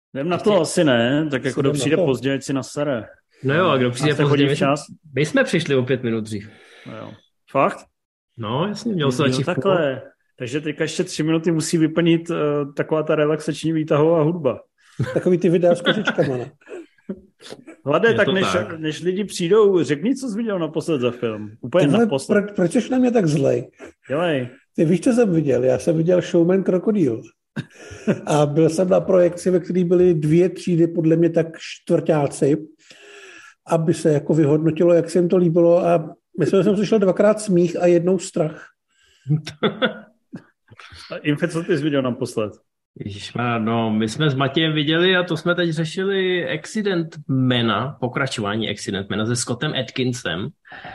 Jdem na to asi ne, tak jako kdo jdem na přijde to. pozdě, ať si nasere. No jo, a kdo A přijde jste chodí později? včas? My jsme přišli o 5 minut dřív. No jo. Fakt? No, jasně, měl se Jo, začít v půl. takhle. Takže teďka ještě 3 minuty musí vyplnit taková ta relaxační výtahová hudba. Takový ty videa s kožičkama, ne? Hlade, tak tak. než lidi přijdou, řekni, co jsi viděl naposled za film. Úplně naposled. Proč jsi na mě tak zlej? Dělej. Ty víš, co jsem viděl? Já jsem viděl Showman Krokodýl. A byl jsem na projekci, ve které byly 2 třídy, podle mě tak čtvrťáci, aby se jako vyhodnotilo, jak se jim to líbilo. A myslím, že jsem slyšel 2krát smích a 1 strach. Infe, co ty jsi viděl naposled? Ježišmarja, no, my jsme s Matějem viděli a to jsme teď řešili Accident Mana, pokračování Accident Mana se Scottem Atkinsem,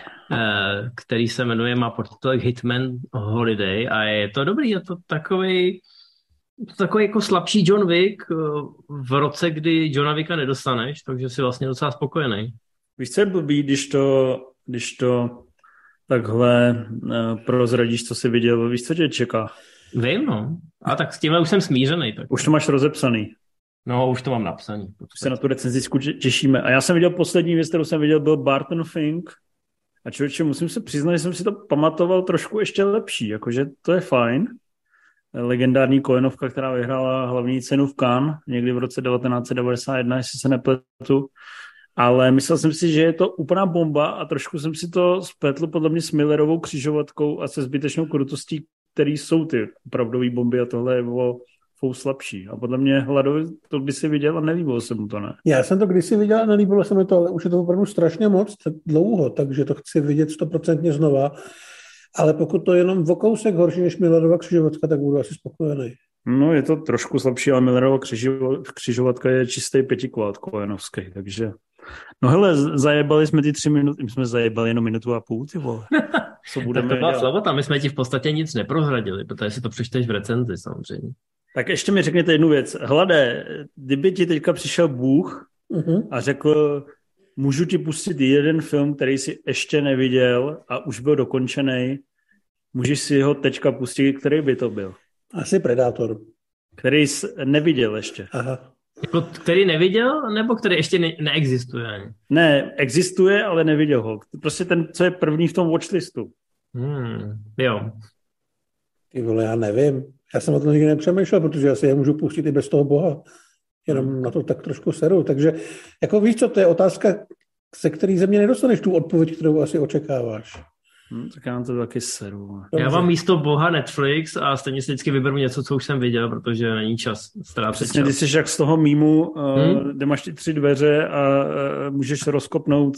který se jmenuje, má podtitul Hitman Holiday a je to dobrý, je to takový jako slabší John Wick v roce, kdy Johna Wicka nedostaneš, takže si vlastně docela spokojený. Víš, co je blbý, když to takhle prozradíš, co jsi viděl, víš, co tě čeká? Vím, no. A tak s tímhle už jsem smířený. Tak. Už to máš rozepsaný. No, už to mám napsaný. Už se na tu recenzisku těšíme. A já jsem viděl poslední věc, kterou jsem viděl, byl Barton Fink. A člověče, musím se přiznat, že jsem si to pamatoval trošku ještě lepší. Jakože to je fajn. Legendární Coenovka, která vyhrála hlavní cenu v Cannes někdy v roce 1991, jestli se nepletu. Ale myslel jsem si, že je to úplná bomba a trošku jsem si to spletl podle mě s Millerovou křižovatkou a se zbytečnou krutostí, který jsou ty opravdový bomby a tohle je o fou slabší. A podle mě Hladovi to by si viděl a nelíbilo se mu to, ne? Já jsem to kdysi viděl a nelíbilo se mi to, ale už je to opravdu strašně moc dlouho, takže to chci vidět 100% znova. Ale pokud to je jenom o kousek horší než Millerova křižovatka, tak budu asi spokojený. No, je to trošku slabší, ale Millerova křižovatka je čistý pětikvát kojenovský, takže... No hele, zajebali jsme ty 3 minuty, my jsme zajebali jenom 1,5 minuty, ty vole. Co budeme tak to byla dělat? slabota, my jsme ti v podstatě nic neprozradili, protože si to přečteš v recenzi samozřejmě. Tak ještě mi řekněte jednu věc. Hlade, kdyby ti teďka přišel Bůh a řekl, můžu ti pustit jeden film, který jsi ještě neviděl a už byl dokončený, můžeš si ho teďka pustit, který by to byl? Asi Predátor. Který jsi neviděl ještě. Aha. Jako, který neviděl, nebo který ještě neexistuje ani? Ne, existuje, ale neviděl ho. Prostě ten, co je první v tom watchlistu. Jo. Ty vole, já nevím. Já jsem o tom nikdy nepřemýšlel, protože já si je můžu pustit i bez toho Boha. Jenom na to tak trošku seru. Takže, jako víš co, to je otázka, se který ze mě nedostaneš tu odpověď, kterou asi očekáváš. Tak já mám to taky seru. Já mám místo Boha Netflix a stejně si vždycky vyberu něco, co už jsem viděl, protože není čas ztrácet Přesně, čas. ty jsi jak z toho mýmu, kde máš ty 3 dveře a můžeš rozkopnout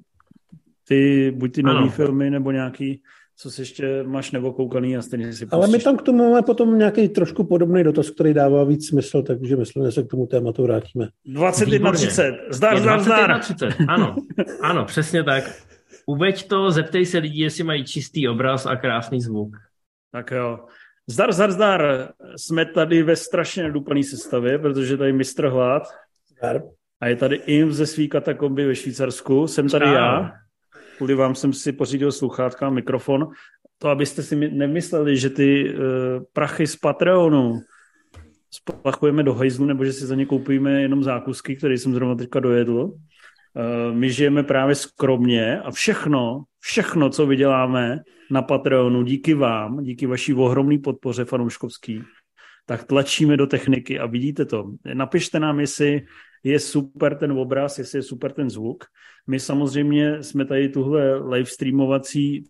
buď ty nový filmy, nebo nějaký, co si ještě máš nevokoukaný a stejně si pustíš. Ale my tam k tomu máme potom nějaký trošku podobný dotaz, který dává víc smysl, takže myslím, že se k tomu tématu vrátíme. 21:30. Zdar. 21:30, ano, přesně tak. Uveď to, zeptej se lidí, jestli mají čistý obraz a krásný zvuk. Tak jo. Zdar. Jsme tady ve strašně nedupaný sestavě, protože tady mistr Hlad. Zdar. A je tady Inv ze svý katakomby ve Švýcarsku. Jsem tady já. Kvůli vám jsem si pořídil sluchátka a mikrofon. To, abyste si nemysleli, že ty prachy z Patreonu splachujeme do hajzlu, nebo že si za ně koupíme jenom zákusky, které jsem zrovna teďka dojedl. My žijeme právě skromně a všechno, co vyděláme na Patreonu, díky vám, díky vaší ohromné podpoře fanouškovský, tak tlačíme do techniky a vidíte to. Napište nám, jestli je super ten obraz, jestli je super ten zvuk. My samozřejmě jsme tady tuhle livestreamovací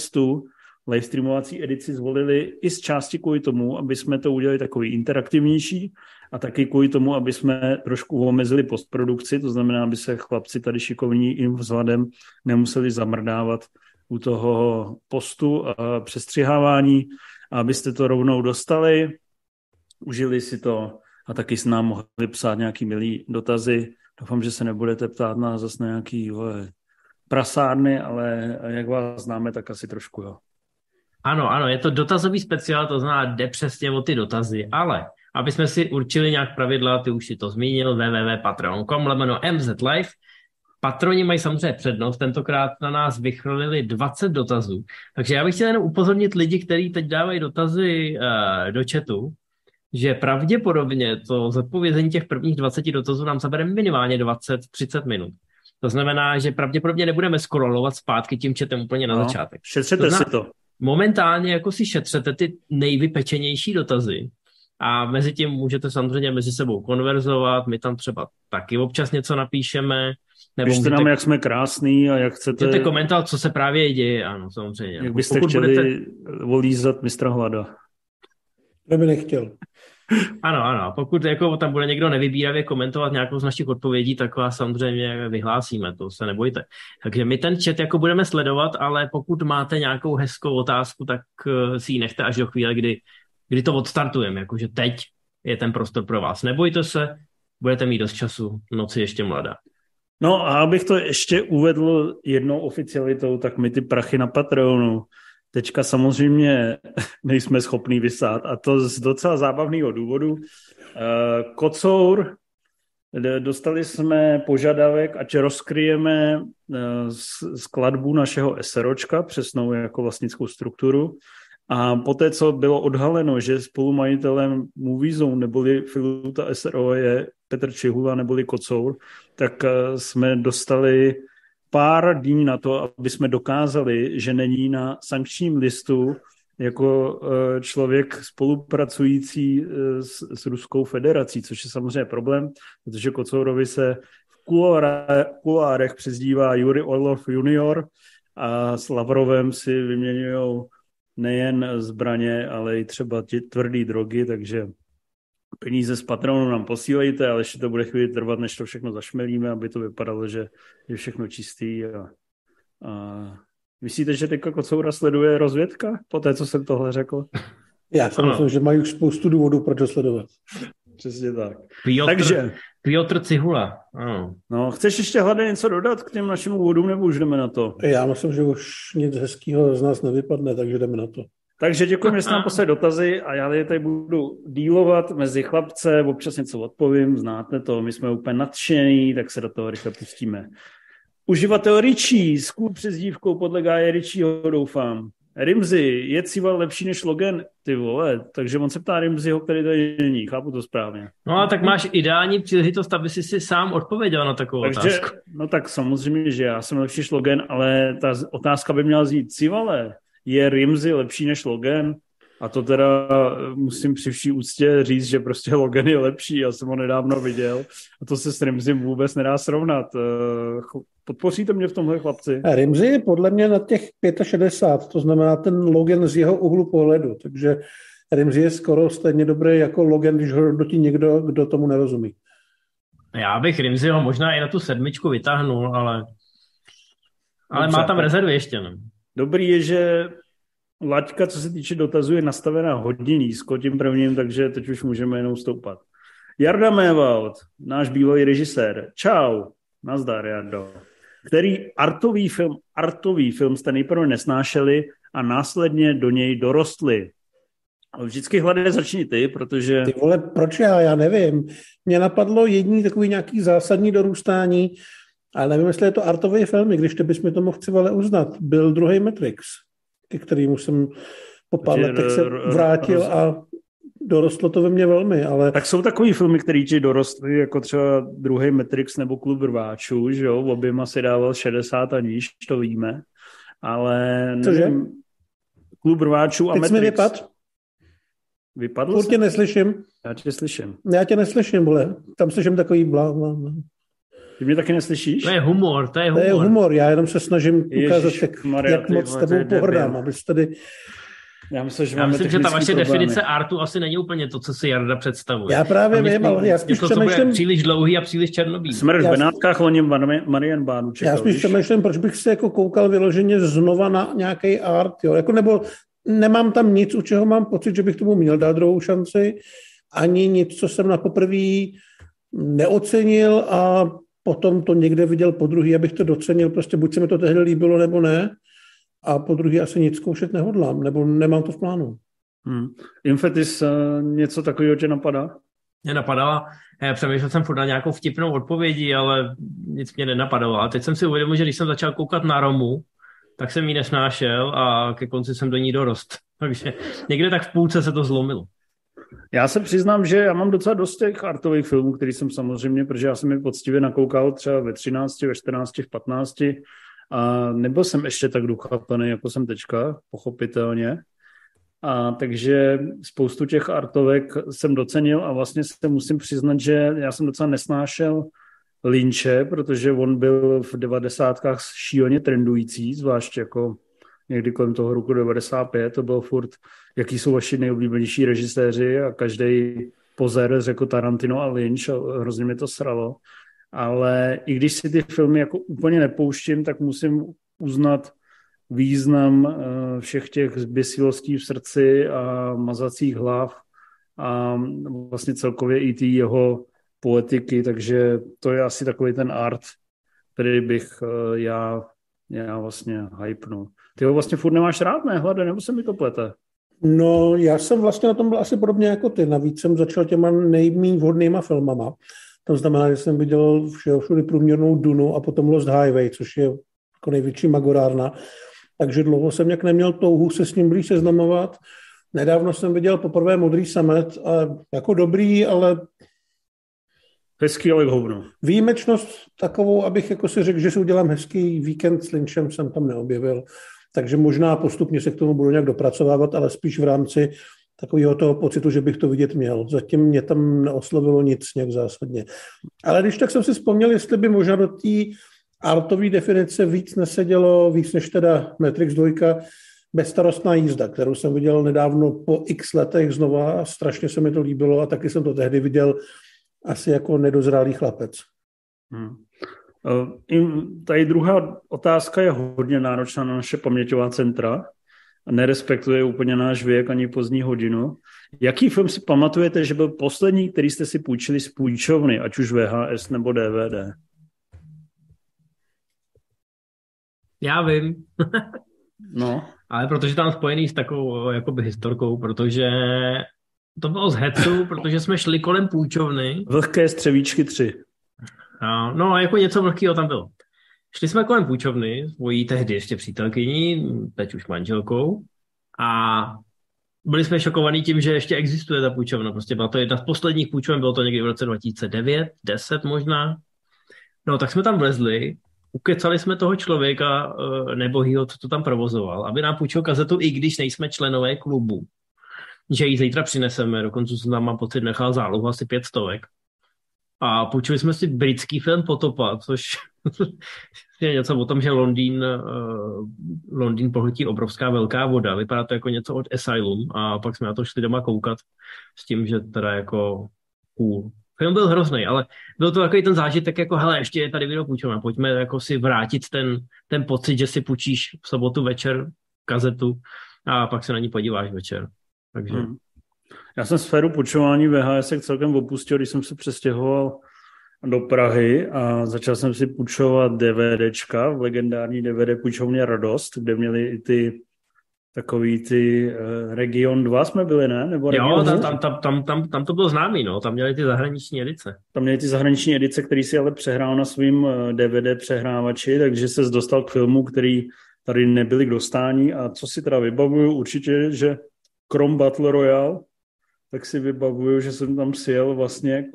edici zvolili i z části kvůli tomu, aby jsme to udělali takový interaktivnější a taky kvůli tomu, aby jsme trošku omezili postprodukci, to znamená, aby se chlapci tady šikovní i vzhledem nemuseli zamrdávat u toho postu a přestřihávání, a abyste to rovnou dostali, užili si to a taky s nám mohli psát nějaký milý dotazy. Doufám, že se nebudete ptát na zase nějaký prasárny, ale jak vás známe, tak asi trošku jo. Ano, je to dotazový speciál, to znamená, jde přesně o ty dotazy, ale aby jsme si určili nějak pravidla, ty už si to zmínil, www.patreon.com/mzlive. Patroni mají samozřejmě přednost, tentokrát na nás vychrlili 20 dotazů, takže já bych chtěl jenom upozornit lidi, kteří teď dávají dotazy do chatu, že pravděpodobně to zodpovězení těch prvních 20 dotazů nám zabere minimálně 20-30 minut. To znamená, že pravděpodobně nebudeme scrollovat zpátky tím chatem úplně na začátek. Šetřete si to. Momentálně jako si šetřete ty nejvypečenější dotazy a mezi tím můžete samozřejmě mezi sebou konverzovat, my tam třeba taky občas něco napíšeme. Nebo Pište nám, jak jsme krásný a jak chcete... Můžete komentovat, co se právě děje, ano, samozřejmě. Jak byste chtěli volízat mistra Hlada. To by nechtěl. Ano. Pokud jako tam bude někdo nevybíravě komentovat nějakou z našich odpovědí, tak vás samozřejmě vyhlásíme, to se nebojte. Takže my ten chat jako budeme sledovat, ale pokud máte nějakou hezkou otázku, tak si ji nechte až do chvíle, kdy to odstartujeme. Jakože teď je ten prostor pro vás. Nebojte se, budete mít dost času, noc je ještě mladá. No a abych to ještě uvedl jednou oficialitou, tak my ty prachy na Patreonu teďka samozřejmě nejsme schopní vysát, a to z docela zábavného důvodu. Kocour, dostali jsme požadavek, ať rozkryjeme skladbu našeho SROčka, přesnou jako vlastnickou strukturu, a poté, co bylo odhaleno, že spolumajitelem Moviezone neboli Filuta SRO je Petr Čihula neboli Kocour, tak jsme dostali pár dní na to, aby jsme dokázali, že není na sankčním listu jako člověk spolupracující s Ruskou federací, což je samozřejmě problém, protože Kocourovi se v kuloárech přezdívá Yuri Orlov junior a s Lavrovem si vyměňují nejen zbraně, ale i třeba tvrdý drogy, takže peníze z Patronu nám posílejte, ale ještě to bude chvíli trvat, než to všechno zašmelíme, aby to vypadalo, že je všechno čistý. A myslíte, že teďka Kocoura sleduje rozvědka po té, co jsem tohle řekl? Já si myslím, že mají už spoustu důvodů, proč to sledovat. Přesně tak. Piotr Cihula. Ano. No, chceš ještě hledat něco dodat k těm našim úvodům, nebo už jdeme na to? Já myslím, že už nic hezkýho z nás nevypadne, takže jdeme na to. Takže děkujeme, že jste nám poslali dotazy a já tady budu dílovat mezi chlapce, občas něco odpovím, znáte to, my jsme úplně nadšený, tak se do toho rychle pustíme. Uživatel Richie s cool přezdívkou podle Gáje Richieho, doufám. Rimzi, je Cival lepší než Logan? Ty vole, takže on se ptá Rimziho, který tady není, chápu to správně. No a tak máš ideální příležitost, aby si sám odpověděl na takovou otázku. No tak samozřejmě, že já jsem lepší než Logan, ale ta otázka by měla znít, Civale, je Rimzi lepší než Logan? A to teda musím při vší úctě říct, že prostě Logan je lepší, já jsem ho nedávno viděl a to se s Rimzim vůbec nedá srovnat. Podpoříte mě v tomhle, chlapci? Rimzi je podle mě na těch 65, to znamená ten Logan z jeho úhlu pohledu, takže Rimzi je skoro stejně dobrý jako Logan, když ho hodnotí někdo, kdo tomu nerozumí. Já bych Rimziho možná i na tu 7 vytáhnul, ale má tam rezervy ještě. Ne? Dobrý je, že laťka, co se týče dotazů, je nastavená hodně nízko tím prvním, takže teď už můžeme jenom stoupat. Jarda Mévald, náš bývalý režisér. Čau, nazdar, Jardo. Který artový film jste nejprve nesnášeli a následně do něj dorostli? Vždycky Hlade začni ty, protože... Ty vole, proč já nevím. Mě napadlo jediný takový nějaký zásadní dorůstání, ale nevím, jestli je to artový film, když to bys mi to mohl Civale uznat. Byl druhý Matrix, ke kterému jsem po pár letech se vrátil a dorostlo to ve mně velmi, ale... Tak jsou takový filmy, který ti dorostly, jako třeba druhý Matrix nebo Klub rváčů, že jo? Oběma si dával 60 a níž, to víme, ale nevím, Klub rváčů a teď Matrix... Teď jsi mi Vypadl Furt tě neslyším. Já tě slyším. Já tě neslyším, vole. Tam slyším takový blá. Ty mě taky neslyšíš? To je humor. To je humor, já jenom se snažím ukázat, jak moc s tebou pohrdám, abys tady... Já myslím, že ta vaše definice artu asi není úplně to, co si Jarda představuje. Já právě vím, ale já spíš přemýšlím... příliš dlouhý a příliš černobílý. Smrt v Benátkách, loním Marienbánu čekal. Já spíš přemýšlím, proč bych se jako koukal vyloženě znova na nějaký art, jo. Jako nebo nemám tam nic, u čeho mám pocit, že bych tomu měl dát druhou šanci, ani nic, co jsem na poprvý neocenil a potom to někde viděl po druhý, abych to docenil. Prostě buď se mi to tehdy líbilo, nebo ne. A po druhý asi nic zkoušet nehodlám, nebo nemám to v plánu. Infetis, něco takového tě napadá? Mě napadala. Přemýšlel jsem furt na nějakou vtipnou odpovědí, ale nic mě nenapadalo. A teď jsem si uvědomil, že když jsem začal koukat na Romu, tak jsem ji nesnášel a ke konci jsem do ní dorost. Takže někde tak v půlce se to zlomilo. Já se přiznám, že já mám docela dost těch artových filmů, který jsem samozřejmě, protože já jsem je poctivě nakoukal třeba ve 13, ve 14, v 15 a nebyl jsem ještě tak dochapaný, jako jsem teďka, pochopitelně. A takže spoustu těch artovek jsem docenil a vlastně se musím přiznat, že já jsem docela nesnášel Lynche, protože on byl v 90kách šíleně trendující, zvlášť jako někdy kolem toho roku 95, to bylo furt, jaký jsou vaši nejoblíbenější režiséři a každý pozér řekl Tarantino a Lynch a hrozně mě to sralo. Ale i když si ty filmy jako úplně nepouštím, tak musím uznat význam všech těch zběsilostí v srdci a mazacích hlav a vlastně celkově i ty jeho poetiky, takže to je asi takový ten art, který bych já vlastně hypnul. Ty ho vlastně furt nemáš rád, ne, Hlade, nebo se mi to plete? No, já jsem vlastně na tom byl asi podobně jako ty. Navíc jsem začal těma nejméně vhodnýma filmama. To znamená, že jsem viděl všude průměrnou Dunu a potom Lost Highway, což je jako největší magorárna. Takže dlouho jsem nějak neměl touhu se s ním blíž seznamovat. Nedávno jsem viděl poprvé Modrý samet a jako dobrý, ale hezký, ale hovno. Výjimečnost takovou, abych jako si řekl, že si udělám hezký víkend s Lynchem, jsem tam neobjevil. Takže možná postupně se k tomu budu nějak dopracovávat, ale spíš v rámci takového toho pocitu, že bych to vidět měl. Zatím mě tam neoslovilo nic nějak zásadně. Ale když tak jsem si vzpomněl, jestli by možná do té artové definice víc nesedělo, víc než teda Matrix 2, Bezstarostná jízda, kterou jsem viděl nedávno po x letech znova. Strašně se mi to líbilo a taky jsem to tehdy viděl asi jako nedozrálý chlapec. Tady druhá otázka je hodně náročná na naše paměťová centra. Nerespektuje úplně náš věk ani pozdní hodinu. Jaký film si pamatujete, že byl poslední, který jste si půjčili z půjčovny, ať už VHS nebo DVD? Já vím. No. Ale protože tam spojený s takovou jakoby historkou, protože to bylo z hecu, protože jsme šli kolem půjčovny. Vlhké střevíčky 3. No, jako něco vlhkého tam bylo. Šli jsme kolem půjčovny, svojí tehdy ještě přítelkyní, teď už manželkou, a byli jsme šokovaní tím, že ještě existuje ta půjčovna. Prostě byla to jedna z posledních půjčoven, bylo to někdy v roce 2009, 10 možná. No, tak jsme tam vlezli, ukecali jsme toho člověka nebohýho, co to tam provozoval, aby nám půjčil kazetu, i když nejsme členové klubu. Že ji zítra přineseme, dokonce jsem tam, mám pocit, nechal zálohu asi 500. A půjčili jsme si britský film Potopa, což je něco o tom, že Londýn pohltí obrovská velká voda. Vypadá to jako něco od Asylum a pak jsme na to šli doma koukat s tím, že teda jako cool. Film byl hrozný, ale byl to takový ten zážitek, jako hele, ještě je tady video půjčovna, pojďme jako si vrátit ten pocit, že si půjčíš v sobotu večer kazetu a pak se na ní podíváš večer. Takže... Já jsem sféru půjčování VHS celkem opustil, když jsem se přestěhoval do Prahy a začal jsem si půjčovat DVDčka v legendární DVD půjčovně Radost, kde měli i ty takový ty Region 2 jsme byli, ne? Nebo jo, tam to bylo známý, no. Tam měli ty zahraniční edice. Tam měli ty zahraniční edice, který si ale přehrál na svým DVD přehrávači, takže se dostal k filmu, který tady nebyly k dostání a co si teda vybavuju určitě, že krom Battle Royale, tak si vybavuju, že jsem tam sjel vlastně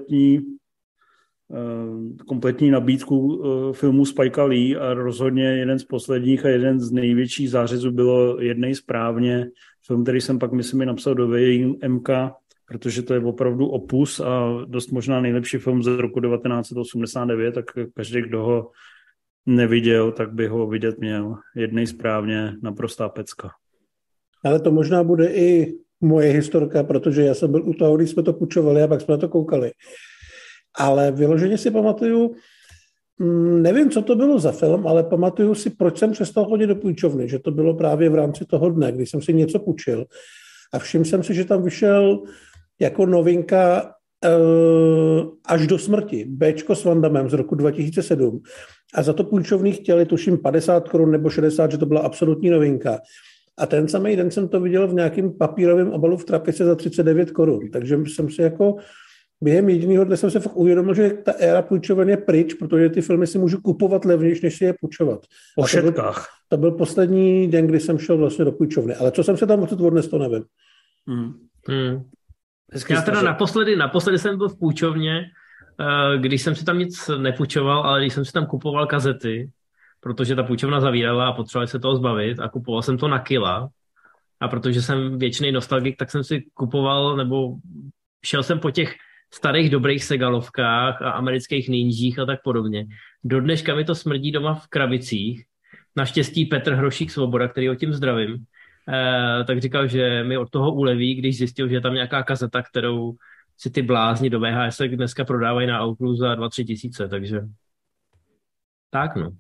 kompletní nabídku filmů Spikea Lee a rozhodně jeden z posledních a jeden z největších zářezů bylo Jednej správně. Film, který jsem pak, myslím, napsal do VMK, protože to je opravdu opus a dost možná nejlepší film z roku 1989, tak každý, kdo ho neviděl, tak by ho vidět měl. Jednej správně, naprostá pecka. Ale to možná bude i moje historka, protože já jsem byl u toho, když jsme to půjčovali a pak jsme na to koukali. Ale vyloženě si pamatuju, nevím, co to bylo za film, ale pamatuju si, proč jsem přestal chodit do půjčovny, že to bylo právě v rámci toho dne, kdy jsem si něco půjčil. A všiml jsem si, že tam vyšel jako novinka Až do smrti, Bčko s Van Dammem z roku 2007. A za to půjčovny chtěli, tuším, 50 korun nebo 60, že to byla absolutní novinka. A ten samý den jsem to viděl v nějakém papírovém obalu v trapice za 39 korun. Takže jsem si jako během jedinýho dne jsem se fakt uvědomil, že ta éra půjčoven je pryč, protože ty filmy si můžu kupovat levnější, než si je půjčovat. O šetkách. To byl poslední den, kdy jsem šel vlastně do půjčovny. Ale co jsem se tam odnesl, to nevím. Já teda naposledy jsem byl v půjčovně, když jsem si tam nic nepůjčoval, ale když jsem si tam kupoval kazety, protože ta půjčovna zavírala a potřeboval se toho zbavit a kupoval jsem to na kila. A protože jsem věčný nostalgik, tak jsem si kupoval, nebo šel jsem po těch starých dobrých segalovkách a amerických ninjích a tak podobně. Do dneška mi to smrdí doma v krabicích. Naštěstí Petr Hrošík Svoboda, který o tím zdravím, tak říkal, že mi od toho uleví, když zjistil, že je tam nějaká kazeta, kterou si ty blázni do VHS dneska prodávají na Outlu za 2-3 tisíce, takže tak no.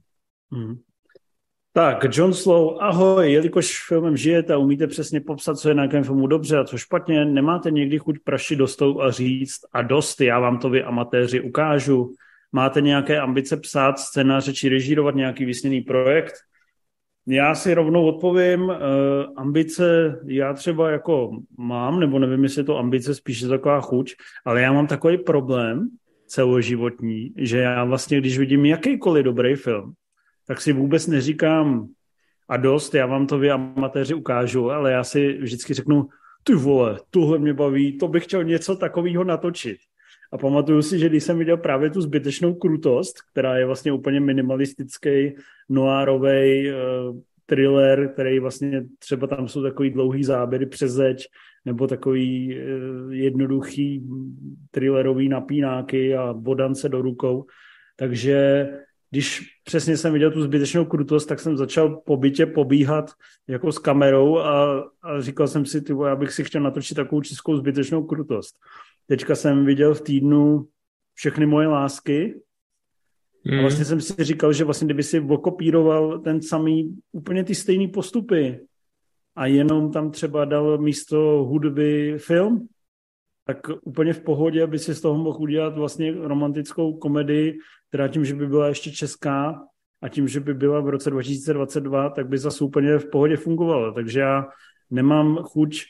Tak, John Slow, ahoj, jelikož filmem žijete a umíte přesně popsat, co je na nějakém filmu dobře a co špatně, nemáte někdy chuť prašit do stolu a říct a dost, já vám to vy amatéři ukážu. Máte nějaké ambice psát scénáře či režírovat nějaký vysněný projekt? Já si rovnou odpovím, ambice já třeba jako mám, nebo nevím, jestli je to ambice, spíš je taková chuť, ale já mám takový problém celoživotní, že já vlastně, když vidím jakýkoliv dobrý film, tak si vůbec neříkám a dost, já vám to vy amatéři ukážu, ale já si vždycky řeknu, ty vole, tohle mě baví, to bych chtěl něco takového natočit. A pamatuju si, že když jsem viděl právě tu zbytečnou krutost, která je vlastně úplně minimalistický, noárový thriller, který vlastně třeba tam jsou takový dlouhý záběry přes zeď, nebo takový jednoduchý thrillerový napínáky a bodance do rukou. Takže když přesně jsem viděl tu zbytečnou krutost, tak jsem začal po bytě pobíhat jako s kamerou a říkal jsem si, já bych si chtěl natočit takovou českou zbytečnou krutost. Teďka jsem viděl v týdnu Všechny moje lásky a vlastně jsem si říkal, že vlastně kdyby si okopíroval ten samý, úplně ty stejný postupy a jenom tam třeba dal místo hudby film, tak úplně v pohodě by si z toho mohl udělat vlastně romantickou komedii, která tím, že by byla ještě česká a tím, že by byla v roce 2022, tak by zase úplně v pohodě fungovala. Takže já nemám chuť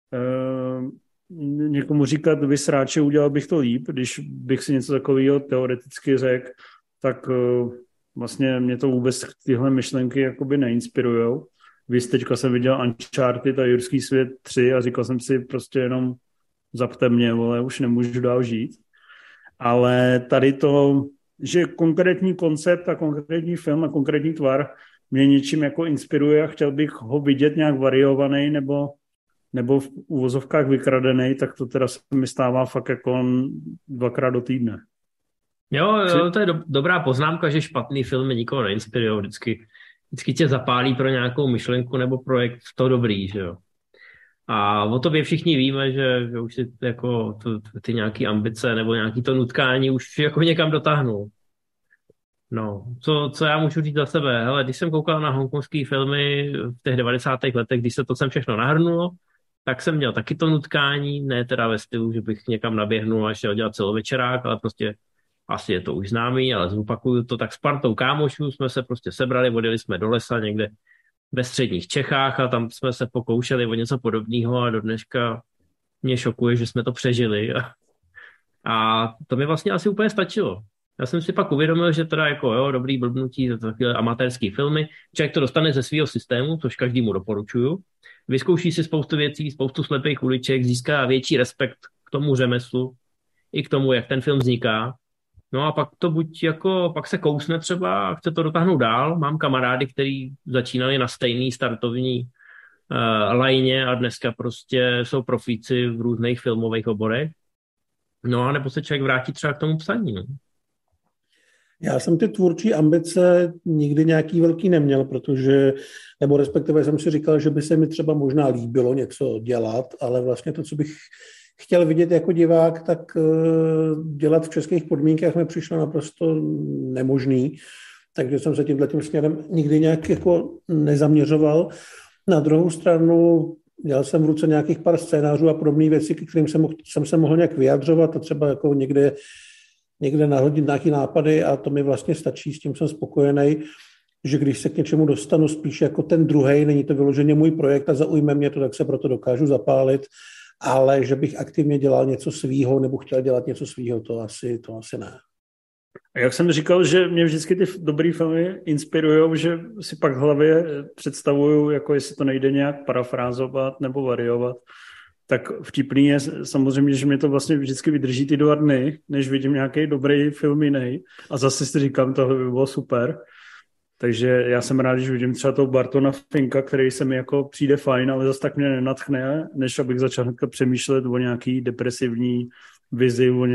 někomu říkat, vy sráče, udělal bych to líp, když bych si něco takového teoreticky řekl, tak vlastně mě to vůbec tyhle myšlenky jakoby neinspirujou. Víš, teďka jsem viděl Uncharted a Jurský svět 3 a říkal jsem si prostě jenom zapte mě, vole, už nemůžu dál žít. Ale tady to, že konkrétní koncept a konkrétní film a konkrétní tvar mě něčím jako inspiruje a chtěl bych ho vidět nějak variovaný nebo v uvozovkách vykradený, tak to teda se mi stává fakt jako 2krát do týdne. Jo, to je dobrá poznámka, že špatný filmy nikoho neinspirují. Vždycky tě zapálí pro nějakou myšlenku nebo projekt to dobrý, že jo. A o tobě všichni víme, že už si jako ty nějaký ambice nebo nějaký to nutkání už jako někam dotáhnul. No, co já můžu říct za sebe? Hele, když jsem koukal na hongkongský filmy v těch 90. letech, když se to sem všechno nahrnulo, tak jsem měl taky to nutkání, ne teda ve stylu, že bych někam naběhnul a šel dělat celovečerák, ale prostě asi je to už známý, ale zopakuju to, tak s partou kámošů jsme se prostě sebrali, odjeli jsme do lesa někde ve středních Čechách a tam jsme se pokoušeli o něco podobného a do dneška mě šokuje, že jsme to přežili a to mi vlastně asi úplně stačilo. Já jsem si pak uvědomil, že teda jako jo, dobrý blbnutí, to takové amatérský filmy, člověk to dostane ze svého systému, což každému doporučuju, vyzkouší si spoustu věcí, spoustu slepých uliček, získá větší respekt k tomu řemeslu i k tomu, jak ten film vzniká. No a pak to pak se kousne třeba a chce to dotáhnout dál. Mám kamarády, kteří začínali na stejný startovní lajně a dneska prostě jsou profíci v různých filmových oborech. No a nebo se člověk vrátí třeba k tomu psaní. No. Já jsem ty tvůrčí ambice nikdy nějaký velký neměl, nebo respektive jsem si říkal, že by se mi třeba možná líbilo něco dělat, ale vlastně to, co bych chtěl vidět jako divák, tak dělat v českých podmínkách mi přišlo naprosto nemožný, takže jsem se tímhletím směrem nikdy nějak jako nezaměřoval. Na druhou stranu měl jsem v ruce nějakých pár scénářů a podobné věci, k kterým jsem se mohl nějak vyjadřovat a třeba jako někde nahodit nějaké nápady a to mi vlastně stačí, s tím jsem spokojený, že když se k něčemu dostanu spíš jako ten druhej, není to vyloženě můj projekt a zaujme mě to, tak se proto dokážu zapálit, ale že bych aktivně dělal něco svýho nebo chtěl dělat něco svýho, to asi ne. A jak jsem říkal, že mě vždycky ty dobrý filmy inspirujou, že si pak v hlavě představuju, jako jestli to nejde nějak parafrázovat nebo variovat, tak vtipný je samozřejmě, že mě to vlastně vždycky vydrží ty 2 dny, než vidím nějaký dobrý film jiný a zase si říkám, tohle by bylo super. Takže já jsem rád, když vidím třeba toho Bartona Finka, který se mi jako přijde fajn, ale zase tak mě nenadchne, než abych začal hnedka přemýšlet o nějaký depresivní vizi, o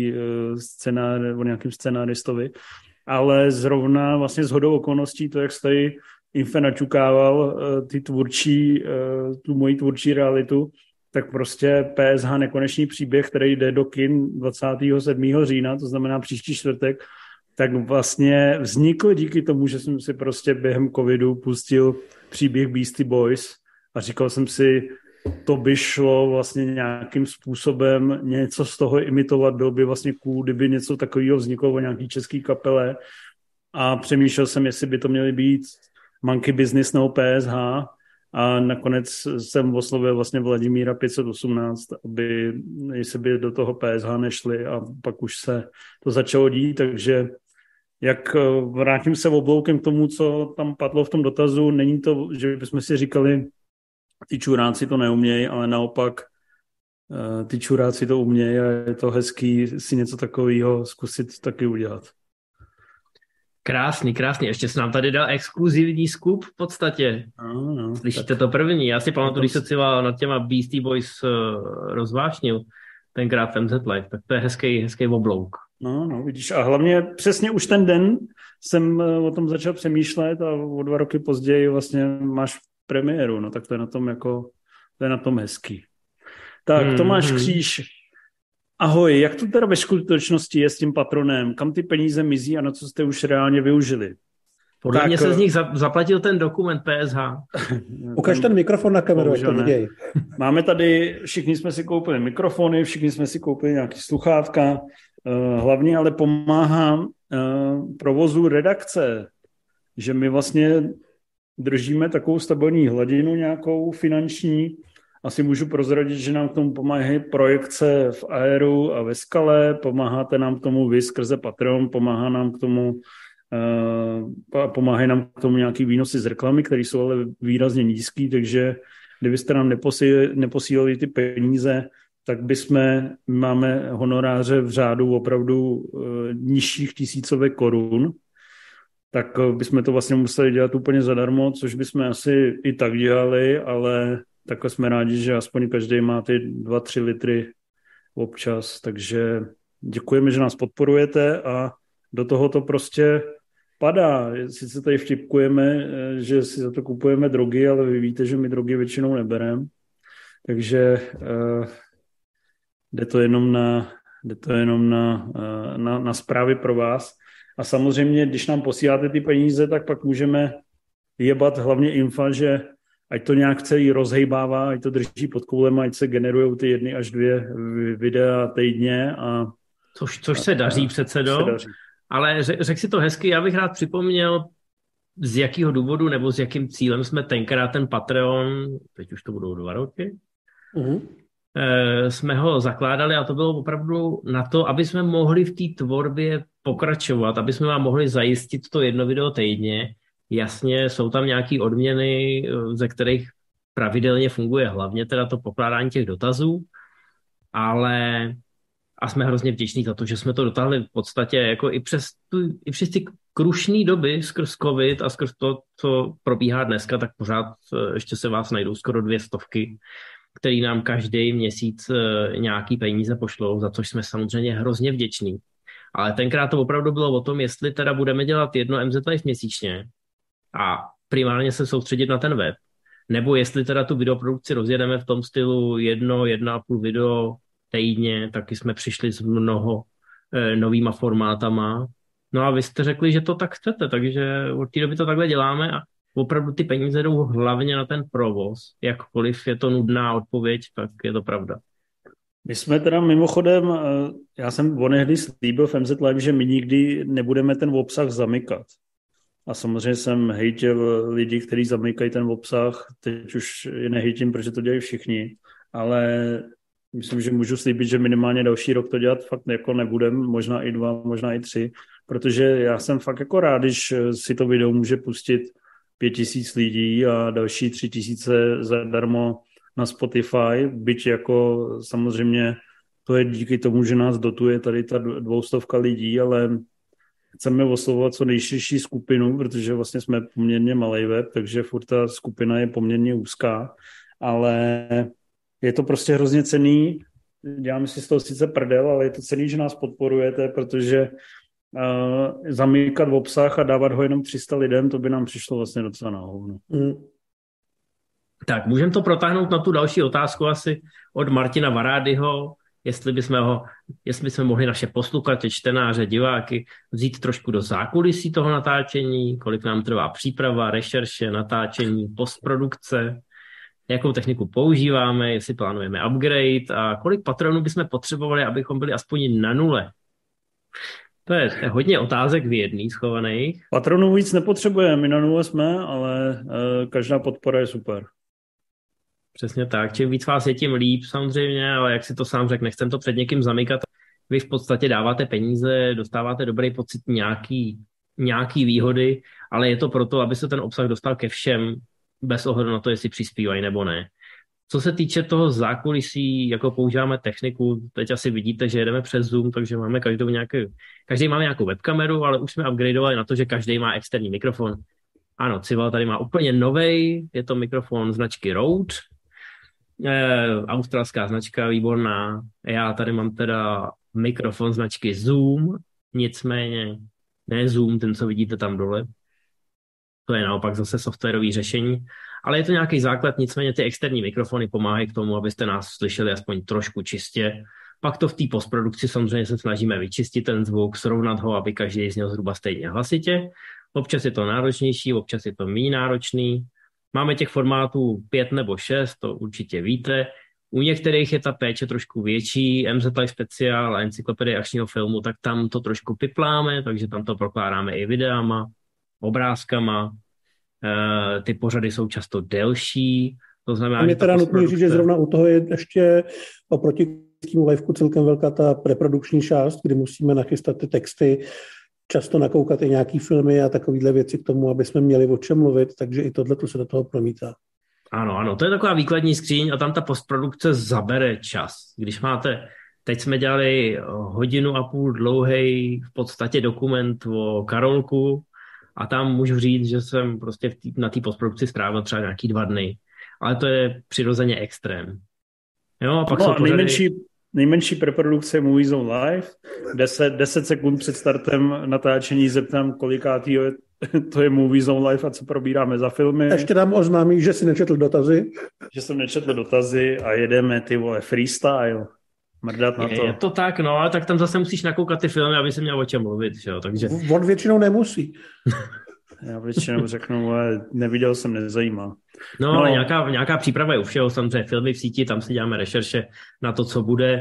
nějakým scenáristovi. Ale zrovna vlastně shodou okolností to, jak jsi tady Infe naťukával tu moji tvůrčí realitu, tak prostě PSH Nekonečný příběh, který jde do kin 27. října, to znamená příští čtvrtek, tak vlastně vznikl díky tomu, že jsem si prostě během covidu pustil příběh Beastie Boys a říkal jsem si, to by šlo vlastně nějakým způsobem něco z toho imitovat, byl by vlastně cool, kdyby něco takového vzniklo o nějaký český kapele a přemýšlel jsem, jestli by to měly být Monkey Business nebo PSH a nakonec jsem oslovil vlastně Vladimíra 518, jestli by do toho PSH nešli a pak už se to začalo dít, takže jak vrátím se obloukem k tomu, co tam padlo v tom dotazu, není to, že bychom si říkali, ty čuráci to neumějí, ale naopak ty čuráci to umějí a je to hezký si něco takového zkusit taky udělat. Krásný. Ještě se nám tady dal exkluzivní scoop v podstatě. No, Slyšíte to první? Já si pamatuju, když se třeba nad těma Beastie Boys rozvášnil tenkrát v MZ Live, tak to je hezký oblouk. No, vidíš. A hlavně přesně už ten den jsem o tom začal přemýšlet a o 2 roky později vlastně máš premiéru, no tak to je na tom hezký. Tak, Tomáš Kříž. Ahoj, jak to teda ve skutečnosti je s tím patronem? Kam ty peníze mizí a na co jste už reálně využili? Podle mě se z nich zaplatil ten dokument PSH. Ukaž ten mikrofon na kameru, jak to viděj. Máme tady, všichni jsme si koupili mikrofony, všichni jsme si koupili nějaký sluchátka, hlavně ale pomáhá provozu redakce, že my vlastně držíme takovou stabilní hladinu nějakou finanční. Asi můžu prozradit, že nám k tomu pomáhají projekce v Aeru a ve Skale, pomáháte nám k tomu vy skrze Patreon, pomáhají nám k tomu nějaký výnosy z reklamy, které jsou ale výrazně nízký, takže kdybyste nám neposílali ty peníze, tak máme honoráře v řádu opravdu nižších tisícovek korun, tak bychom to vlastně museli dělat úplně zadarmo, což bychom asi i tak dělali, ale takhle jsme rádi, že aspoň každý má ty 2-3 litry občas, takže děkujeme, že nás podporujete a do toho to prostě padá. Sice tady vtipkujeme, že si za to kupujeme drogy, ale vy víte, že my drogy většinou nebereme, takže jde to jenom na zprávy pro vás. A samozřejmě, když nám posíláte ty peníze, tak pak můžeme jebat hlavně Infa, že ať to nějak celý rozhejbává, ať to drží pod koulem, ať se generujou ty 1 až 2 videa týdně. Což se daří, předsedo. Ale řek si to hezky, já bych rád připomněl, z jakého důvodu nebo s jakým cílem jsme tenkrát ten Patreon, teď už to budou 2 roky, jsme ho zakládali a to bylo opravdu na to, aby jsme mohli v té tvorbě pokračovat, aby jsme vám mohli zajistit to 1 video týdně. Jasně, jsou tam nějaké odměny, ze kterých pravidelně funguje hlavně teda to pokládání těch dotazů, ale a jsme hrozně vděční za to, že jsme to dotáhli v podstatě jako i přes ty krušné doby skrz covid a skrz to, co probíhá dneska, tak pořád ještě se vás najdou skoro 200, který nám každý měsíc nějaký peníze pošlou, za což jsme samozřejmě hrozně vděční. Ale tenkrát to opravdu bylo o tom, jestli teda budeme dělat 1 MZ Live měsíčně a primárně se soustředit na ten web, nebo jestli teda tu videoprodukci rozjedeme v tom stylu 1,5 video týdně, taky jsme přišli s mnoho novýma formátama. No a vy jste řekli, že to tak chcete, takže od té doby to takhle děláme a opravdu ty peníze jdou hlavně na ten provoz. Jakkoliv je to nudná odpověď, tak je to pravda. My jsme teda mimochodem, já jsem onehdy slíbil v MZ Live, že my nikdy nebudeme ten obsah zamykat. A samozřejmě jsem hejtil lidi, kteří zamykají ten obsah, teď už je nehejtím, protože to dělají všichni, ale myslím, že můžu slíbit, že minimálně další rok to dělat fakt jako nebudem, možná i 2, možná i 3, protože já jsem fakt jako rád, když si to video může pustit 5 000 lidí a další 3 000 zadarmo na Spotify, byť jako samozřejmě to je díky tomu, že nás dotuje tady ta 200 lidí, ale chceme oslovovat co nejširší skupinu, protože vlastně jsme poměrně malý web, takže furt ta skupina je poměrně úzká, ale je to prostě hrozně cenný. Děláme si z toho sice prdel, ale je to cenný, že nás podporujete, protože zamykat v obsah a dávat ho jenom 300 lidem, to by nám přišlo vlastně docela na hovno. Tak, můžeme to protáhnout na tu další otázku asi od Martina Varádyho, jestli bychom mohli naše posluchače, čtenáře, diváky vzít trošku do zákulisí toho natáčení, kolik nám trvá příprava, rešerše, natáčení, postprodukce, jakou techniku používáme, jestli plánujeme upgrade a kolik patronů bychom potřebovali, abychom byli aspoň na nule. To je hodně otázek v jedný schovaných. Patronů víc nepotřebujeme, my na nule jsme, ale každá podpora je super. Přesně tak. Čím víc vás je, tím líp samozřejmě, ale jak si to sám řekl, nechcem to před někým zamykat. Vy v podstatě dáváte peníze, dostáváte dobrý pocit, nějaký výhody, ale je to proto, aby se ten obsah dostal ke všem, bez ohledu na to, jestli přispívají nebo ne. Co se týče toho zákulisí, jako používáme techniku, teď asi vidíte, že jedeme přes Zoom, takže máme každý máme nějakou webkameru, ale už jsme upgradeovali na to, že každý má externí mikrofon. Ano, Cival tady má úplně novej, je to mikrofon značky Rode, australská značka, výborná. Já tady mám teda mikrofon značky Zoom, nicméně ne Zoom, ten, co vidíte tam dole. To je naopak zase softwarový řešení, ale je to nějaký základ, nicméně ty externí mikrofony pomáhají k tomu, abyste nás slyšeli aspoň trošku čistě. Pak to v té postprodukci samozřejmě se snažíme vyčistit ten zvuk, srovnat ho, aby každý zněl zhruba stejně hlasitě. Občas je to náročnější, občas je to méně náročný. Máme těch formátů 5 nebo 6, to určitě víte. U některých je ta péče trošku větší, MZ Live Special a encyklopedie akčního filmu, tak tam to trošku pipláme, takže tam to prokládáme i videama, obrázkama. Ty pořady jsou často delší. To znamená, mě teda nutný říct, že zrovna u toho je ještě oproti tím liveku celkem velká ta preprodukční část, kdy musíme nachystat ty texty, často nakoukat i nějaký filmy a takovýhle věci k tomu, aby jsme měli o čem mluvit, takže i tohle se do toho promítá. Ano, to je taková výkladní skříň a tam ta postprodukce zabere čas. Když teď jsme dělali 1,5 hodiny dlouhý v podstatě dokument o Karolku a tam můžu říct, že jsem prostě na té postprodukci strávil třeba nějaký 2 dny. Ale to je přirozeně extrém. Jo, a pak jsou pořady... Nejmenší preprodukce Movie Zone Live, 10 sekund před startem natáčení zeptám, kolikátýho to je Movie Zone Live a co probíráme za filmy. Ještě dám oznámí, že si nečetl dotazy. Že jsem nečetl dotazy a jedeme, ty vole, freestyle. Mrdat na to. Je to tak, no, ale tak tam zase musíš nakoukat ty filmy, aby si měl o čem mluvit, že jo, takže... On většinou nemusí. Já většinou řeknu, ale neviděl jsem, nezajímá. No, ale nějaká příprava je u všeho, samozřejmě filmy v síti, tam si děláme rešerše na to, co bude.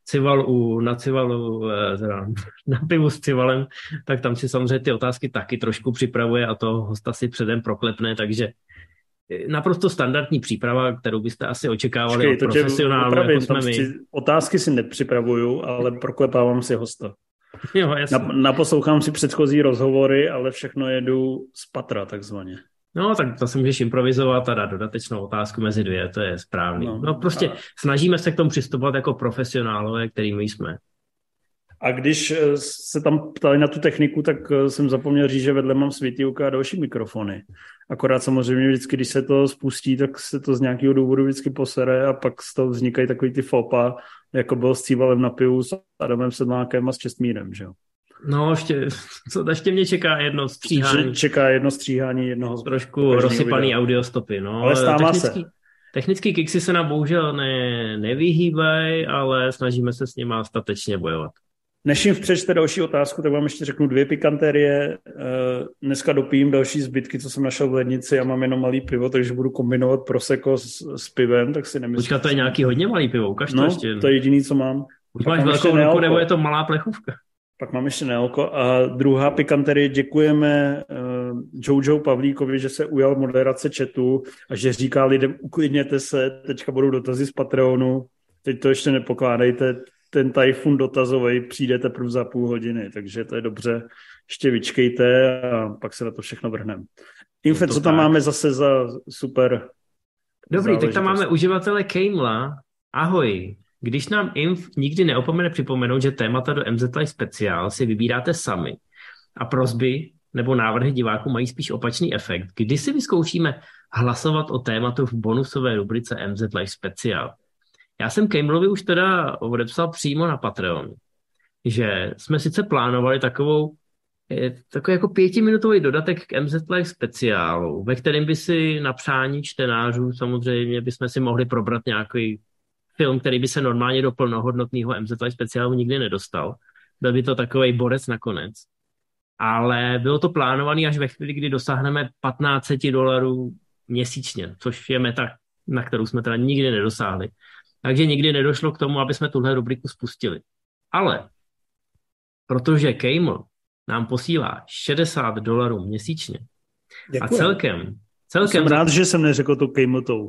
Na pivu s Civalem, tak tam si samozřejmě ty otázky taky trošku připravuje a to hosta si předem proklepne, takže naprosto standardní příprava, kterou byste asi očekávali od profesionálů, jako jsme my. Otázky si nepřipravuju, ale proklepávám si hosta. Jo, jasně. Naposlouchám si předchozí rozhovory, ale všechno jedu z patra, takzvaně. No, tak to si můžeš improvizovat a dát dodatečnou otázku mezi dvě, to je správný. No prostě snažíme se k tomu přistupovat jako profesionálové, kterými jsme. A když se tam ptali na tu techniku, tak jsem zapomněl říct, že vedle mám světýlka a další mikrofony. Akorát samozřejmě vždycky, když se to spustí, tak se to z nějakého důvodu vždycky posere a pak z toho vznikají takový ty fopa, jako byl s Civalem na pivu s Adamem Sedlákem a s Čestmírem, že jo? No, ještě mě čeká jedno stříhání. Čeká jedno stříhání jednoho. Trošku rozsypaný audiostopy, no. Ale stává se. Technický kiksy se nám bohužel nevyhýbají, ale snažíme se s nima statečně bojovat. Než jim přečte další otázku, tak vám ještě řeknu 2 pikantérie. Dneska dopijím další zbytky, co jsem našel v lednici. Já mám jenom malý pivo, takže budu kombinovat prosecco s pivem, tak si nemyslím. Počkat, to je nějaký hodně malý pivo, ukaž to ještě. To je jediný, co mám. Už máš velkou ruku, nebo je to malá plechovka? Pak mám ještě nealko. A druhá pikanterie, děkujeme Jojo Pavlíkovi, že se ujal moderace chatu a že říká lidem, uklidněte se, teďka budou dotazy z Patreonu, teď to ještě nepokládejte, ten tajfun dotazovej přijde teprve za půl hodiny, takže to je dobře, ještě vyčkejte a pak se na to všechno vrhneme. Info, co tam máme zase za super Dobrý, tak tam máme uživatele Kejmla. Ahoj. Když nám Inf nikdy neopomene připomenout, že témata do MZ Live speciál si vybíráte sami a prosby nebo návrhy diváků mají spíš opačný efekt, kdy si vyzkoušíme hlasovat o tématu v bonusové rubrice MZ Live speciál. Já jsem Kejmlovi už teda odepsal přímo na Patreon, že jsme sice plánovali takový jako 5minutový dodatek k MZ Live speciálu, ve kterém by si na přání čtenářů samozřejmě bychom si mohli probrat nějaký film, který by se normálně do plnohodnotného MZ Live speciálu nikdy nedostal. Byl by to takovej borec nakonec. Ale bylo to plánované až ve chvíli, kdy dosáhneme $15 měsíčně, což je meta, na kterou jsme teda nikdy nedosáhli. Takže nikdy nedošlo k tomu, aby jsme tuhle rubriku spustili. Ale protože Kejml nám posílá $60 měsíčně. Děkuji. A celkem jsem rád, že jsem neřekl to Kejmltou.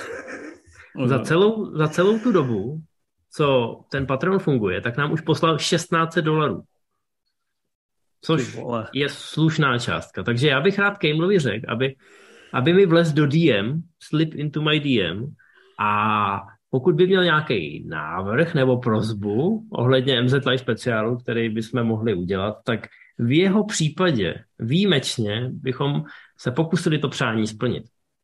Za celou tu dobu, co ten Patreon funguje, tak nám už poslal $1600. Což je slušná částka. Takže já bych rád Kejmlovi řekl, aby mi vlez do DM, slip into my DM, a pokud by měl nějaký návrh nebo prosbu ohledně MZ Live speciálu, který bychom mohli udělat, tak v jeho případě výjimečně bychom se pokusili to přání splnit.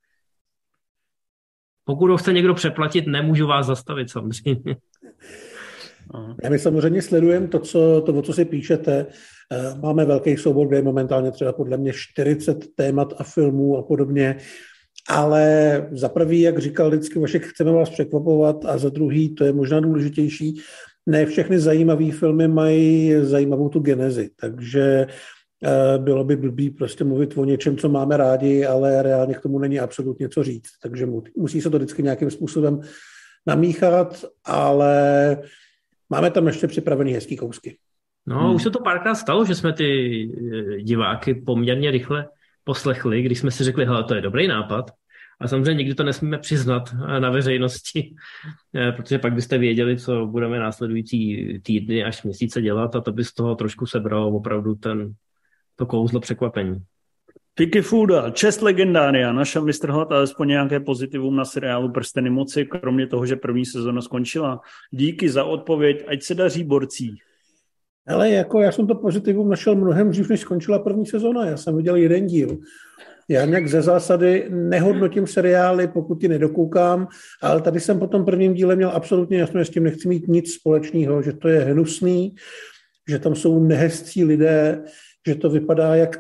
Pokud ho chce někdo přeplatit, nemůžu vás zastavit samozřejmě. My samozřejmě sledujeme to, o co si píšete. Máme velký soubor, kde je momentálně třeba podle mě 40 témat a filmů a podobně. Ale za prvý, jak říkal vždycky Vašek, chceme vás překvapovat, a za druhý, to je možná důležitější, ne všechny zajímavé filmy mají zajímavou tu genezi, takže bylo by blbý prostě mluvit o něčem, co máme rádi, ale reálně k tomu není absolutně co říct, takže musí se to vždycky nějakým způsobem namíchat, ale máme tam ještě připravený hezký kousky. No, už se to párkrát stalo, že jsme ty diváky poměrně rychle poslechli, když jsme si řekli, hele, to je dobrý nápad. A samozřejmě nikdy to nesmíme přiznat na veřejnosti, protože pak byste věděli, co budeme následující týdny až měsíce dělat, a to by z toho trošku sebralo opravdu to kouzlo překvapení. Piky Fooda, čest legendária. Našel Mr. Hlad alespoň nějaké pozitivum na seriálu Prsteny moci, kromě toho, že první sezona skončila. Díky za odpověď, ať se daří borcí. Ale jako já jsem to pozitivum našel mnohem dřív, než skončila první sezona. Já jsem viděl jeden díl. Já nějak ze zásady nehodnotím seriály, pokud ji nedokoukám, ale tady jsem po tom prvním díle měl absolutně jasno, že s tím nechci mít nic společného, že to je hnusný, že tam jsou nehezcí lidé, že to vypadá jak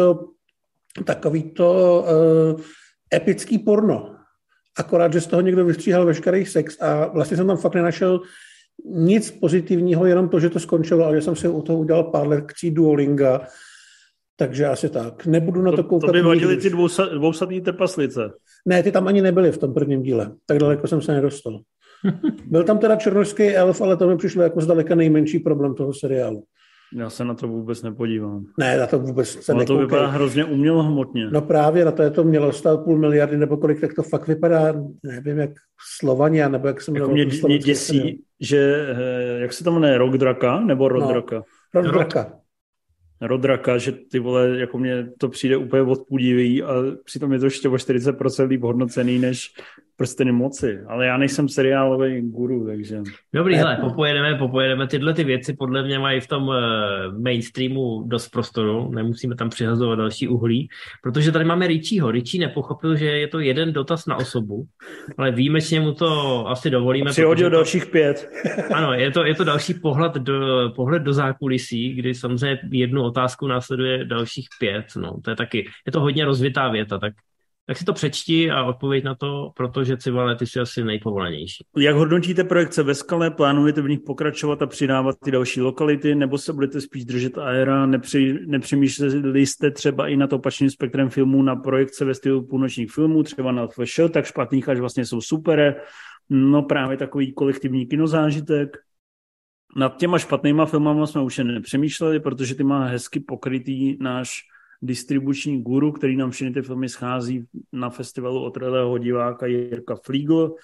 takovýto epický porno. Akorát, že z toho někdo vystříhal veškerý sex a vlastně jsem tam fakt nenašel nic pozitivního, jenom to, že to skončilo a že jsem si u toho udělal pár lekcí Duolinga. Takže asi tak. Nebudu na to koukat. To by vadily ty dvousatý trpaslice. Ne, ty tam ani nebyly v tom prvním díle. Tak daleko jsem se nedostal. Byl tam teda černošský elf, ale to mi přišlo jako zdaleka nejmenší problém toho seriálu. Já se na to vůbec nepodívám. Ne, na to vůbec se nekoukej. To vypadá hrozně umělohmotně. No právě, na to mělo stát 500 miliardy nebo kolik, tak to fakt vypadá, nevím, jak Slovania, nebo jak jsem jako mě děsí, že, jak se to jmenuje, Rodraka, nebo Rodraka? No, Rodraka. Rodraka, že ty vole, jako mně to přijde úplně odpudivý a přitom je to ještě o 40% líp hodnocený než Prsteny moci, ale já nejsem seriálový guru, takže... Dobrý, hele, popojedeme. Tyhle ty věci podle mě mají v tom mainstreamu dost prostoru, nemusíme tam přihazovat další uhlí, protože tady máme Richieho. Richie nepochopil, že je to jeden dotaz na osobu, ale výjimečně mu to asi dovolíme. Přihodil dalších 5. Ano, je to další pohled do zákulisí, kdy samozřejmě jednu otázku následuje dalších 5, no, je to hodně rozvitá věta, tak si to přečti a odpověď na to, protože Civale, ty jsi asi nejpovolenější. Jak hodnotíte projekce ve Skale? Plánujete v nich pokračovat a přidávat ty další lokality, nebo se budete spíš držet aera? Nepřemýšleli jste třeba i nad opačným spektrem filmů na projekce ve stylu půlnočních filmů, třeba na Flash, tak špatných až vlastně jsou super. No právě takový kolektivní kinozážitek. Nad těma špatnýma filmama jsme už nepřemýšleli, protože ty má hezky pokrytý náš distribuční guru, který nám všechny ty filmy schází na festivalu otrlého diváka Jirka Flígl.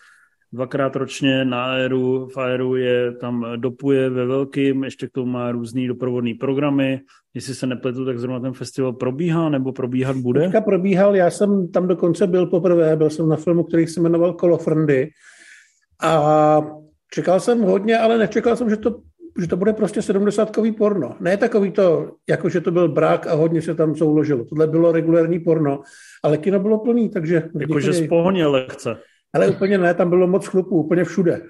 dvakrát ročně na Aeru, v Aeru je tam dopuje ve velkým, ještě k tomu má různý doprovodný programy. Jestli se nepletu, tak zrovna ten festival probíhá nebo probíhat bude? Teďka probíhal, já jsem tam dokonce byl poprvé, byl jsem na filmu, který se jmenoval Kolofrndy a čekal jsem hodně, ale nečekal jsem, že to bude prostě 70kový porno. Ne takový to, jako že to byl brák a hodně se tam souložilo. Tohle bylo regulérní porno, ale kino bylo plný, takže... Jakože spohně lehce. Ale úplně ne, tam bylo moc chlupů, úplně všude.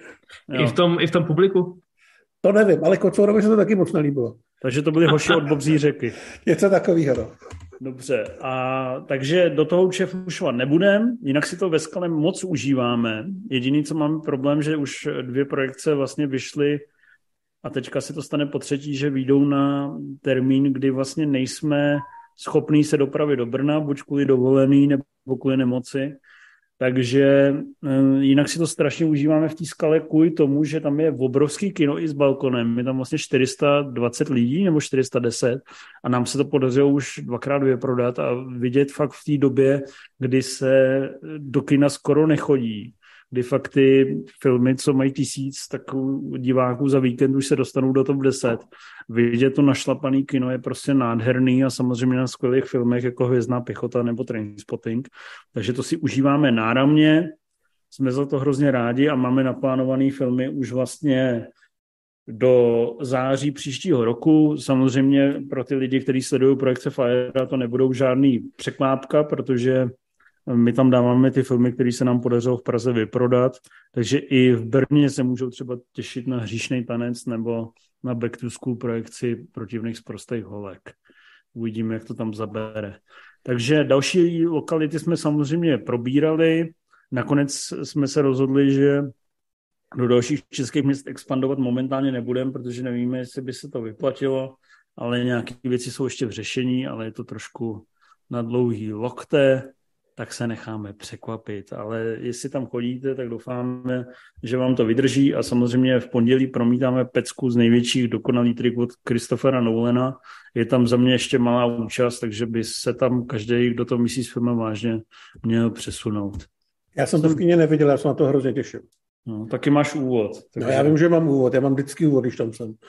I v tom publiku? To nevím, ale Kocourovi se to taky moc nelíbilo. Takže to byly hoši od Bobří řeky. Něco takového, no. Dobře, a takže do toho už fušovat nebudem, jinak si to ve Skale moc užíváme. Jediný, co máme problém, že už 2 projekce vlastně vyšly a teďka se to stane po třetí, že vyjdou na termín, kdy vlastně nejsme schopní se dopravit do Brna, buď kvůli dovolený nebo kvůli nemoci. Takže jinak si to strašně užíváme v té Skale kvůli tomu, že tam je obrovský kino i s balkonem. Je tam vlastně 420 lidí nebo 410 a nám se to podařilo už 2x vyprodat a vidět fakt v té době, kdy se do kina skoro nechodí. Kdy fakt ty filmy, co mají 1000 takových diváků za víkend, už se dostanou do top 10. Vidět to našlapaný kino je prostě nádherný a samozřejmě na skvělých filmech jako Hvězdná pěchota nebo Trainspotting. Takže to si užíváme náramně, jsme za to hrozně rádi a máme naplánovaný filmy už vlastně do září příštího roku. Samozřejmě pro ty lidi, kteří sledují projekce Fire, to nebudou žádný překlápka, protože my tam dáváme ty filmy, které se nám podařilo v Praze vyprodat, takže i v Brně se můžou třeba těšit na Hříšnej tanec nebo na Back to School projekci Protivných sprostých holek. Uvidíme, jak to tam zabere. Takže další lokality jsme samozřejmě probírali. Nakonec jsme se rozhodli, že do dalších českých měst expandovat momentálně nebudeme, protože nevíme, jestli by se to vyplatilo, ale nějaké věci jsou ještě v řešení, ale je to trošku na dlouhý lokte, tak se necháme překvapit. Ale jestli tam chodíte, tak doufáme, že vám to vydrží a samozřejmě v pondělí promítáme pecku z největších dokonalý trik od Christophera Nolana. Je tam za mě ještě malá účast, takže by se tam každý, kdo to myslí s filmem vážně, měl přesunout. Já jsem to v kyně neviděl, já se na to hrozně těším. No, taky máš úvod. Takže... No, já vím, že mám úvod, já mám vždycky úvod, když tam jsem.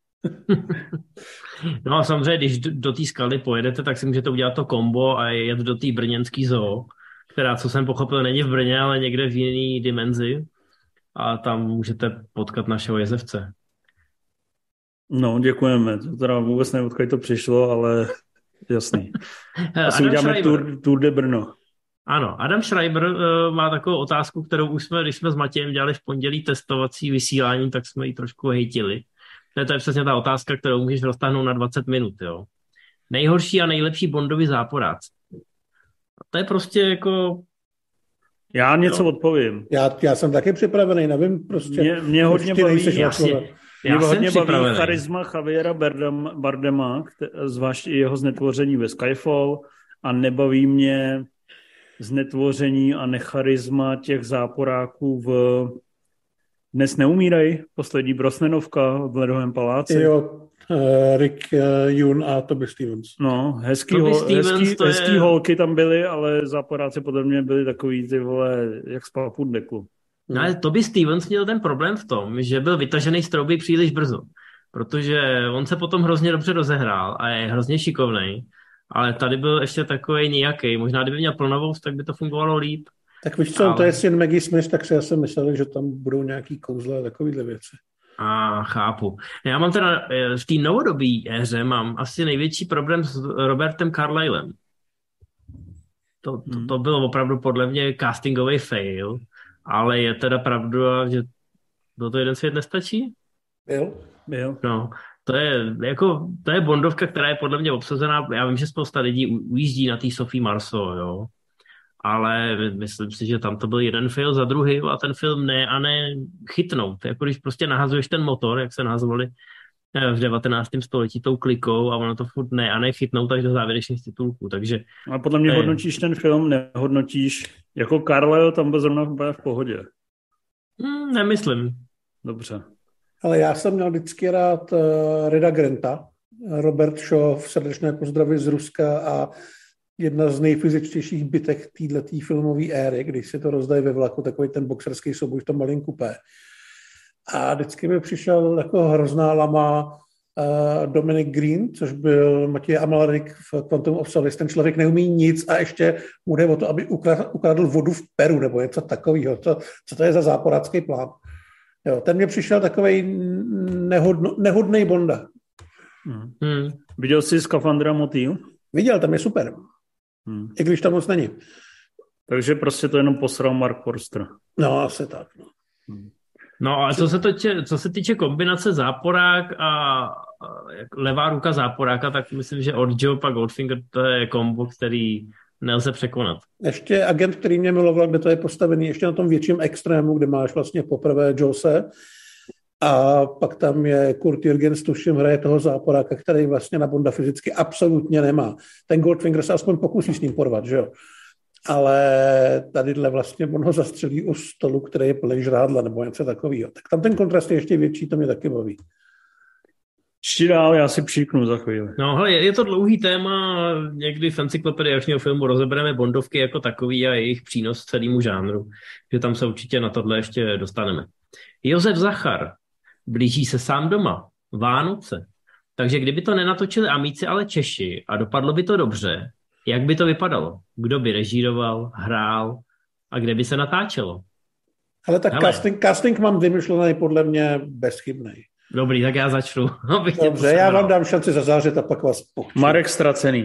No a samozřejmě, když do té Skaly pojedete, tak si můžete udělat to kombo a jet do té brněnský zoo, která, co jsem pochopil, není v Brně, ale někde v jiný dimenzi a tam můžete potkat našeho jezevce. No, děkujeme. To teda vůbec nevím, odkud to přišlo, ale jasný. Asi uděláme tour de Brno. Ano, Adam Schreiber má takovou otázku, kterou už jsme, když jsme s Matějem dělali v pondělí testovací vysílání, tak jsme ji trošku hejtili. To je přesně ta otázka, kterou můžeš roztáhnout na 20 minut. Jo. Nejhorší a nejlepší Bondový záporáci. To je prostě jako... Já něco odpovím. Já jsem taky připravený, nevím prostě. Mě hodně baví, mě hodně baví charisma Javiera Bardema, zvlášť i jeho znetvoření ve Skyfall, a nebaví mě znetvoření a necharisma těch záporáků v Dnes neumírej, poslední Brosnanovka v Ledovém paláci. Jo, Rick Yoon a Toby Stevens. No, hezký holky tam byly, ale záporáci podle mě byli takový ty vole, jak z papundeklu. No ale Toby Stevens měl ten problém v tom, že byl vytažený z trouby příliš brzo, protože on se potom hrozně dobře rozehrál a je hrozně šikovnej, ale tady byl ještě takovej nějaký. Možná kdyby měl plnovost, tak by to fungovalo líp. Tak víš co, to je jen Maggie Smith, tak si já jsem myslel, že tam budou nějaký kouzle a takovýhle věci. Chápu. Já mám teda v té novodobé éře mám asi největší problém s Robertem Carlylem. To byl opravdu podle mě castingový fail, ale je teda pravda, že do toho jeden svět nestačí? Byl. No, to je Bondovka, která je podle mě obsazená. Já vím, že spousta lidí ujíždí na té Sophie Marceau, jo. Ale myslím si, že tam to byl jeden fail za druhý a ten film ne chytnout. Jako když prostě nahazuješ ten motor, jak se nahazovali v 19. století tou klikou a ono to furt ne chytnout až do závěrečných titulků. Takže... Ale podle mě hodnotíš ten film, nehodnotíš jako Carlyle, tam byl zrovna v pohodě. Nemyslím. Dobře. Ale já jsem měl vždycky rád Reda Granta, Robert Shaw, srdečné pozdravy z Ruska a jedna z nejfyzičtějších bitek této filmové éry, když se to rozdají ve vlaku, takový ten boxerský souboj v tom malém kupé. A vždycky mi přišel jako hrozná lama Dominic Green, což byl Matěj Amalrik v Quantum of Solace. Ten člověk neumí nic a ještě mu jde o to, aby ukradl vodu v Peru nebo něco takového. Co to je za záporácký plán? Jo, ten mě přišel takovej nehodnej Bonda. Viděl jsi Skafandra Motýl? Viděl, tam je super. I když tam moc není. Takže prostě to jenom posral Mark Forster. No, asi tak. No a co se týče kombinace záporák a levá ruka záporáka, tak myslím, že od Joe a Goldfinger to je kombo, který nelze překonat. Ještě Agent, který mě miloval, kde to je postavený ještě na tom větším extrému, kde máš vlastně poprvé Jose a pak tam je Kurt Jürgens, tuším, hraje toho záporáka, který vlastně na Bonda fyzicky absolutně nemá. Ten Goldfinger se aspoň pokusí s ním porvat, že jo? Ale tadyhle vlastně on ho zastřelí u stolu, který je plný žrádla nebo něco takového. Tak tam ten kontrast je ještě větší, to mě taky baví. Čti dál, já si přiknu za chvíli. No hele, je to dlouhý téma, někdy v encyklopedii akčního filmu rozebereme Bondovky jako takový a jejich přínos celému žánru, že tam se určitě na tohle ještě dostaneme. Josef Zachar, blíží se sám doma, Vánoce. Takže kdyby to nenatočili Amici, ale Češi a dopadlo by to dobře, jak by to vypadalo? Kdo by režíroval, hrál a kde by se natáčelo? Ale tak casting mám vymyšlený podle mě bezchybný. Dobrý, tak já začnu. Dobře, já vám dám šanci zazářit a pak vás pochču. Marek Ztracený.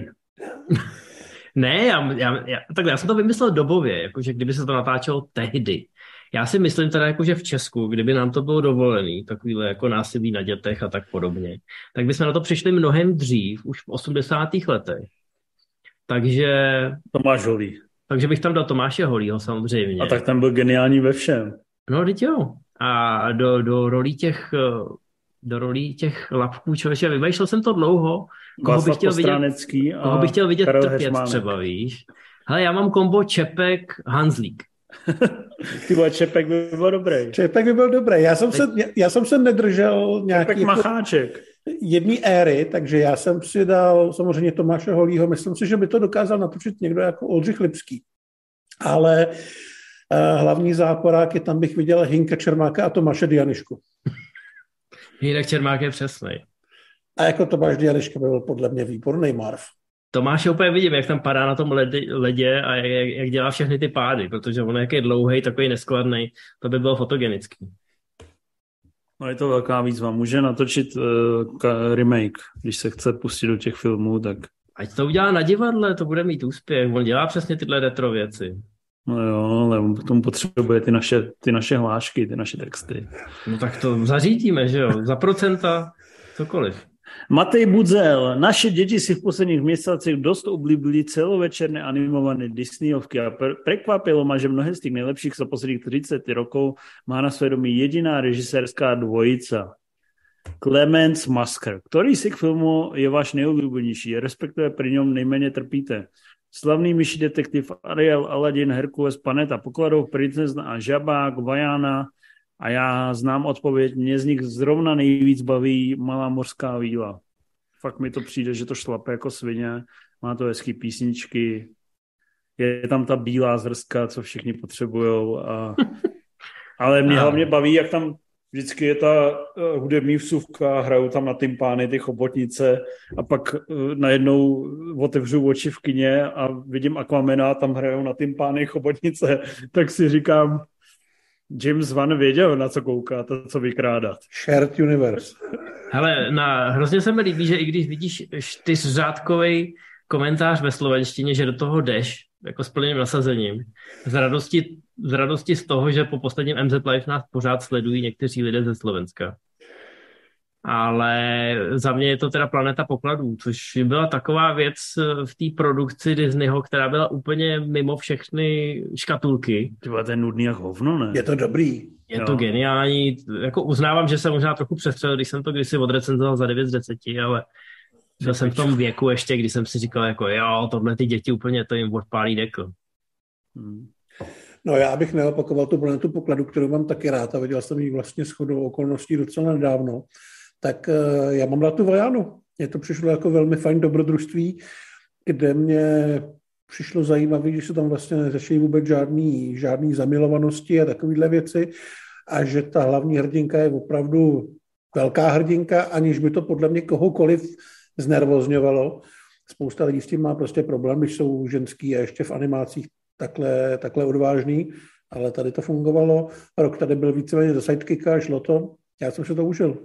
Ne, já jsem to vymyslel dobově, jakože kdyby se to natáčelo tehdy. Já si myslím teda, jakože v Česku, kdyby nám to bylo dovolený, takovýhle jako násilí na dětech a tak podobně, tak bychom na to přišli mnohem dřív, už v 80. letech. Takže... Tomáš Holý. Takže bych tam dal Tomáše Holýho samozřejmě. A tak tam byl geniální ve všem. No, teď jo. A do rolí těch lapků, člověče, vymýšlel jsem to dlouho. Koho bych chtěl vidět Karel trpět Heřmánek. třeba, víš. Hele, já mám kombo Čepek, Hanzlík. Ty vole, Čepek by byl dobrý. Čepek by byl dobrý. Já jsem se nedržel nějaký... Čepek Macháček. Jedný éry, takže já jsem si dal samozřejmě Tomáše Holýho. Myslím si, že by to dokázal natočit někdo jako Oldřich Lipský. Ale hlavní záporáky, tam bych viděl Hinka Čermáka a Tomáše Dianišku. Hinek Čermák je přesnej. A jako Tomáš Dianiška by byl podle mě výborný Marv. Tomáše úplně vidím, jak tam padá na tom ledě a jak dělá všechny ty pády, protože on jak je dlouhej, takový neskladný, to by bylo fotogenický. No je to velká výzva. Může natočit remake, když se chce pustit do těch filmů, tak... Ať to udělá na divadle, to bude mít úspěch. On dělá přesně tyhle retro věci. No jo, ale on potom potřebuje ty naše hlášky, ty naše texty. No tak to zařídíme, že jo? Za procenta, cokoliv. Matej Budzel. Naše děti si v posledních měsících dost oblíbili celovečerné animované Disneyovky a prekvapilo ma, že mnohé z tých nejlepších za posledních 30 rokov má na svedomí jediná režisérská dvojica. Clemens Masker. Ktorý z těch filmů je váš nejobľúbenejší, respektive pri ňom nejméně trpíte? Slavný myší detektiv Ariel, Aladdin, Herkules, Planeta pokladov, Princezna a žabák, Vajana. A já znám odpověď, mě z nich zrovna nejvíc baví Malá mořská víla. Fakt mi to přijde, že to šlape jako svině, má to hezký písničky, je tam ta bílá zrska, co všichni potřebujou. Ale mě hlavně baví, jak tam vždycky je ta hudební vsuvka, hrajou tam na tympány ty chobotnice a pak najednou otevřu oči v kině a vidím Aquamena, tam hrajou na tympány chobotnice, tak si říkám, James Wan věděl, na co koukat a co vykrádat. Shared universe. Hele, hrozně se mi líbí, že i když vidíš 4řádkovej komentář ve slovenštině, že do toho jdeš, jako s plným nasazením, z radosti z toho, že po posledním MZ Live nás pořád sledují někteří lidé ze Slovenska. Ale za mě je to teda Planeta pokladů, což byla taková věc v té produkci Disneyho, která byla úplně mimo všechny škatulky. Tyba, to je nudný jak hovno, ne? Je to dobrý. Je to geniální. Jako uznávám, že jsem možná trochu přestřelil, když jsem to kdysi odrecenzoval za 9 z 10, ale byl jsem v tom věku ještě, kdy jsem si říkal, jako jo, tohle ty děti úplně to jim odpálí dekl. No já bych neopakoval tu Planetu pokladu, kterou mám taky rád a viděl jsem ji vlastně shodou okolností docela nedávno. Tak já mám rád tu Vajanu. Mně to přišlo jako velmi fajn dobrodružství. kde mě přišlo zajímavé, že se tam vlastně neřeší vůbec žádný zamilovanosti a takovéhle věci a že ta hlavní hrdinka je opravdu velká hrdinka, aniž by to podle mě kohokoliv znervozňovalo. Spousta lidí s tím má prostě problém, když jsou ženský a ještě v animacích takhle odvážný, ale tady to fungovalo. Rok tady byl víceméně za sidekicka, šlo to. Já jsem se to užil.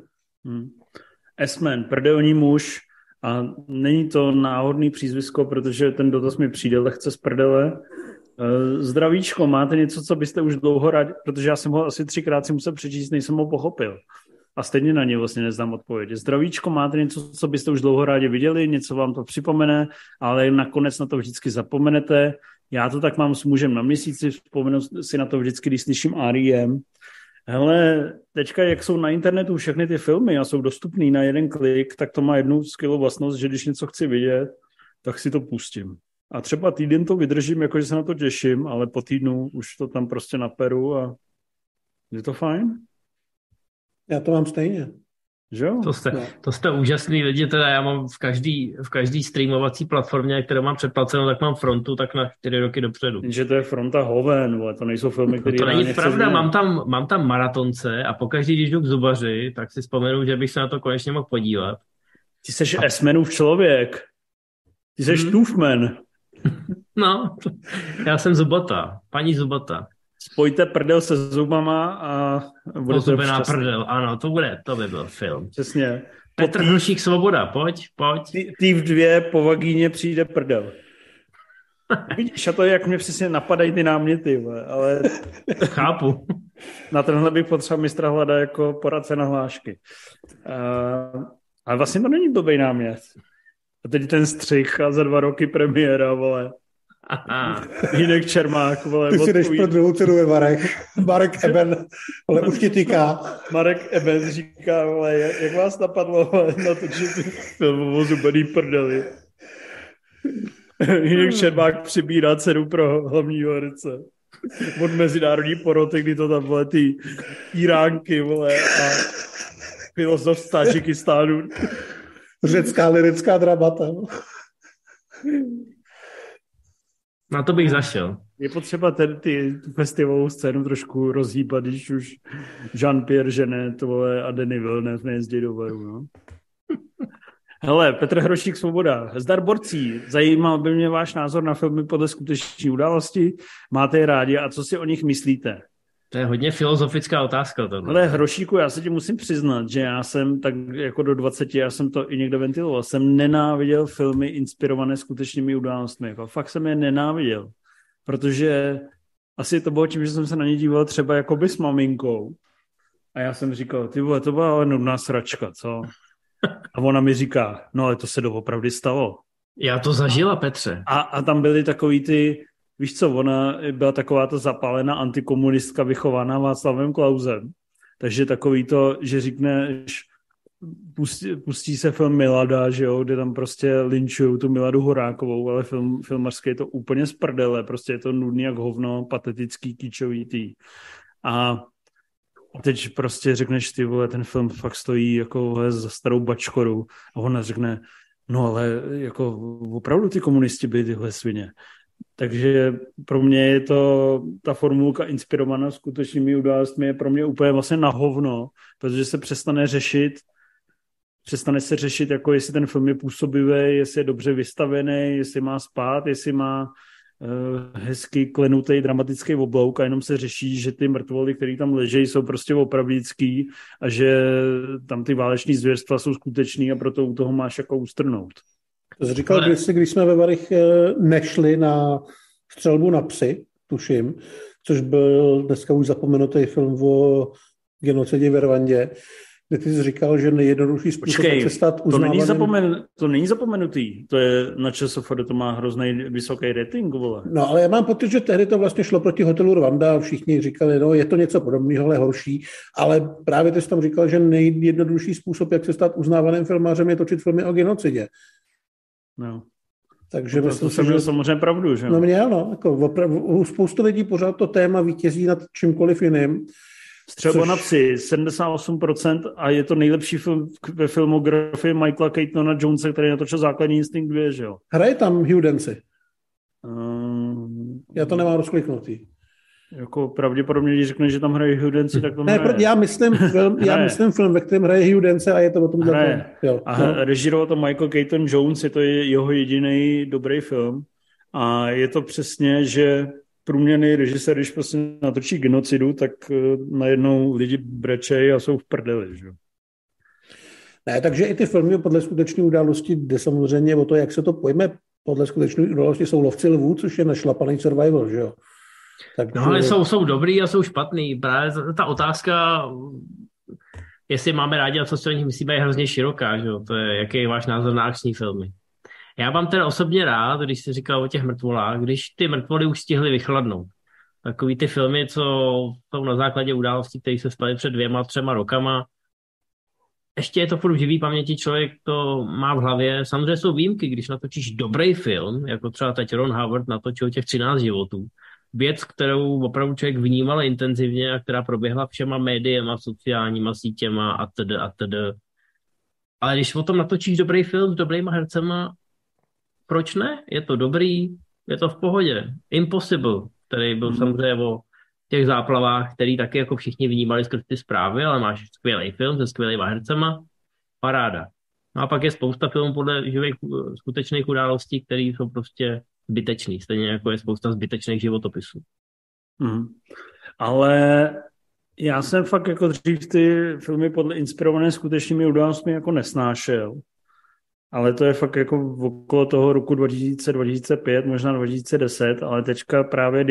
S-Man, prdelní muž, a není to náhodný přízvisko, protože ten dotaz mi přijde lehce z prdele. Zdravíčko, máte něco, co byste už dlouho rádi, protože já jsem ho asi 3krát si musel přečíst, nejsem ho pochopil. A stejně na ně vlastně neznám odpověď. Zdravíčko, máte něco, co byste už dlouho rádi viděli, něco vám to připomene, ale nakonec na to vždycky zapomenete. Já to tak mám s mužem na měsíci, vzpomenu si na to vždycky, když slyším R.E.M. Hele, teďka, jak jsou na internetu všechny ty filmy a jsou dostupný na jeden klik, tak to má jednu skvělou vlastnost, že když něco chci vidět, tak si to pustím. A třeba týden to vydržím, jakože se na to těším, ale po týdnu už to tam prostě naperu a je to fajn? Já to mám stejně. Že jo? To jste úžasný lidi, teda já mám v každý streamovací platformě, kterou mám předplacenou, tak mám frontu tak na 4 roky dopředu. Že to je fronta hoven, ale to nejsou filmy, které... To není pravda, mám tam maratonce a pokaždý, když jdu k zubaři, tak si vzpomenu, že bych se na to konečně mohl podívat. Ty seš S-manův člověk. Ty seš Tufman. No, já jsem Zubota, paní Zubota. Spojte prdel se zubama a bude to Ozubená prdel, ano, to by byl film. Přesně. Petr Hrušík Svoboda, pojď. Týv 2 po vagíně přijde prdel. Vidíš, a to je, jak mě přesně napadají ty náměty, ale... Chápu. Na tenhle bych potřeboval mistra Hlada jako poradce na hlášky. Ale vlastně to není blbej námět. A teď ten střih a za 2 roky premiéra, vole. Hinek Čermák, vole. Ty si jdeš pro druhou cenu ve Varech. Marek Eben, vole, už ti týká. Marek Eben říká, vole, jak vás napadlo, vole, natočit film o zubený prdeli. Hinek Čermák přibírá cenu pro hlavního herce. Od mezinárodní poroty, kdy to tam, vole, ty Iránky, vole, a filozof z Tadžikistánu. Řecká lirická dramata. Na to bych zašel. Je potřeba tu festivalovou scénu trošku rozhýbat, když už Jean-Pierre Jeunet a Denis Villeneuve nejezdí do Varu, no. Hele, Petr Hrošík Svoboda. Zdar borcí. Zajímal by mě váš názor na filmy podle skutečné události. Máte je rádi a co si o nich myslíte? To je hodně filozofická otázka. Ale Hrošíku, já se ti musím přiznat, že já jsem tak jako do 20, já jsem to i někde ventiloval, jsem nenáviděl filmy inspirované skutečnými událostmi. Jako fakt jsem je nenáviděl, protože asi to bylo tím, že jsem se na ně díval třeba jakoby s maminkou a já jsem říkal, ty vole, to byla ale nudná sračka, co? A ona mi říká, no ale to se doopravdy stalo. Já to zažila, Petře. A tam byly takový ty, víš co, ona byla taková ta zapálená antikomunistka vychovaná Václavem Klausem. Takže takový to, že říkneš, pustí se film Milada, že jo, kde tam prostě lynčujou tu Miladu Horákovou, ale filmařský je to úplně z prdele, prostě je to nudný jak hovno, patetický, kýčový tý. A teď prostě řekneš, ty vole, ten film fakt stojí jako za starou bačkoru a ona řekne, no ale jako opravdu ty komunisti byli tyhle svině. Takže pro mě je to, ta formulka inspirovaná skutečnými událostmi je pro mě úplně vlastně na hovno, protože se přestane se řešit, jako jestli ten film je působivý, jestli je dobře vystavený, jestli má spát, jestli má hezky klenutý dramatický oblouk a jenom se řeší, že ty mrtvoly, které tam leží, jsou prostě opravdický a že tam ty váleční zvěrstva jsou skutečný a proto u toho máš jako ustrnout. To jsi říkal, když jsme ve Varech nešli na střelbu na psy, tuším, což byl dneska už zapomenutý film o genocidě v Rwandě, kde ty jsi říkal, že nejjednodušší způsob se stát uznávaným... To není zapomenutý. To je na ČSFD, to má hrozný vysoký rating, vole. No, ale já mám pocit, že tehdy to vlastně šlo proti hotelu Rwanda a všichni říkali, no, je to něco podobného, ale horší. Ale právě ty jsi tam říkal, že nejjednodušší způsob, jak se stát uznávaným filmářem, je točit filmy o genocidě. No. Takže no to jsem měl samozřejmě pravdu, že? No mě ano, jako spoustu lidí pořád to téma vítězí nad čímkoliv jiným Střelba na psy, 78% a je to nejlepší film ve filmografii Michaela Keatona Jonese, který natočil Základní instinkt 2, že jo? Hraje tam Hugh Dancy. Já to nemám rozkliknutý. Jako pravděpodobně, když řekne, že tam hraje Hugh Dancy, tak to hraje. Já myslím film, ve kterém hraje Hugh Dancy a je to o tom. Režíroval to Michael Keaton Jones, je to jeho jediný dobrý film. A je to přesně, že průměrný režisér, když prostě natočí genocidu, tak najednou lidi brečejí a jsou v prdeli, že? Ne, takže i ty filmy podle skutečné události jde samozřejmě o to, jak se to pojme. Podle skutečné události jsou Lovci lvů, což je našlapaný survival, že jo? Takže... No ale jsou dobrý a jsou špatný. Právě ta otázka, jestli máme rádi a co si o nich myslíme, je hrozně široká, že jo? To je, jaký je váš názor na akční filmy. Já mám teda osobně rád, když jsi říkal o těch mrtvolách, když ty mrtvoly už stihly vychladnout. Takový ty filmy, co jsou na základě událostí, které se staly před 2-3 rokama. Ještě je to furt v živý paměti, člověk to má v hlavě. Samozřejmě jsou výjimky, když natočíš dobrý film, jako třeba teď Ron Howard natočil těch 13 životů. Věc, kterou opravdu člověk vnímal intenzivně a která proběhla všema médiema, sociálníma sítěma atd. Ale když o tom natočíš dobrý film s dobrýma hercema, proč ne? Je to dobrý, je to v pohodě. Impossible, který byl samozřejmě o těch záplavách, který taky jako všichni vnímali skrz ty zprávy, ale máš skvělý film se skvělýma hercema, paráda. No a pak je spousta filmů podle živých skutečných událostí, které jsou prostě zbytečný, stejně jako je spousta zbytečných životopisů. Ale já jsem fakt jako dřív ty filmy podle inspirované skutečnými událostmi jako nesnášel. Ale to je fakt jako okolo toho roku 2000, 2005, možná 2010, ale teďka právě,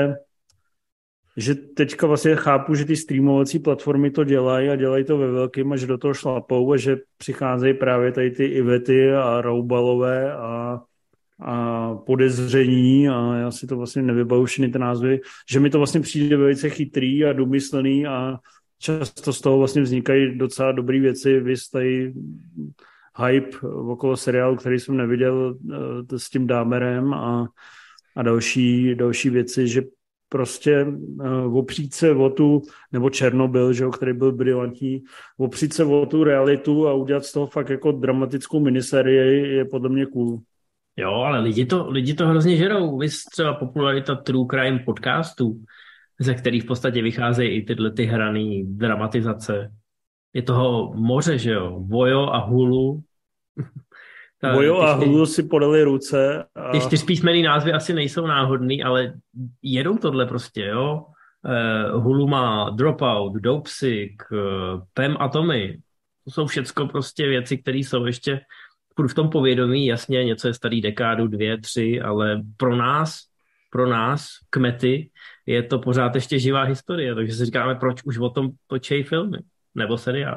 že teďka vlastně chápu, že ty streamovací platformy to dělají a dělají to ve velkým a že do toho šlapou a že přicházejí právě tady ty Ivety a Roubalové a Podezření a já si to vlastně nevybavu všechny ty názvy, že mi to vlastně přijde velice chytrý a domyslený a často z toho vlastně vznikají docela dobrý věci, vystají hype okolo seriálu, který jsem neviděl s tím Dámerem a další věci, že prostě opřít se o tu, nebo Černobyl, že, který byl brilantní, opřít se o tu realitu a udělat z toho fakt jako dramatickou miniserii je podle mě cool. Jo, ale lidi to hrozně žerou. Vy třeba popularita True Crime podcastů, ze kterých v podstatě vycházejí i tyhle ty hraný dramatizace. Je toho moře, že jo? Vojo a Hulu. Vojo a Hulu si podali ruce. Ty 4písmenný názvy asi nejsou náhodný, ale jedou tohle prostě, jo? Hulu má Dropout, Dopesick, Pam a Tommy. To jsou všecko prostě věci, které jsou ještě v tom povědomí, jasně, něco je starý dekádu, 2, 3, ale pro nás, kmety, je to pořád ještě živá historie, takže si říkáme, proč už o tom točí filmy, nebo seriály.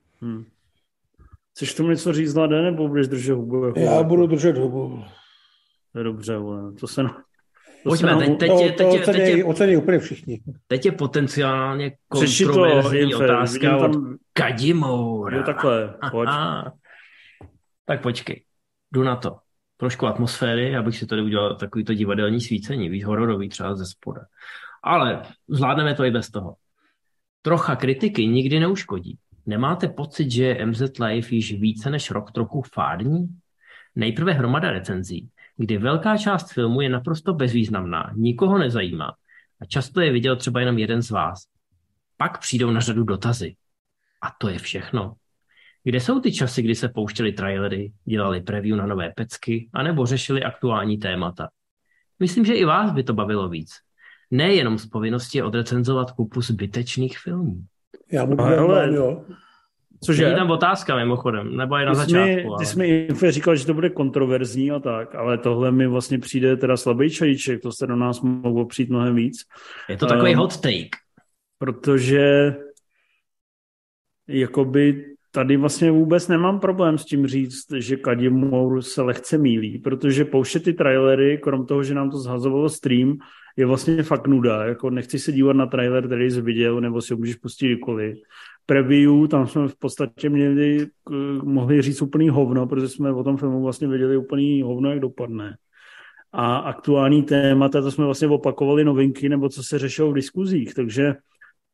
Chceš tomu něco říct, Zlade, nebo budeš držet hubu? Já budu držet hubu. To je dobře, to se... Pojďme, teď ocení úplně všichni. Teď je potenciálně kontroverzní otázka od Kadimoura. Jo, takhle, pojď. Tak počkej, jdu na to. Trošku atmosféry, abych si tady udělal takovýto divadelní svícení, víš, hororový třeba ze spoda. Ale zvládneme to i bez toho. Trocha kritiky nikdy neuškodí. Nemáte pocit, že je MZ Live již více než rok trochu fádní? Nejprve hromada recenzí, kdy velká část filmu je naprosto bezvýznamná, nikoho nezajímá a často je viděl třeba jenom jeden z vás. Pak přijdou na řadu dotazy. A to je všechno. Kde jsou ty časy, kdy se pouštěly trailery, dělali preview na nové pecky, anebo řešili aktuální témata? Myslím, že i vás by to bavilo víc. Nejenom z povinnosti odrecenzovat kupu zbytečných filmů. Já mu ale, jo. Cože? Není tam otázka mimochodem, nebo je na začátku. Ty jsi mi říkal, že to bude kontroverzní a tak, ale tohle mi vlastně přijde teda slabý čajíček, to se do nás mohlo přijít mnohem víc. Je to takový hot take. Protože jakoby tady vlastně vůbec nemám problém s tím říct, že Kadimour se lehce mýlí, protože pouštět ty trailery, krom toho, že nám to zhazovalo stream, je vlastně fakt nuda. Jako nechci se dívat na trailer, který jsi viděl, nebo si ho můžeš pustit kdykoliv. Preview, tam jsme v podstatě mohli říct úplný hovno, protože jsme o tom filmu vlastně viděli úplný hovno, jak dopadne. A aktuální témata, to jsme vlastně opakovali novinky, nebo co se řešilo v diskuzích, takže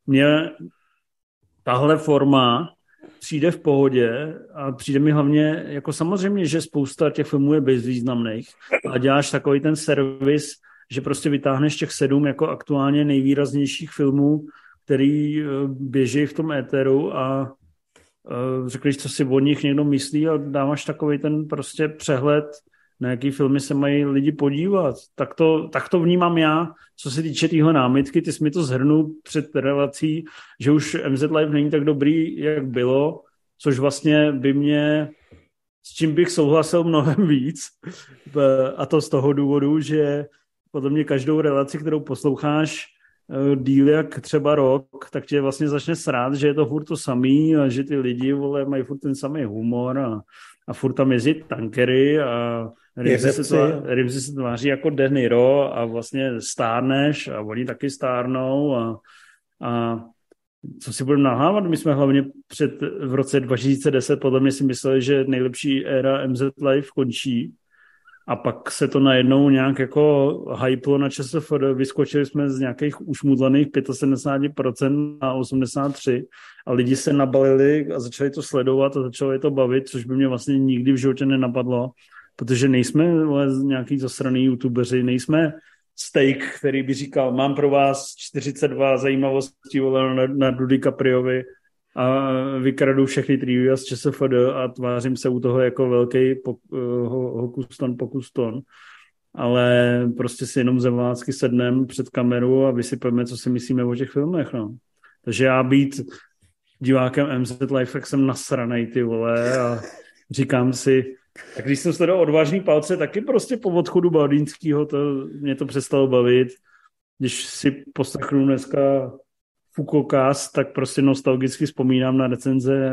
mně tahle forma přijde v pohodě a přijde mi hlavně, jako samozřejmě, že spousta těch filmů je bezvýznamných a děláš takový ten servis, že prostě vytáhneš těch 7 jako aktuálně nejvýraznějších filmů, který běží v tom éteru a řekneš, co si o nich někdo myslí a dáváš takový ten prostě přehled, na jaký filmy se mají lidi podívat. Tak to vnímám já, co se týče téhle námitky. Ty jsi mi to zhrnul před relací, že už MZ Live není tak dobrý, jak bylo, což vlastně by mě, s čím bych souhlasil mnohem víc. A to z toho důvodu, že podle mě každou relaci, kterou posloucháš díl jak třeba rok, tak tě vlastně začne srát, že je to furt to samý a že ty lidi, vole, mají furt ten samý humor a furt tam jezdí tankery a Rimsey se tváří jako De Niro a vlastně stárneš a oni taky stárnou a co si budeme nalhávat? My jsme hlavně v roce 2010 podle mě si mysleli, že nejlepší éra MZ Live končí a pak se to najednou nějak jako hyplo na ČSFD, vyskočili jsme z nějakých ušmudlaných 75% na 83% a lidi se nabalili a začali to sledovat a začalo je to bavit, což by mě vlastně nikdy v životě nenapadlo, protože nejsme nějaký zasraný youtubeři, nejsme Steak, který by říkal, mám pro vás 42 zajímavostí na Dudy Capriovi a vykradu všechny trivia z ČSFD a tvářím se u toho jako velký pokuston, ale prostě si jenom zemácky sedneme před kameru a vysypeme, co si myslíme o těch filmech. No. Takže já být divákem MZ Live, jak jsem nasranej, ty vole, a říkám si, tak když jsem sledoval Odvážný palce, taky prostě po odchodu Baldýnskýho, mě to přestalo bavit. Když si poslechnu dneska Foucault, tak prostě nostalgicky vzpomínám na recenze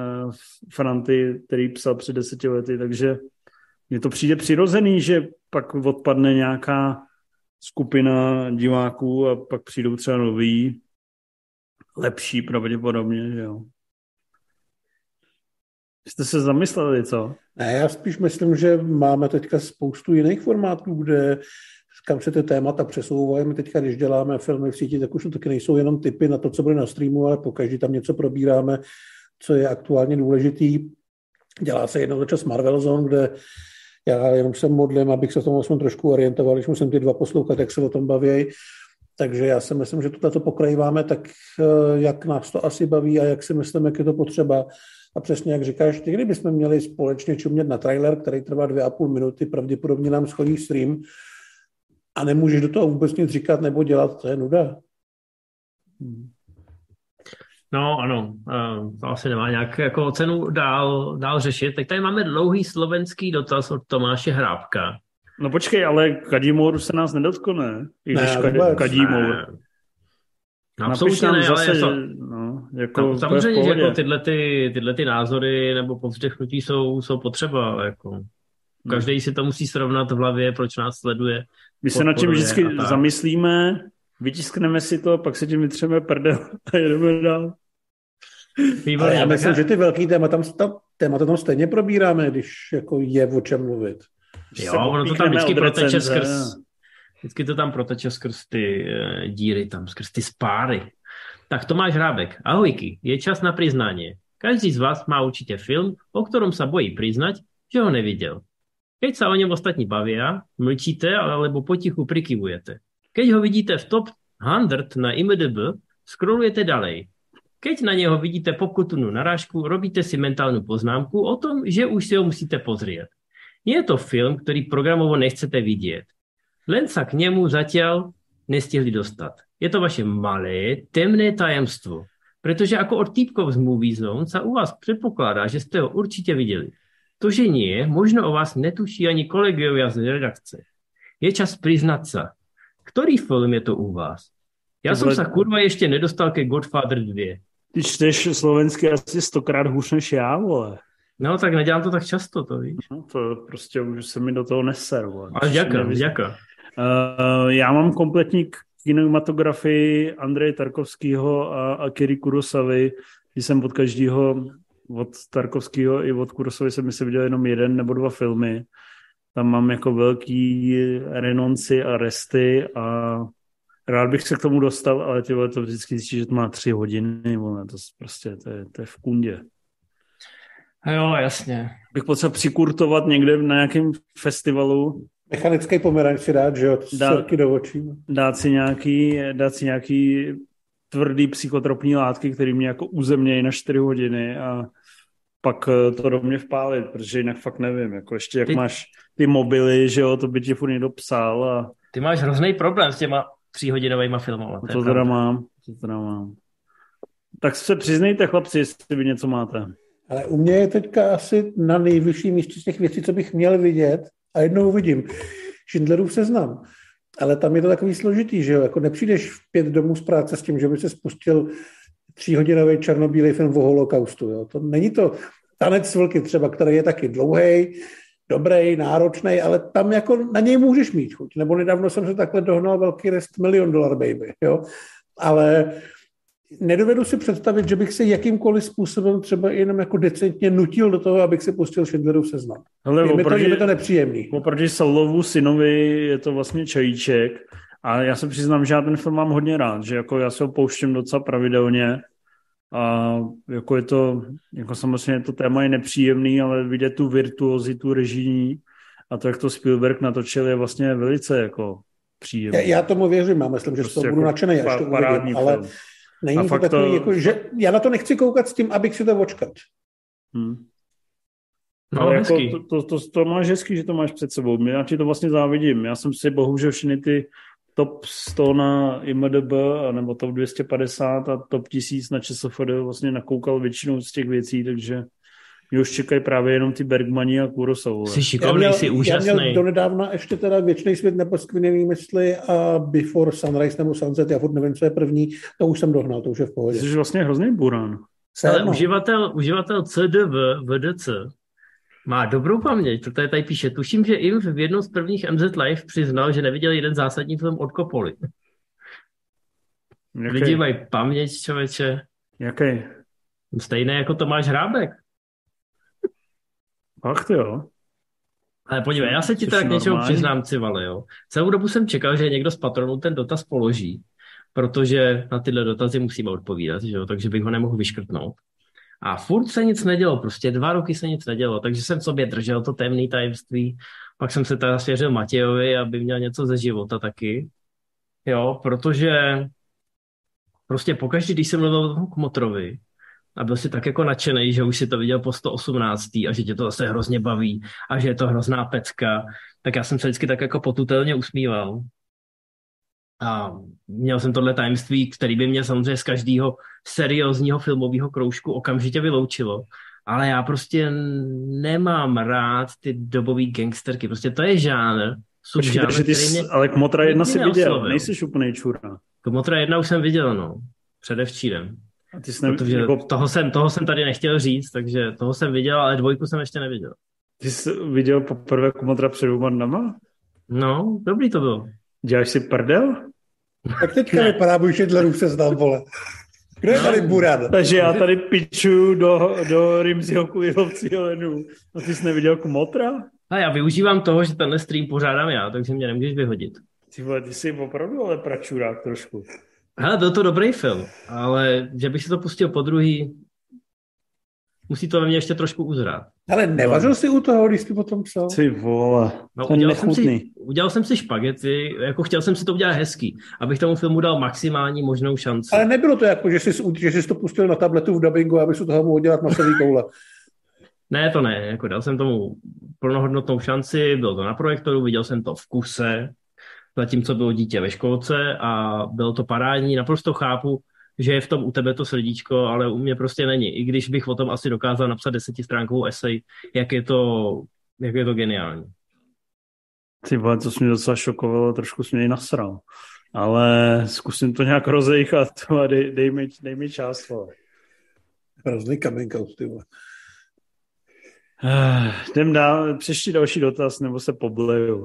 Franty, který psal před 10 lety, takže mně to přijde přirozený, že pak odpadne nějaká skupina diváků a pak přijdou třeba noví, lepší pravděpodobně, že jo. Jste se zamysleli, co? Ne, já spíš myslím, že máme teďka spoustu jiných formátů, kde kam se ty témata přesouvají. My teďka, když děláme filmy v síti, tak už to taky nejsou jenom tipy na to, co bude na streamu, ale pokaždé tam něco probíráme, co je aktuálně důležitý. Dělá se jednou za čas Marvel Zone, kde já jenom se modlím, abych se v tom aspoň trošku orientoval, když musím ty dva poslouchat, jak se o tom baví. Takže já si myslím, že to pokrajíváme tak, jak nás to asi baví a jak si myslím, jak je to potřeba. A přesně jak říkáš, ty kdybychom měli společně čumět na trailer, který trvá 2,5 minuty, pravděpodobně nám schodí stream a nemůžeš do toho vůbec nic říkat nebo dělat, to je nuda. No ano, to asi nemá nějak jako cenu dál řešit. Tak tady máme dlouhý slovenský dotaz od Tomáše Hrábka. No počkej, ale Kadimour se nás nedotkl, ne? Kadimour. No, absolutně ne, ale jako samozřejmě, že jako tyhle ty názory nebo povzdechnutí jsou potřeba. Jako. Každý si to musí srovnat v hlavě, proč nás sleduje. My se nad tím vždycky zamyslíme, vytiskneme si to, pak se tím vytřeme prdel a jedeme dál. Ale já myslím, že ty velký témata tam stejně probíráme, když jako je o čem mluvit. Jo, ono to tam vždycky proteče vždycky to tam proteče skrz ty díry, tam skrz ty spáry. Tak Tomáš Hrábek, ahojky, je čas na priznanie. Každý z vás má určite film, o ktorom sa bojí priznať, že ho nevidel. Keď sa o ňom ostatní bavia, mlčíte alebo potichu prikyvujete. Keď ho vidíte v top 100 na IMDb, scrollujete ďalej. Keď na neho vidíte popkultúrnu narážku, robíte si mentálnu poznámku o tom, že už si ho musíte pozrieť. Nie je to film, ktorý programovo nechcete vidieť. Len sa k nemu zatiaľ nestihli dostať. Je to vaše malé, temné tajemstvo. Pretože ako od týpkov z Movie Zone sa u vás predpokladá, že ste ho určite videli. To, že nie, možno o vás netuší ani kolegovia z redakce. Je čas priznať sa. Ktorý film je to u vás? Ja som sa kurva ešte nedostal ke Godfather 2. Ty čteš slovensky asi 100krát hůř než já, vole. No, tak nedělám to tak často, to víš. No, to prostě už se mi do toho neser, vole. Ale děka. Já mám kompletní kinematografii Andreje Tarkovského a Akiry Kurosavy, když jsem od každého, od Tarkovského i od Kurosavy jsem si viděl jenom 1 nebo 2 filmy. Tam mám jako velký renonci a resty a Rád bych se k tomu dostal, ale ty vole, to vždycky zjistí, že to má 3 hodiny, vole, to je v kundě. Jo, jasně. Bych potřeboval přikurtovat někde na nějakém festivalu. Mechanický pomeranč si dát, že jo, srky do očí. Dát si nějaký tvrdý psychotropní látky, které mě jako uzemnějí na 4 hodiny a pak to do mě vpálit, protože jinak fakt nevím, jako ještě jak máš ty mobily, že jo, to by ti furt někdo psal a... Ty máš hrozný problém s těma 3hodinovejma filmama. To teda mám. Tak se přiznejte, chlapci, jestli vy něco máte. Ale u mě je teďka asi na nejvyšším místě z těch věcí, co bych měl vidět a jednou vidím. Schindlerův seznam. Ale tam je to takový složitý, že jo, jako nepřijdeš v 5 domů z práce s tím, že by se spustil 3hodinový černobílý film o holokaustu, jo. To není to Tanec s vlky třeba, který je taky dlouhej, dobrý, náročný, ale tam jako na něj můžeš mít chuť. Nebo nedávno jsem se takhle dohnal velký rest $1 Million Baby, jo. Ale nedovedu si představit, že bych se jakýmkoliv způsobem třeba jenom jako decentně nutil do toho, abych si pustil Schindlerův seznam. Je to nepříjemný. Oproti Saulovu synovi je to vlastně čajíček a já se přiznám, že já ten film mám hodně rád, že jako já se ho pouštím docela pravidelně a jako je to, jako samozřejmě to téma je nepříjemný, ale vidět tu virtuozitu režijní a to, jak to Spielberg natočil, je vlastně velice jako příjemný. Já tomu věřím, myslím, že prostě to budu jako nadšený, až to uvidím, ale film. Není to takový, jako, že já na to nechci koukat s tím, abych si to očkat. No, jako to máš hezký, že to máš před sebou. Já ti to vlastně závidím. Já jsem si bohužel všechny ty top 100 na IMDb, nebo top 250 a top 1000 na ČSFD vlastně nakoukal většinou z těch věcí, takže mě už čekají právě jenom ty Bergmani a Kurosawa. Jsi šikovnej, jsi úžasný. Já měl donedávna ještě teda Věčný svět neposkvrněný mysli a Before Sunrise nebo Sunset, já furt nevím, co je první, to už jsem dohnal, to už je v pohodě. Jsi vlastně hrozný burán. Ale uživatel CDV VDC má dobrou paměť, protože tady píše, tuším, že i v jednom z prvních MZ Live přiznal, že neviděl jeden zásadní film od Coppoly. Lidi mají paměť, člověče. Jaký? Stejné jako Tomáš Hrábek. Fakt jo. Ale podívej, já se ti tak něčemu přiznám, Civale, jo. Celou dobu jsem čekal, že někdo z patronů ten dotaz položí, protože na tyhle dotazy musíme odpovídat, že jo, takže bych ho nemohl vyškrtnout. A furt se nic nedělo, prostě 2 roky se nic nedělo, takže jsem v sobě držel to temné tajemství, pak jsem se teda svěřil Matějovi, aby měl něco ze života taky, jo, protože prostě pokaždý, když jsem mluvil o tomu Kmotrovi, a byl si tak jako nadšenej, že už si to viděl po 118. a že tě to zase hrozně baví a že je to hrozná pecka, tak já jsem se vždycky tak jako potutelně usmíval. A měl jsem tohle tajemství, který by mě samozřejmě z každého seriózního filmového kroužku okamžitě vyloučilo. Ale já prostě nemám rád ty dobový gangsterky. Prostě to je žánr, subžánr, který mě... Ale Kmotra 1 si viděl, nejsiš úplnej čurna. Kmotra 1 už jsem viděl, no. Předevčírem. Protože toho jsem tady nechtěl říct, takže toho jsem viděl, ale 2 jsem ještě neviděl. Ty jsi viděl poprvé Kmotra před 2 dnama? No, dobrý to bylo. Děláš si prdel? Tak teďka vypadá můj Schindlerův seznam, vole. Kdo je tady buran? Takže já tady piču do Rimziho Kujlovcího lenu. A ty jsi neviděl Kmotra? A já využívám toho, že tenhle stream pořádám já, takže mě nemůžeš vyhodit. Ty jsi opravdu ale pračurák trošku. Hele, byl to dobrý film, ale že bych si to pustil po druhý, musí to ve mně ještě trošku uzrát. Ale nevařil jsi u toho, když jsi potom psal? Ty vole, no, to je nechutný. Udělal jsem si špagety, jako chtěl jsem si to udělat hezký, abych tomu filmu dal maximální možnou šanci. Ale nebylo to jako, že jsi to pustil na tabletu v dabingu, aby se toho mohl dělat masový koule. Ne, to ne, jako dal jsem tomu plnohodnotnou šanci, bylo to na projektoru, viděl jsem to v kuse, zatímco bylo dítě ve školce a bylo to parádní, naprosto chápu, že je v tom u tebe to srdíčko, ale u mě prostě není. I když bych o tom asi dokázal napsat 10stránkovou esej, jak je to geniální. Ty vole, to jsi mě docela šokovalo, trošku jsi mě i nasral. Ale zkusím to nějak rozejchat a dej mi čas. Hrozný coming out, ty vole. Jdem dál, přeště další dotaz, nebo se pobleju.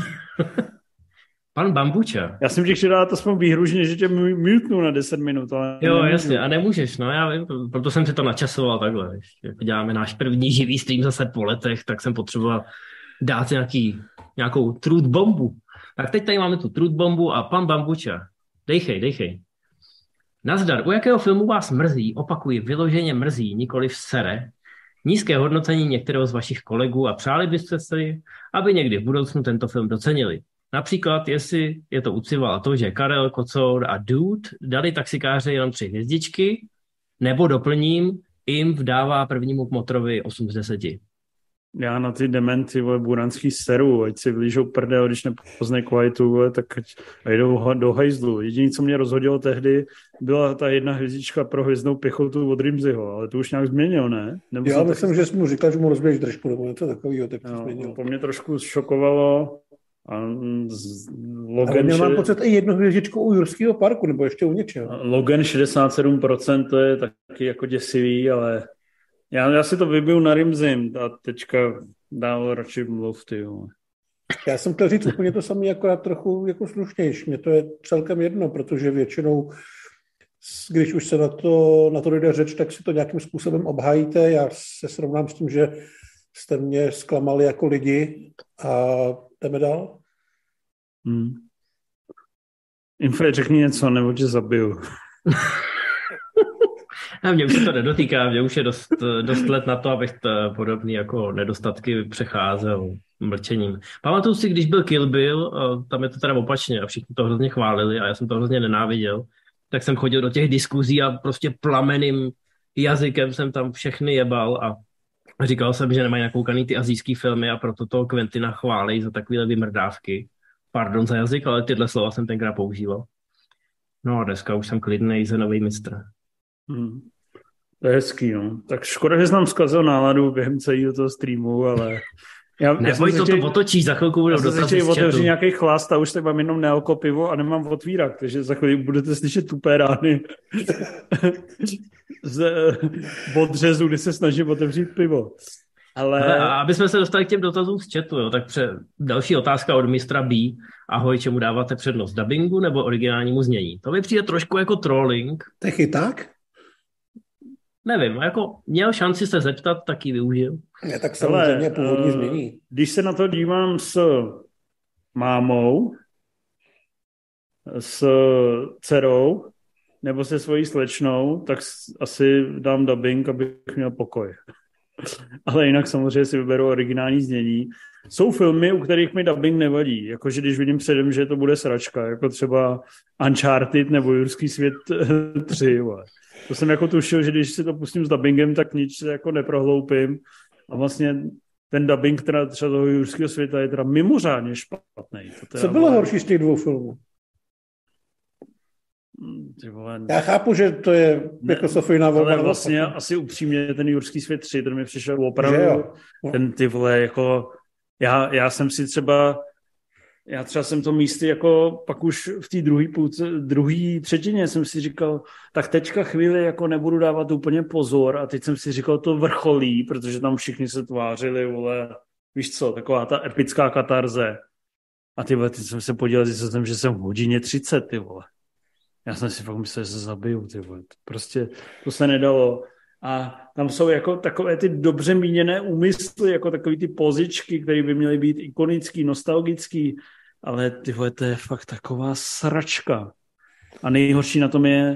Pan Bambuča. Já jsem ti chtěl dát aspoň výhružně, že tě mutnu na 10 minut, ale... Jo, jasně, a nemůžeš, no já vím, proto jsem si to načasoval takhle. Jak děláme náš první živý stream zase po letech, tak jsem potřeboval dát nějakou truth bombu. Tak teď tady máme tu truth bombu a pan Bambuča Dejchej. Nazdar, u jakého filmu vás mrzí, opakuji, vyloženě mrzí, nikoliv sere, nízké hodnocení některého z vašich kolegů a přáli byste si, aby někdy v budoucnu tento film docenili. Například, jestli je to ucival to, že Karel, Kocour a Dude dali Taxikáře jenom 3 hvězdičky, nebo doplním, jim vdává prvnímu Kmotrovi 8 z 10. Já na ty dementy, buranský seru, ať si vlížou prdel, když nepoznají kvalitu, tak a jdou do hajzlu. Jediné, co mě rozhodilo tehdy, byla ta 1 hvězdička pro hvězdnou pěchotu od Rimziho, ale to už nějak změnil, ne? Nebo já myslím, že jsi mu říkal, že mu rozbiješ držku, nebo něco takového, tak to změnil. To mě trošku šokovalo. A ale měl mám pocit i 1 hvězdičku u Jurského parku, nebo ještě u něčeho. Logan 67%, to je taky jako děsivý, ale já si to vybiju na Rimzim a teďka dál radši mluv, ty jo. Já jsem chtěl říct úplně to samé, akorát trochu jako slušnější. Mně to je celkem jedno, protože většinou, když už se na to dojde řeč, tak si to nějakým způsobem obhájíte. Já se srovnám s tím, že jste mě zklamali jako lidi a jdeme dál. Info, řekni něco, nebo tě zabiju. A mě už se to nedotýká, mě už je dost let na to, abych podobný jako nedostatky přecházel mlčením. Pamatuju si, když byl Kill Bill, tam je to teda opačně a všichni to hrozně chválili a já jsem to hrozně nenáviděl, tak jsem chodil do těch diskuzí a prostě plameným jazykem jsem tam všechny jebal a říkal jsem, že nemají nakoukaný ty asijský filmy a proto toho Quentina chválí za takovýhle vymrdávky. Pardon za jazyk, ale tyhle slova jsem tenkrát používal. No a dneska už jsem klidnej za nový mistr. To je hezký, no. Tak škoda, že jsi nám zkazil náladu během celého toho streamu, ale... Neboj, to otočíš, za chvilku budou dotazy z chatu. Já jsem otevřít nějaký chlast a už tak mám jenom nealko pivo a nemám otvírak, takže za chvíli budete slyšet tupé rány z odřezu, kdy se snažím otevřít pivo. Ale aby jsme se dostali k těm dotazům z chatu, jo, tak další otázka od mistra B. Ahoj, čemu dáváte přednost, dabingu nebo originálnímu znění? To mi přijde trošku jako trolling. Tak i tak? Nevím, jako měl šanci se zeptat, tak ji využil. Ne, tak samozřejmě původní změní. Když se na to dívám s mámou, s dcerou nebo se svojí slečnou, tak asi dám dubbing, abych měl pokoj. Ale jinak samozřejmě si vyberu originální znění. Jsou filmy, u kterých mi dubbing nevadí, jakože když vidím předem, že to bude sračka, jako třeba Uncharted nebo Jurský svět 3. To jsem jako tušil, že když si to pustím s dubbingem, tak nic jako neprohloupím. A vlastně ten dubbing teda třeba toho Jurského světa je teda mimořádně špatný. Co bylo horší z těch 2 filmů? Já chápu, že to je jako Sofijná volba. Ale vlastně asi upřímně ten Jurský svět 3, ten mi přišel opravdu. Ten ty vole, jako já jsem si třeba jsem to místy jako pak už v té druhé třetině jsem si říkal, tak teďka chvíli jako nebudu dávat úplně pozor a teď jsem si říkal, to vrcholí, protože tam všichni se tvářili, vole, víš co, taková ta epická katarze. A ty vole, teď jsem se podíval, že jsem v hodině 30, ty vole. Já jsem si fakt myslel, že se zabiju, ty vole. Prostě to se nedalo. A tam jsou jako takové ty dobře míněné úmysly, jako takové ty pozičky, které by měly být ikonický, nostalgický, ale ty vole, to je fakt taková sračka. A nejhorší na tom je,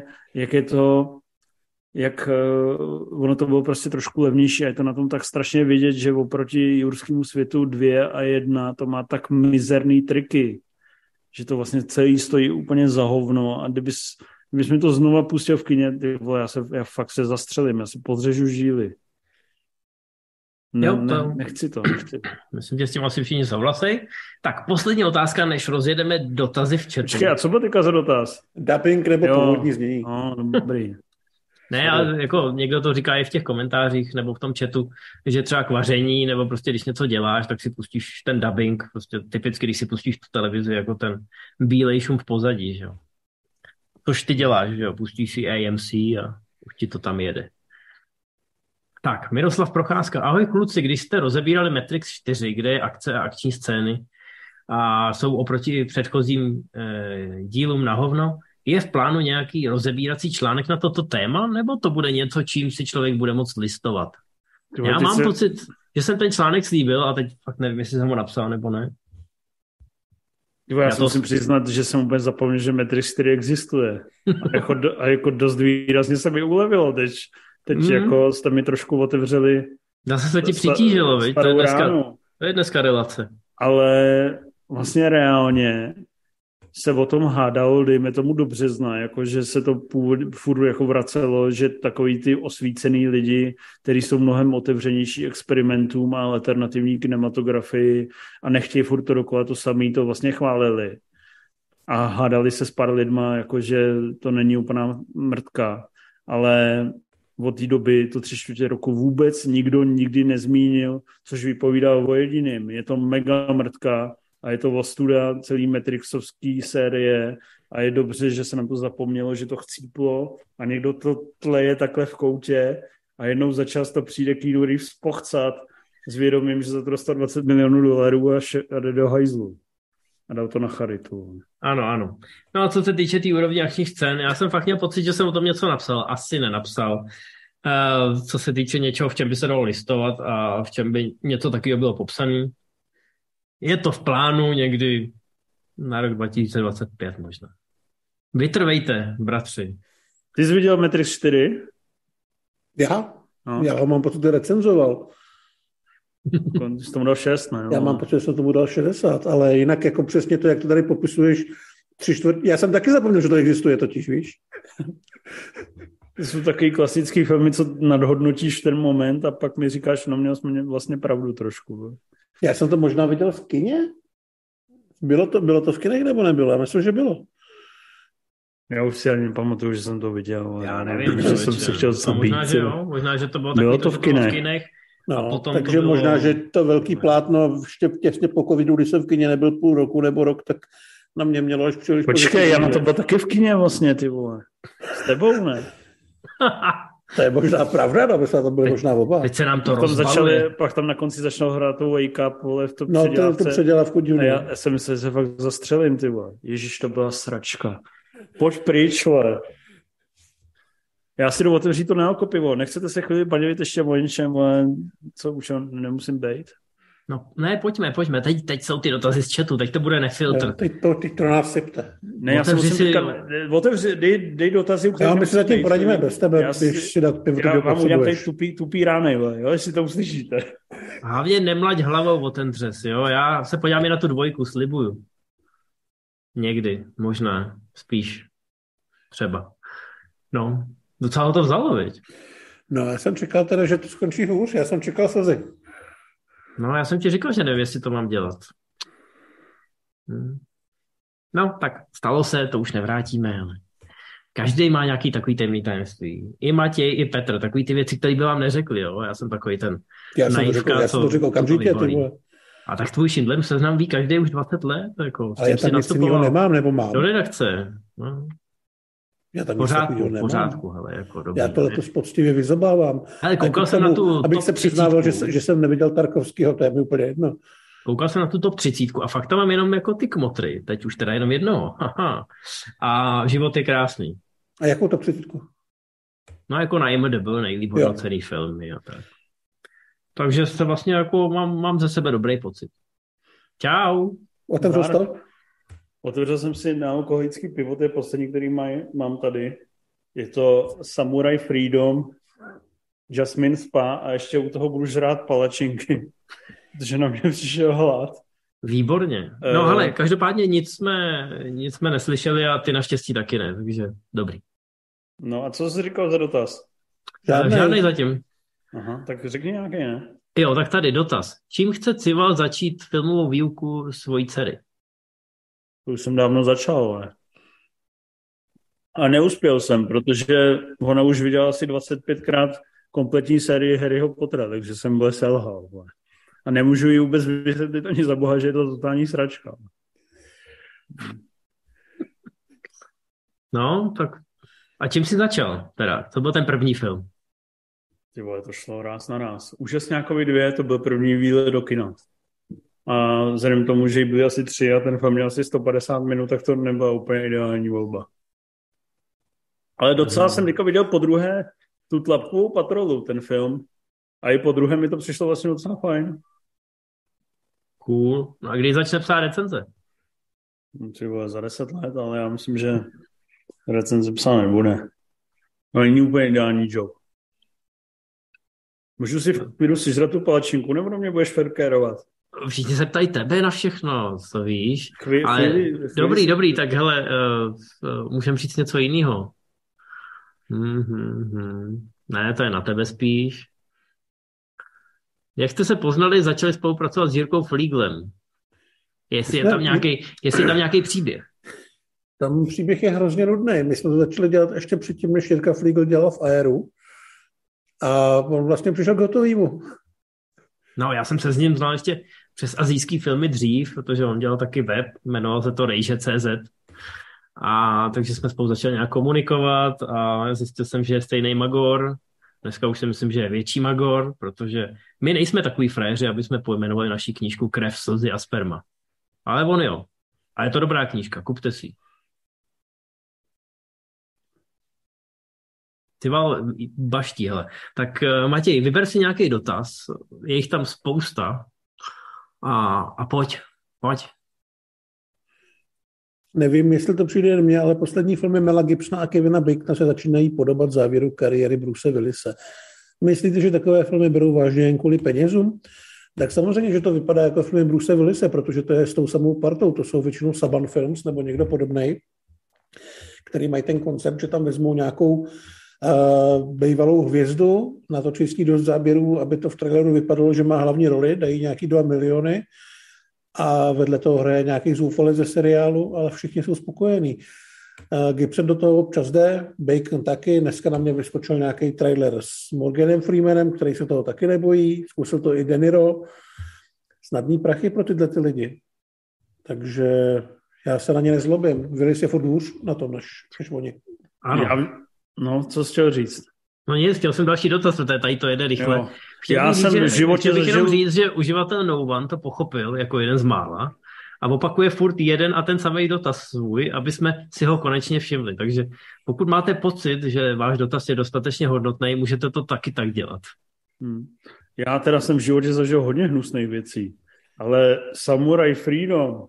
jak ono to bylo prostě trošku levnější a je to na tom tak strašně vidět, že oproti Jurskému světu 2 a 1 to má tak mizerný triky, že to vlastně celý stojí úplně za hovno a kdybys mi to znova pustil v kině, ty vole, já fakt se zastřelím, já si podřežu žíly. Nechci to. Myslím, že s tím asi všichni souhlasí. Tak poslední otázka, než rozjedeme dotazy v chatu. Počkej, a co byl teďka za dotaz? Dubbing nebo původní znění? Dobrý. Ne, ale jako někdo to říká i v těch komentářích nebo v tom chatu, že třeba k vaření nebo prostě když něco děláš, tak si pustíš ten dubbing, prostě typicky, když si pustíš tu televizi jako ten bílej šum v pozadí, že jo. Tož ty děláš, že jo, pustíš si AMC a už ti to tam jede. Tak, Miroslav Procházka. Ahoj kluci, když jste rozebírali Matrix 4, kde je akce a akční scény a jsou oproti předchozím dílům na hovno, je v plánu nějaký rozebírací článek na toto téma, nebo to bude něco, čím si člověk bude moct listovat? Já mám pocit, že jsem ten článek slíbil a teď fakt nevím, jestli jsem ho napsal nebo ne. Já si musím přiznat, že jsem úplně zapomněl, že Matrix 4 existuje. A jako dost výrazně se mi ulevilo teď jako jste mi trošku otevřeli. Zase se ti přitížilo, viď? To je dneska relace. Ale vlastně reálně se o tom hádalo, dejme tomu do března, jakože se to furt jako vracelo, že takový ty osvícený lidi, kteří jsou mnohem otevřenější experimentům a alternativní kinematografii a nechtějí furt to dokola to samý, to vlastně chválili. A hádali se s pár lidma, jakože to není úplná mrtka. Ale od té doby, to 3/4 roku vůbec nikdo nikdy nezmínil, což vypovídá o jediným. Je to mega mrtka a je to ostuda celý Matrixovský série a je dobře, že se nám to zapomnělo, že to chcíplo a někdo to tleje takhle v koutě a jednou za čas to přijde Keanu Reeves pochcat s vědomím, že za to dostal $20 milionů a jde do hajzlu. A dal to na charitu. Ano. No a co se týče té úrovně akčních scén, já jsem fakt měl pocit, že jsem o tom něco napsal. Asi nenapsal. Co se týče něčeho, v čem by se dalo listovat a v čem by něco takového bylo popsané. Je to v plánu někdy na rok 2025 možná. Vytrvejte, bratři. Ty jsi viděl Matrix 4? Já? No. Já ho mám pocit, že recenzoval. Jsi tomu dal 6, ne? Já mám pocit, že jsem tomu dal 60, ale jinak jako přesně to, jak to tady popisuješ, 3/4... Já jsem taky zapomněl, že to existuje totiž, víš? To jsou takový klasický filmy, co nadhodnotíš v ten moment a pak mi říkáš, no měl jsi vlastně pravdu trošku. Já jsem to možná viděl v kině? Bylo to v kinech nebo nebylo? Já myslím, že bylo. Já už si ani nepamatuju, že jsem to viděl. Já nevím, že jsem si chtěl zabít. Možná, že jo, možná, že to bylo takový, to v kinech. No, takže bylo... možná, že to velký plátno ještě těsně po covidu, když jsem v kině nebyl půl roku nebo rok, tak na mě mělo až příliš... Počkej, já na to byl taky v kině vlastně, ty vole. S tebou, ne? To je možná pravda, no, by se to byly možná oba. Teď se nám to rozbaluje. Pak tam na konci začal hrát tu Wake Up, vole, v to předělávce. No, to předělávku divnou. Já jsem myslel, že se fakt zastřelím, ty vole. Ježíš, to byla sračka. Pojď pryč, vole. Já si jdu otevřít to nealko pivo. Nechcete se chvíli bavit ještě o něčem, ale co už nemusím bejt? No, ne, pojďme. Teď jsou ty dotazy z chatu, teď to bude nefiltr. Teď to nás sypte. Ne, já si musím dej dotazy. Já my si zatím poradíme bez tebe, když si dát pivo. Já vám udělám tady tupý rány, jo, jestli to uslyšíte. Hlavně nemlaď hlavou o ten dřez, jo. Já se podívám i na tu 2, slibuju. Někdy, možná, spíš. Třeba. No, docela to vzalo, viď? No, já jsem čekal teda, že to skončí hůř, já jsem čekal slzy. No, já jsem ti říkal, že nevím, jestli to mám dělat. No, tak stalo se, to už nevrátíme, ale každý má nějaký takový temný tajemství. I Matěj, i Petr, takový ty věci, které by vám neřekli, jo. Já jsem takový ten naivka, já jsem to řekl okamžitě, ty vole. A tak tvůj Schindlerův seznam ví každý už 20 let, jako. Ale já tam nic jiného nemám, nebo mám? Do redakce, no. Já tam pořádku, hele, jako dobrý. Já to letos poctivě vyzobávám. Ale koukal jsem na tu abych se přiznával, že jsem neviděl Tarkovskýho, to je mi úplně jedno. Koukal jsem na tu top 30 a fakt tam mám jenom jako ty kmotry, teď už teda jenom jednoho. A život je krásný. A jakou top 30? No jako na IMDb nejlíp hodnocený filmy a tak. Takže se vlastně jako mám ze sebe dobrý pocit. Čau. Otevřel jsem si nealkoholický pivo, to je poslední, který mám tady. Je to Samurai Freedom, Jasmine Spa a ještě u toho budu žrát palačinky, protože na mě přišel hlad. Výborně. No hele, každopádně nic jsme neslyšeli a ty naštěstí taky ne, takže dobrý. No a co jsi říkal za dotaz? Žádnej zatím. Aha, tak řekni nějaký, ne? Jo, tak tady dotaz. Čím chce Cival začít filmovou výuku svojí dcery? To už jsem dávno začal, ale. A neuspěl jsem, protože ona už viděla asi 25krát kompletní sérii Harryho Pottera, takže jsem byl selhal. A nemůžu ji vůbec vysvětlit ani za boha, že je to totální sračka. No, tak a čím jsi začal teda? Co byl ten první film? Ty vole, to šlo ráz na ráz. Úžasňákovi 2, to byl první výlet do kina. A vzhledem k tomu, že jí byly asi 3 a ten film měl asi 150 minut, tak to nebyla úplně ideální volba. Ale docela jsem teďka viděl podruhé tu Tlapkovou patrolu, ten film. A i podruhé mi to přišlo vlastně docela fajn. Cool. No a kdy začne psát recenze? Třeba za 10 let, ale já myslím, že recenze psá nebude. No není úplně ideální job. Můžu si v klidu sežrat tu palačinku, nebo na mě budeš ferkérovat? Všichni se ptají tebe na všechno, co víš. Ale Chvíli. Dobrý, tak hele, můžeme říct něco jiného. Ne, to je na tebe spíš. Jak jste se poznali, začali spolupracovat s Jirkou Flíglem? Jestli je tam nějaký příběh. Tam příběh je hrozně nudný. My jsme to začali dělat ještě předtím, než Jirka Flígl dělal v Aeru. A on vlastně přišel k hotovýmu. No, já jsem se s ním znal ještě přes asijský filmy dřív, protože on dělal taky web, jmenoval se to Rejže.cz. A takže jsme spolu začali nějak komunikovat a zjistil jsem, že je stejný magor. Dneska už si myslím, že je větší magor, protože my nejsme takový frajeři, aby jsme pojmenovali naši knížku Krev, slzy a sperma. Ale on jo. A je to dobrá knížka, kupte si. Ty baští, hele. Tak Matěj, vyber si nějaký dotaz, je jich tam spousta a pojď. Nevím, jestli to přijde jen mně, ale poslední filmy Mela Gibsona a Kevina Bacona se začínají podobat závěru kariéry Bruce Willise. Myslíte, že takové filmy berou vážně jen kvůli penězům? Tak samozřejmě, že to vypadá jako filmy Bruce Willise, protože to je s tou samou partou, to jsou většinou Saban Films nebo někdo podobnej, který mají ten koncept, že tam vezmou nějakou bývalou hvězdu, natočí s ní dost záběrů, aby to v traileru vypadalo, že má hlavní roli, dají nějaký 2 miliony a vedle toho hraje nějaký zoufalec ze seriálu, ale všichni jsou spokojení. Gibson do toho občas jde, Bacon taky, dneska na mě vyskočil nějaký trailer s Morganem Freemanem, který se toho taky nebojí, zkusil to i De Niro. Snadný prachy pro tyhle ty lidi. Takže já se na ně nezlobím. Willis je furt hůř na tom, než oni. Ano. No, co jsi chtěl říct? No nic, chtěl jsem další dotaz, protože tady to jede rychle. Já jsem v životě zažil... říct, že uživatel No One to pochopil jako jeden z mála a opakuje furt jeden a ten samý dotaz svůj, aby jsme si ho konečně všimli. Takže pokud máte pocit, že váš dotaz je dostatečně hodnotný, můžete to taky tak dělat. Já teda jsem v životě zažil hodně hnusných věcí, ale Samurai Freedom...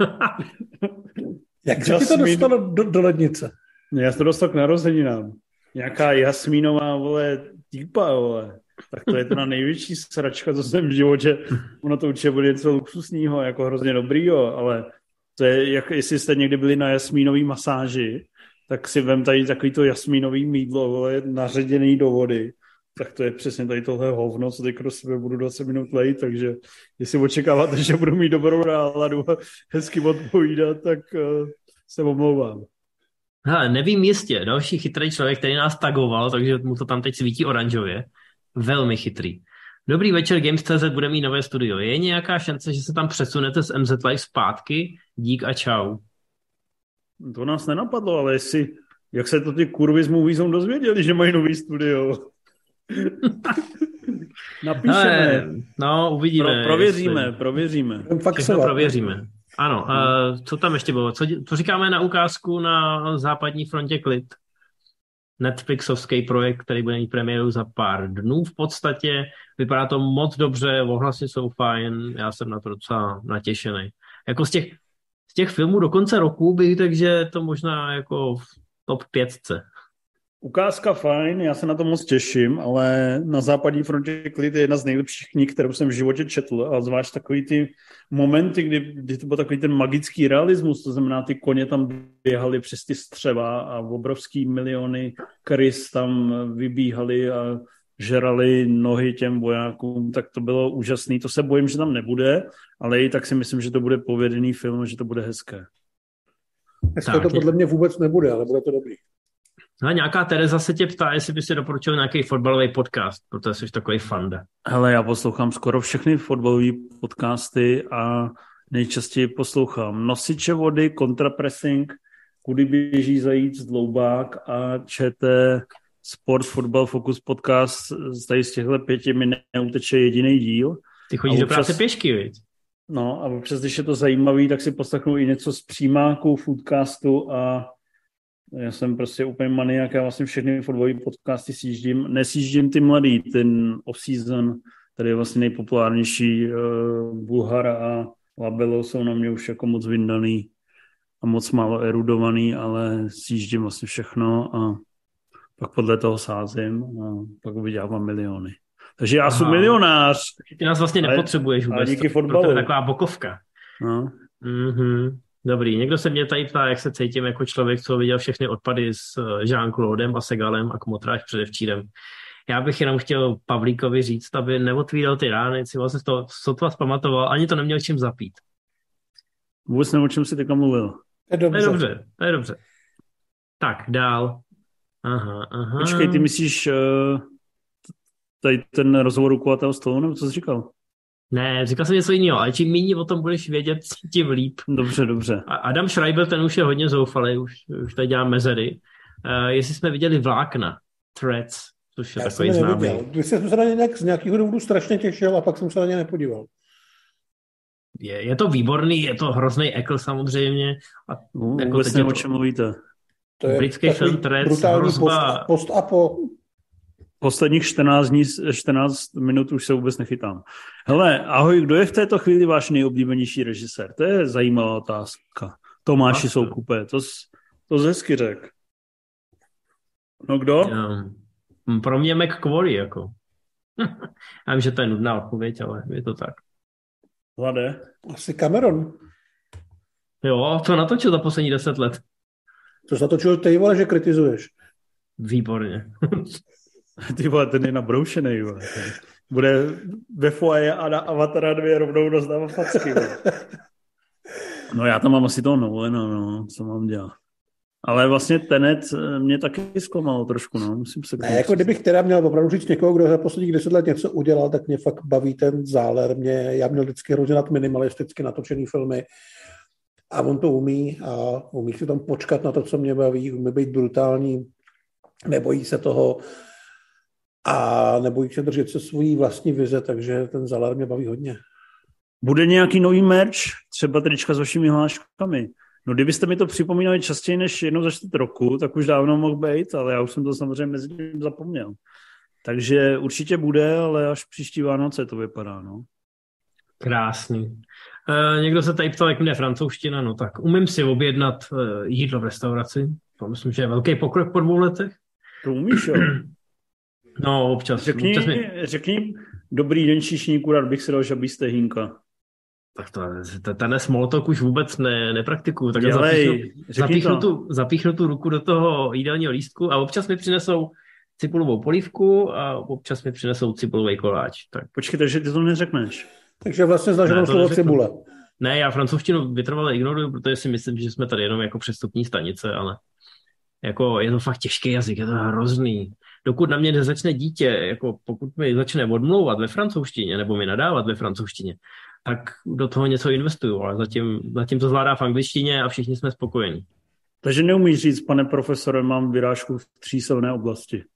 Jak se ti to dostalo do lednice? Já jsem to dostal k narozeninám. Nějaká Jasmínová, vole, týpa, vole. Tak to je to na největší sračka, co jsem v životě. Ono to určitě bude něco luxusního, jako hrozně dobrýho, ale to je, jak jestli jste někdy byli na jasmínový masáži, tak si vem tady takový to jasmínový mýdlo, vole, naředěný do vody. Tak to je přesně tady tohle hovno, co teď do sebe budu 20 minut lejt, takže jestli očekáváte, že budu mít dobrou náladu a hezky odpovídat, tak se omlouvám. Hele, nevím jistě, další chytrý člověk, který nás tagoval, takže mu to tam teď svítí oranžově. Velmi chytrý. Dobrý večer, Games.cz bude mít nové studio. Je nějaká šance, že se tam přesunete z MZ Live zpátky? Dík a čau. To nás nenapadlo, ale jak se to ty kurvy z Moviezone dozvěděli, že mají nový studio? Napíšeme. No, uvidíme. Prověříme. Všechno prověříme. Ano, co tam ještě bylo? Co říkáme na ukázku na západní frontě klid? Netflixovský projekt, který bude mít premiéru za pár dnů v podstatě. Vypadá to moc dobře, ohlasy jsou fajn, já jsem na to docela natěšený. Jako z těch filmů do konce roku bych řekl, že to možná jako v top 5. Ukázka fajn, já se na to moc těším, ale na západní frontě klid je jedna z nejlepších knih, kterou jsem v životě četl, a zvlášť takový ty momenty, kdy to byl takový ten magický realismus, to znamená, ty koně tam běhali přes ty střeva a obrovský miliony krys tam vybíhali a žrali nohy těm vojákům, tak to bylo úžasný. To se bojím, že tam nebude, ale i tak si myslím, že to bude povědený film, že to bude hezké. Hezké to podle mě vůbec nebude, ale bude to dobrý. No, nějaká Tereza se tě ptá, jestli by si doporučil nějaký fotbalový podcast, protože jsi takový fanda. Hele, já poslouchám skoro všechny fotbalové podcasty a nejčastěji poslouchám Nosiče vody, Kontrapressing, Kudy běží zajíc, Dloubák a ČT Sport Football Focus podcast. Tady z těchto 5 mi neuteče jediný díl. Ty chodíš do práce pěšky, viď? No a občas, když je to zajímavý, tak si poslechnu i něco z přímáku, foodcastu a já jsem prostě úplně maniak, já vlastně všechny fotbalové podcasty nesjíždím ty mladý, ten off-season, tady je vlastně nejpopulárnější Bulhara a Labelo jsou na mě už jako moc vyndaný a moc málo erudovaný, ale sjíždím vlastně všechno a pak podle toho sázím a pak vydělávám miliony. Takže já jsem milionář. Ty nás vlastně nepotřebuješ vůbec. Díky fotbalu. To je taková bokovka. No. Mm-hmm. Dobrý. Někdo se mě tady ptá, jak se cítím jako člověk, co viděl všechny odpady s Jean-Claudem a Segalem a Kmotráž předevčírem. Já bych jenom chtěl Pavlíkovi říct, aby neotvíral ty rány, si vlastně to sotva zpamatoval, ani to neměl čím zapít. Vůbec nevím, o čem jsi teďka mluvil. To je dobře. Tak, dál. Aha. Počkej, ty myslíš tady ten rozhovor u kulatého stolu, nebo co jsi říkal? Ne, říkal jsem něco jiného, ale čím méně o tom budeš vědět, tím líp. Dobře. A Adam Schreiber, ten už je hodně zoufalý, už tady dělá mezery. Jestli jsme viděli Vlákna, Threads, což je já takový známý. Když jsem se na ně z nějakého důvodu strašně těšil a pak jsem se na ně nepodíval. Je to výborný, je to hrozný ekl samozřejmě. A jako vůbec nevím, o čem mluvíte. To je britský film Threads, hrozba... post-apo. Posledních 14 minut už se vůbec nechytám. Hele, ahoj, kdo je v této chvíli váš nejoblíbenější režisér? To je zajímavá otázka. Tomáši Soukupe, to jsi hezky řekl. No kdo? Pro mě McQuarrie, jako. Já vím, že to je nudná odpověď, ale je to tak. Vlade? Asi Cameron. Jo, to natočil za poslední 10 let. To jsi natočil ty, vole, že kritizuješ. Výborně. Ty vole, ten je nabroušený, vole. Bude ve foaje a na Avatara 2 rovnou rozdává facky, vole. No já tam mám asi toho Nolana, no, co mám dělat. Ale vlastně Tenet mě taky zklamal trošku, no, musím se... Ne, jako kdybych teda měl opravdu říct někoho, kdo za posledních 10 let něco udělal, tak mě fakt baví ten Záler. Já měl vždycky hrozně nad minimalisticky natočený filmy a on to umí a umí si tam počkat na to, co mě baví, umí být brutální, nebojí se toho a nebojí se držet se svojí vlastní vize, takže ten Záler mě baví hodně. Bude nějaký nový merch, třeba trička s vašimi hláškami? No kdybyste mi to připomínali častěji než jednou za 4 roku, tak už dávno mohl být, ale já už jsem to samozřejmě mezi tím zapomněl. Takže určitě bude, ale až příští Vánoce to vypadá, no. Krásný. Někdo se tady ptal, jak mě francouzština, no tak umím si objednat jídlo v restauraci. To myslím, že je velký pokrok po 2 letech. To umíš, jo? No, občas. Řekni dobrý den, číšníku, rád bych si dal žabí stehínka. Tak ten small talk už vůbec nepraktikuju. Tak zapíchnu tu ruku do toho jídelního lístku a občas mi přinesou cibulovou polívku a občas mi přinesou cibulový koláč. Tak. Počkej, takže ty to neřekneš. Takže vlastně znáš jenom slovo cibule. Ne, já francouzštinu vytrvale ignoruju, protože si myslím, že jsme tady jenom jako přestupní stanice, ale jako je to fakt těžký jazyk, je to hrozný. Dokud na mě nezačne dítě, jako pokud mi začne odmlouvat ve francouzštině nebo mi nadávat ve francouzštině, tak do toho něco investuju, ale zatím to zvládá v angličtině a všichni jsme spokojení. Takže neumíš říct, pane profesore, mám vyrážku v 3 silné oblasti.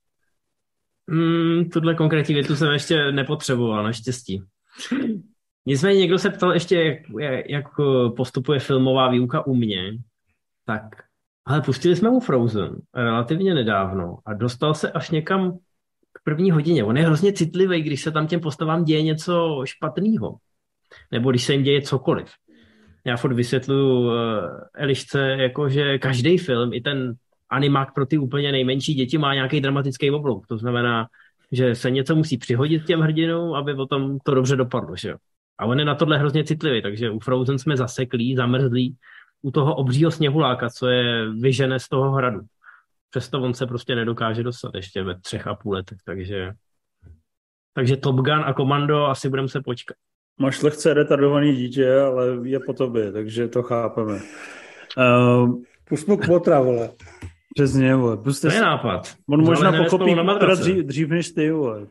Tuhle konkrétní větu jsem ještě nepotřeboval, naštěstí. Nicméně někdo se ptal ještě, jak postupuje filmová výuka u mě, tak ale pustili jsme mu Frozen relativně nedávno a dostal se až někam k 1. hodině. On je hrozně citlivý, když se tam těm postavám děje něco špatného. Nebo když se jim děje cokoliv. Já furt vysvětluju Elišce, jako že každý film, i ten animák pro ty úplně nejmenší děti má nějaký dramatický oblouk. To znamená, že se něco musí přihodit těm hrdinům, aby potom to dobře dopadlo. Že? A on je na tohle hrozně citlivý, takže u Frozen jsme zaseklí, zamrzlí u toho obřího sněhuláka, co je vyžene z toho hradu. Přesto on se prostě nedokáže dostat ještě ve 3,5 letech, takže Top Gun a Komando asi budeme se počkat. Máš lehce retardovaný dítě, ale je po tobě, takže to chápeme. Pust mu Kmotra, vole. Přesně, vole. To je nápad. On možná pochopí dřív než ty, vole.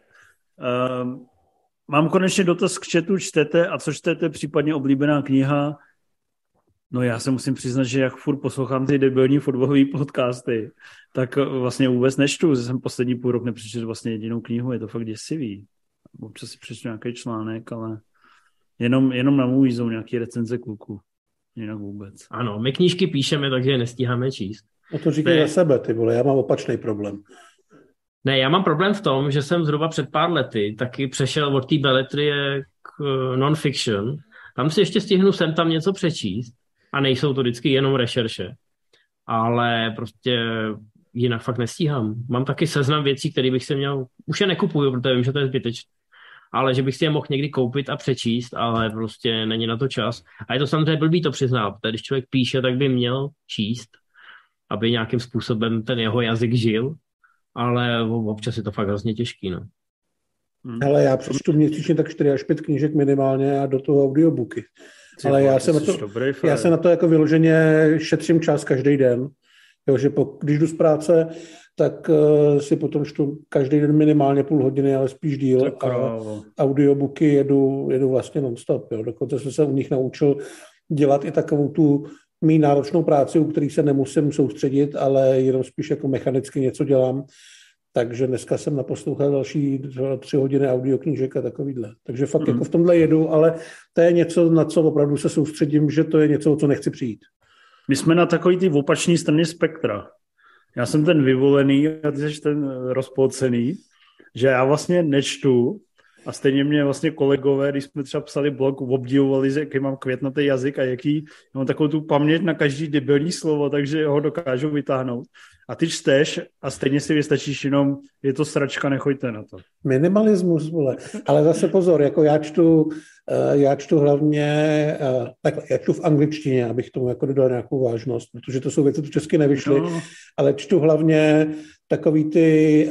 Mám konečně dotaz k chatu, čtete a co čtete, případně oblíbená kniha? No já se musím přiznat, že jak furt poslouchám ty debilní fotbalové podcasty, tak vlastně vůbec nečtu, že jsem poslední půl rok nepřečetl vlastně jedinou knihu, je to fakt děsivý. Občas si přečtu nějaký článek, ale jenom na Moviezone nějaký recenze kluků. Jinak vůbec. Ano, my knížky píšeme, takže je nestíháme číst. No to říkej za sebe, ty vole, já mám opačný problém. Ne, já mám problém v tom, že jsem zhruba před pár lety taky přešel od té beletrie k non-fiction. Tam si ještě stihnu sem tam něco přečíst, A nejsou to vždycky jenom rešerše. Ale prostě jinak fakt nestíhám. Mám taky seznam věcí, které bych se měl... Už je nekupuju, protože vím, že to je zbytečné. Ale že bych si je mohl někdy koupit a přečíst, ale prostě není na to čas. A je to samozřejmě blbý to přiznat, protože když člověk píše, tak by měl číst, aby nějakým způsobem ten jeho jazyk žil, ale občas je to fakt hrozně těžký, no. Ale já přečtu měsíčně tak 4 až 5 knížek minimálně a do toho audiobooky. Ale já se na to jako vyloženě šetřím čas každý den. Jo, že když jdu z práce, tak si potom čtu každý den minimálně půl hodiny, ale spíš díl. A audiobooky jedu vlastně non-stop. Jo. Dokonce jsem se u nich naučil dělat i takovou tu mý náročnou práci, u který se nemusím soustředit, ale jenom spíš jako mechanicky něco dělám. Takže dneska jsem naposlouchal další 3 hodiny audioknížek a takovýhle. Takže fakt jako v tomhle jedu, ale to je něco, na co opravdu se soustředím, že to je něco, o co nechci přijít. My jsme na takový ty opačné straně spektra. Já jsem ten vyvolený a ty jsi ten rozpolcený, že já vlastně nečtu a stejně mě vlastně kolegové, když jsme třeba psali blog, obdivovali, jaký mám květnatý jazyk a jaký mám takovou tu paměť na každý debilní slovo, takže ho dokážu vytáhnout. A ty čteš a stejně si vystačíš jenom, je to sračka, nechoďte na to. Minimalismus, vole. Ale zase pozor, jako já čtu hlavně, takhle, já čtu v angličtině, abych tomu jako dodal nějakou vážnost, protože to jsou věci, co česky nevyšly, ale čtu hlavně takový ty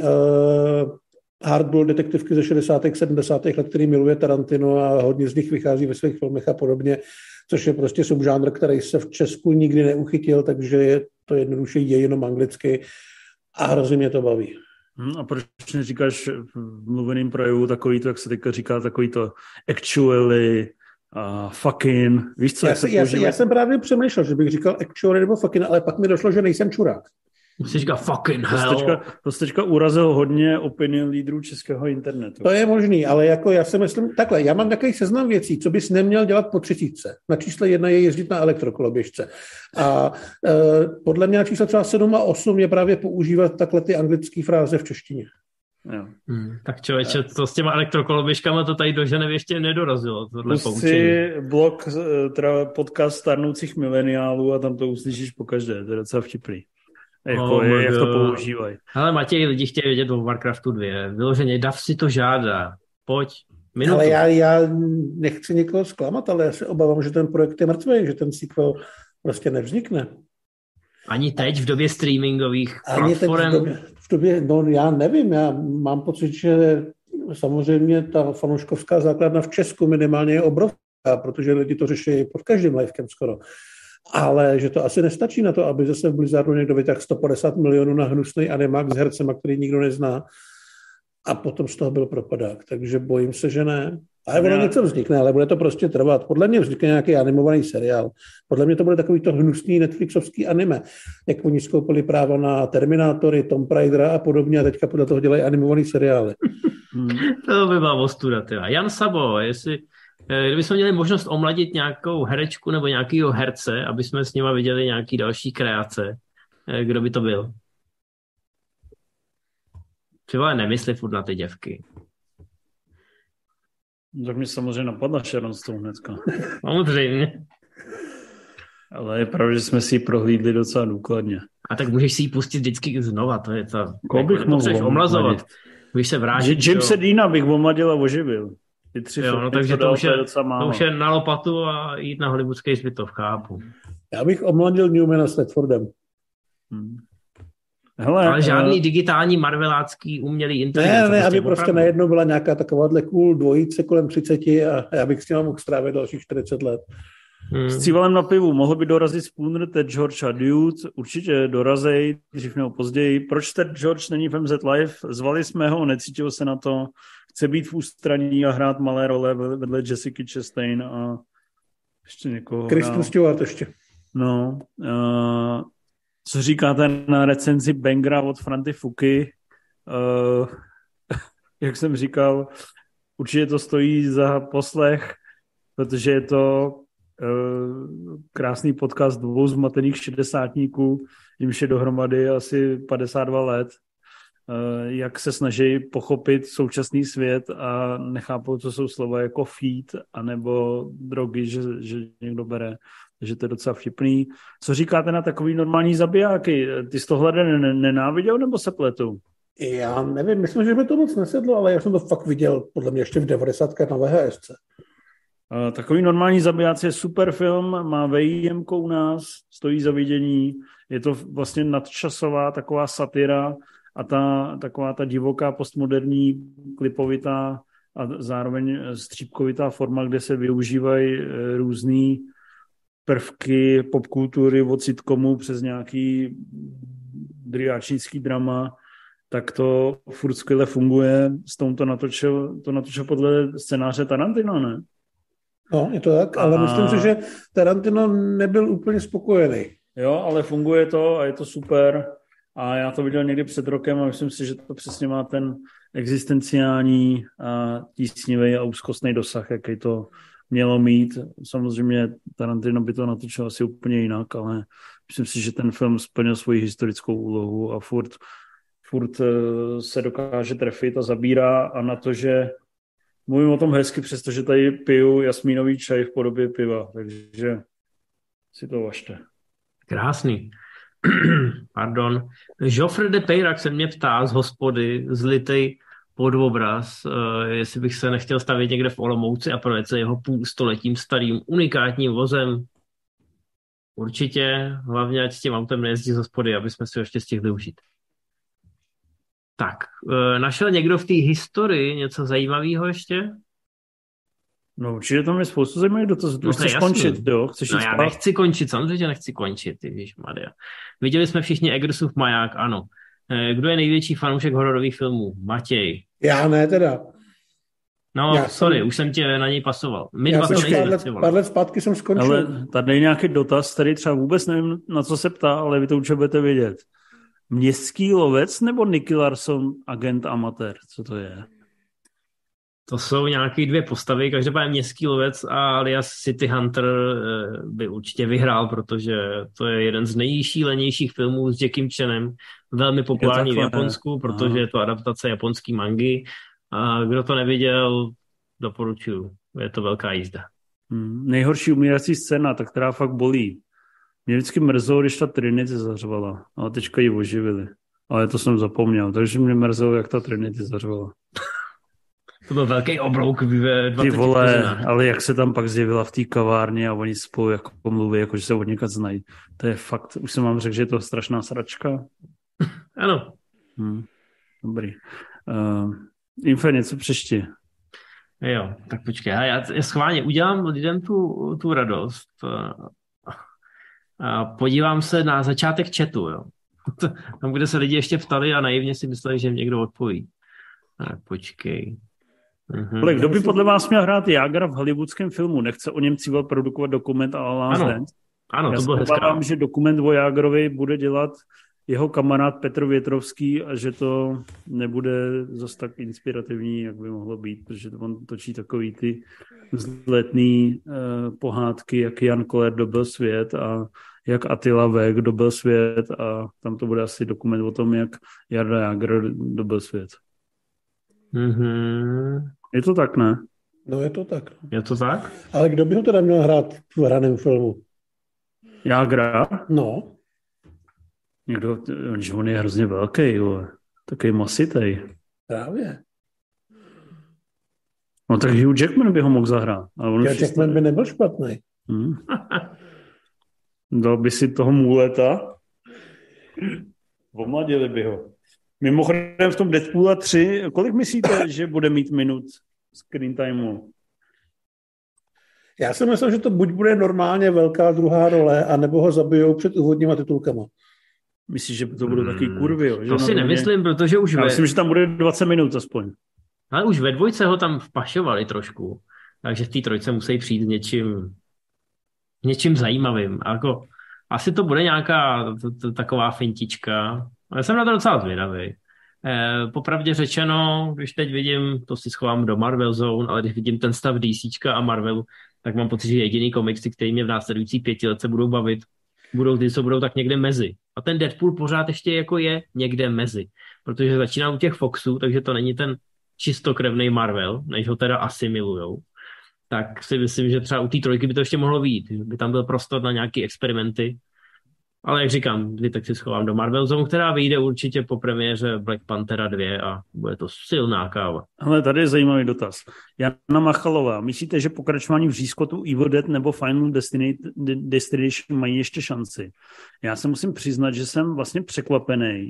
hardball detektivky ze 60. 70. let, který miluje Tarantino a hodně z nich vychází ve svých filmech a podobně, což je prostě subžánr, který se v Česku nikdy neuchytil, takže je to jednoduše je jenom anglicky a hrozně mě to baví. A proč neříkáš v mluveným projevu takový to, jak se teďka říká, takový to actually, fucking, víš co? Já jsem právě přemýšlel, že bych říkal actually nebo fucking, ale pak mi došlo, že nejsem čurák. Musíš říkat fucking hell. To teďka urazil hodně opinion lídrů českého internetu. To je možný, ale jako já si myslím, takhle, já mám takový seznam věcí, co bys neměl dělat po 30. Na čísle 1 je jezdit na elektrokoloběžce. A podle mě na čísle třeba 7 a 8 je právě používat takhle ty anglické fráze v češtině. Jo. Tak člověče, to s těma elektrokoloběžkama to tady do Ženevy ještě nedorazilo. Pust si blog, teda podcast starnoucích mileniálů a tam to uslyšíš pokaždé, to je docela vtipný. Jak to používají. Ale Matěj, lidi chtějí vědět o Warcraftu 2. Vyloženě, Dav si to žádá. Pojď, minutu. Ale já nechci někoho zklamat, ale já se obávám, že ten projekt je mrtvý, že ten sequel prostě nevznikne. Ani teď v době streamingových platform? V době, no já nevím, já mám pocit, že samozřejmě ta fanouškovská základna v Česku minimálně je obrovská, protože lidi to řeší pod každým livekem skoro. Ale že to asi nestačí na to, aby zase v Blizzardu někdo vytáhl 150 milionů na hnusný animák s hercema, který nikdo nezná. A potom z toho byl propadák. Takže bojím se, že ne. Ale ono něco vznikne, ale bude to prostě trvat. Podle mě vznikne nějaký animovaný seriál. Podle mě to bude takový to hnusný netflixovský anime. Jak oni skoupili právo na Terminátory, Tomb Raidera a podobně a teďka podle toho dělají animovaný seriály. To by byla ostuda, tyva. Jan Sabo, kdybychom měli možnost omladit nějakou herečku nebo nějakýho herce, aby jsme s nima viděli nějaký další kreace, kdo by to byl? Třeba nemysli furt na ty děvky. Tak mi samozřejmě napadla Sharon Stone hnedka. Samozřejmě. Ale je pravda, že jsme si ji prohlídli docela důkladně. A tak můžeš si ji pustit vždycky znova, to je to. Koho bych mohl omlazovat? Když se vrátíš. Jamese Deana bych omladil a oživil. Takže to už je na lopatu a jít na hollywoodský zbytov, chápu. Já bych omladil Newmana s Thetfordem. Ale žádný digitální marvelácký umělý inteligence. Ne, aby prostě najednou byla nějaká takováhle cool dvojice kolem 30 a já bych s tím mohl strávit dalších 40 let. S cívalem na pivu. Mohl by dorazit Spooner, Ted George a Dude. Určitě dorazej, dřív nebo později. Proč Ted George není v MZ Live? Zvali jsme ho, necítil se na to. Chce být v ústraní a hrát malé role vedle Jessica Chastain a ještě někoho. Kristen Stewart ještě. No. Co říkáte na recenzi Bangra od Franty Fuky? Jak jsem říkal, určitě to stojí za poslech, protože je to krásný podcast 2 zmatených šedesátníků, jimž je dohromady asi 52 let jak se snaží pochopit současný svět a nechápou, co jsou slova jako feed anebo drogy, že někdo bere. Takže to je docela vtipný. Co říkáte na takový normální zabijáky? Ty jsi tohle nenáviděl nebo se pletou? Já nevím, myslím, že by to moc nesedlo, ale já jsem to fakt viděl podle mě ještě v 90. na VHSce. Takový normální zabijáci je super film, má VIM u nás, stojí za vidění. Je to vlastně nadčasová taková satira a taková ta divoká postmoderní klipovitá a zároveň střípkovitá forma, kde se využívají různý prvky popkultury od sitcomu přes nějaký driáčnický drama, tak to furt skvěle funguje. Stone to natočil podle scénáře Tarantino, ne? No, je to tak, ale myslím si, že Tarantino nebyl úplně spokojený. Jo, ale funguje to a je to super. A já to viděl někdy před rokem a myslím si, že to přesně má ten existenciální a tísnivý a úzkostný dosah, jaký to mělo mít. Samozřejmě Tarantino by to natočil asi úplně jinak, ale myslím si, že ten film splnil svoji historickou úlohu a furt se dokáže trefit a zabírá a na to, že mluvím o tom hezky, přestože tady piju jasmínový čaj v podobě piva, takže si to važte. Krásný. Pardon. Joffre de Peyrac se mě ptá z hospody, zlitej podobraz, jestli bych se nechtěl stavět někde v Olomouci a projet se jeho půlstoletím starým unikátním vozem. Určitě, hlavně ať s tím autem nejezdí z hospody, aby jsme si ho ještě stihli užít. Tak, našel někdo v té historii něco zajímavého ještě? No určitě tam je spoustu zajímavých dotazů. No, chceš končit, jo? Já nechci končit, samozřejmě nechci končit, ježišmarja. Viděli jsme všichni Eggersův maják, ano. Kdo je největší fanoušek hororových filmů? Matěj. Já ne teda. No, sorry, už jsem tě na něj pasoval. My dva to nejsme. Pár let zpátky jsem skončil. Ale tady je nějaký dotaz, tady třeba vůbec nevím, na co se ptá, ale vy to určitě budete vědět. Městský lovec nebo Nicky Larson, agent amatér? Co to je? To jsou nějaké dvě postavy, každopádně Městský lovec a alias City Hunter by určitě vyhrál, protože to je jeden z nejšílenějších filmů s Jackiem Chanem, velmi populární v Japonsku, protože je to adaptace japonský mangy. A kdo to neviděl, doporučuju. Je to velká jízda. Nejhorší umírací scéna, ta která fakt bolí. Mě vždycky mrzelo, když ta Trinity zařvala, ale teďka ji oživili. Ale to jsem zapomněl, takže mě mrzelo, jak ta Trinity zařvala. To byl velký obrouk ve 20 Ty vole, ale jak se tam pak zjevila v té kavárně a oni spolu jako mluví, jako že se od někud znají. To je fakt, už jsem vám řekl, že je to strašná sračka. Ano. Dobrý. Infe, něco přeště. Jo, tak počkej, já schválně udělám lidem tu radost. A podívám se na začátek chatu, jo. Tam, kde se lidi ještě ptali a naivně si mysleli, že jim někdo odpoví. Tak počkej. Ale kdo by podle vás měl hrát Jágra v hollywoodském filmu? Nechce o něm Cíval produkovat dokument a Last Dance? Ano, já to bylo hezká. Já se obávám, že dokument o Jágrovi bude dělat jeho kamarád Petr Větrovský a že to nebude zase tak inspirativní, jak by mohlo být, protože on točí takový ty vzletný pohádky, jak Jan Koller dobil svět a jak Attila Vek dobil svět a tam to bude asi dokument o tom, jak Jarda Jágr dobil svět. Je to tak, ne? No je to tak. Je to tak? Ale kdo by ho teda měl hrát v hraném filmu? Jágra? No. Někdo, že on je hrozně velký, jo. Takový masitej. Právě. No tak Hugh Jackman by ho mohl zahrát. Hugh Jackman by nebyl špatný. Dal by si toho Muleta. Omladili by ho. Mimochodem v tom Deadpoola 3, kolik myslíte, že bude mít minut screen timeu? Já si myslím, že to buď bude normálně velká druhá role, anebo ho zabijou před úvodníma titulkama. Myslíš, že to budou taky kurvy? Jo? Že to si nemyslím, protože už... Já myslím, že tam bude 20 minut aspoň. Ale už ve dvojce ho tam vpašovali trošku. Takže v té trojce musí přijít něčím zajímavým. A jako, asi to bude nějaká taková fintička. Ale jsem na to docela zvědavý. Popravdě řečeno, když teď vidím, to si schovám do Marvel Zone, ale když vidím ten stav DCčka a Marvelu, tak mám pocit, že jediný komiksy, který mě v následující 5 let se budou bavit, budou ty, co budou tak někde mezi. A ten Deadpool pořád ještě jako je někde mezi, protože začíná u těch Foxů, takže to není ten čistokrevný Marvel, než ho teda asi milujou. Tak si myslím, že třeba u té trojky by to ještě mohlo být, by tam byl prostor na nějaké experimenty. Ale jak říkám, tak si schovám do Marvel Zone, která vyjde určitě po premiéře Black Panthera 2 a bude to silná káva. Ale tady je zajímavý dotaz. Jana Machalová, myslíte, že pokračování v Řízkotu Evil Dead nebo Final Destination mají ještě šanci? Já se musím přiznat, že jsem vlastně překvapený,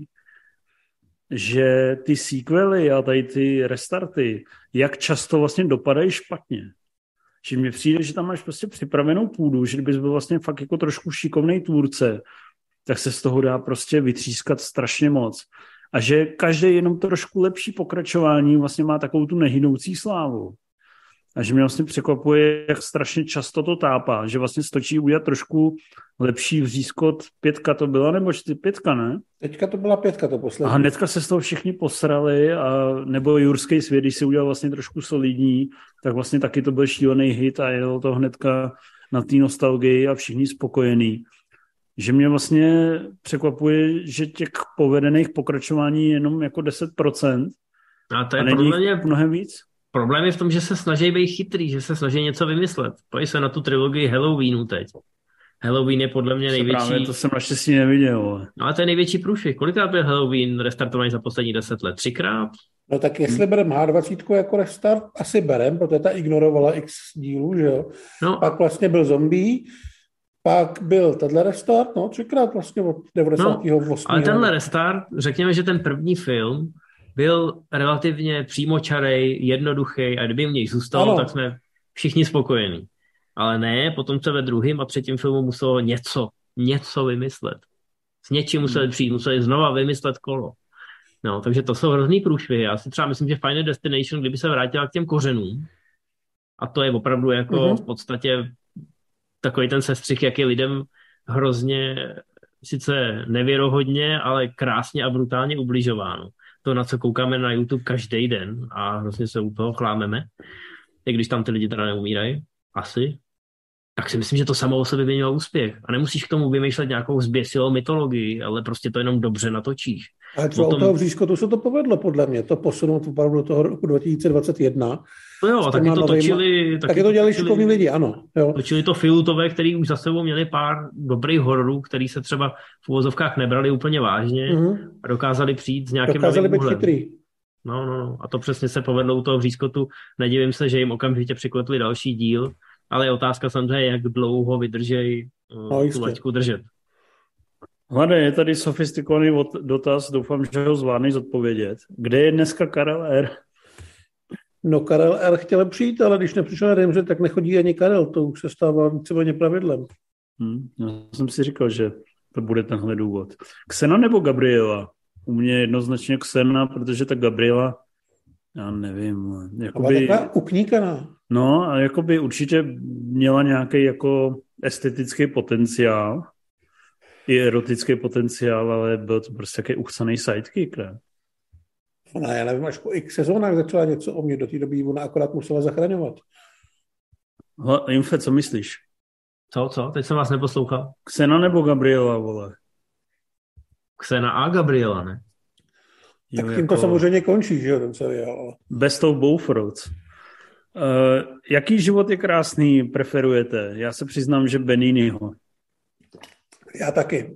že ty sequely a tady ty restarty, jak často vlastně dopadají špatně. Že mně přijde, že tam máš prostě připravenou půdu, že kdybys byl vlastně fakt jako trošku šikovnej tvůrce, tak se z toho dá prostě vytřískat strašně moc. A že každý jenom trošku lepší pokračování vlastně má takovou tu nehynoucí slávu. A že mě vlastně překvapuje, jak strašně často to tápá, že vlastně stočí udělat trošku lepší vřízkot. 5 to byla, nebo 5, ne? Teďka to byla 5, to poslední. A hnedka se z toho všichni posrali, nebo Jurský svět, když si udělal vlastně trošku solidní, tak vlastně taky to byl šílený hit a jelo to hnedka na té nostalgii a všichni spokojení. Že mě vlastně překvapuje, že těch povedených pokračování je jenom jako 10%. A to je není mnohem víc. Problém je v tom, že se snaží být chytrý, že se snaží něco vymyslet. Pojď se na tu trilogii Halloweenu teď. Halloween je podle mě největší... Právě, to jsem naštěstí neviděl. No ale to je největší průšvih. Kolikrát byl Halloween restartovaný za poslední 10 let? 3krát? No tak jestli bereme H20 jako restart, asi berem, protože ta ignorovala x dílů, že jo. No. Pak vlastně byl Zombie, pak byl tenhle restart, 3krát vlastně od 98. No, ale tenhle restart, řekněme, že ten první film byl relativně přímočarej, jednoduchý a kdyby v něj zůstalo, tak jsme všichni spokojení. Ale ne, potom se ve druhém a třetím filmu muselo něco vymyslet. S něčím museli přijít, museli znova vymyslet kolo. No, takže to jsou hrozný průšvihy. Já si třeba myslím, že Final Destination, kdyby se vrátila k těm kořenům, a to je opravdu jako v podstatě takový ten sestřih, jak je lidem hrozně, sice nevěrohodně, ale krásně a brutálně ubližováno. To, na co koukáme na YouTube každý den a hrozně se u toho chlámeme, i když tam ty lidi teda neumírají, asi, tak si myslím, že to samo o sobě by mělo úspěch. A nemusíš k tomu vymýšlet nějakou zběsilou mytologii, ale prostě to jenom dobře natočíš. Ale třeba od toho Vřízkotu se to povedlo, podle mě, to posunout opravdu do toho roku 2021. No jo, taky to točili... Taky to dělali šikovní lidi, ano. Jo. Točili to Filutové, který už za sebou měli pár dobrých hororů, který se třeba v uvozovkách nebrali úplně vážně a dokázali přijít s nějakým novým úhlem. No. A to přesně se povedlo u toho Vřízkotu. Nedivím se, že jim okamžitě přiklepli další díl, ale je otázka samozřejmě, jak dlouho vydržej tu laťku držet. Hlade, je tady sofistikovaný dotaz, doufám, že ho zvládneš zodpovědět. Kde je dneska Karel R? No Karel R chtěl přijít, ale když nepřišel Remře, tak nechodí ani Karel, to už se stává víceméně pravidlem. Já jsem si říkal, že to bude tenhle důvod. Xena nebo Gabriela? U mě jednoznačně Xena, protože ta Gabriela, já nevím. Jakoby, taková ukníkaná. No a jakoby určitě měla nějaký jako estetický potenciál, i erotický potenciál, ale byl to prostě takový uchcaný sidekick, ne? Ona, já nevím, až po x sezónách začala něco o mě, do té doby ona akorát musela zachraňovat. Infe, co myslíš? Co? Teď jsem vás neposlouchal. Xena nebo Gabriela, vole? Xena a Gabriela, ne? Tak tím jako... to samozřejmě končí, že jo, ten seriál. Best of both worlds. Jaký život je krásný preferujete? Já se přiznám, že Beniniho. Já taky.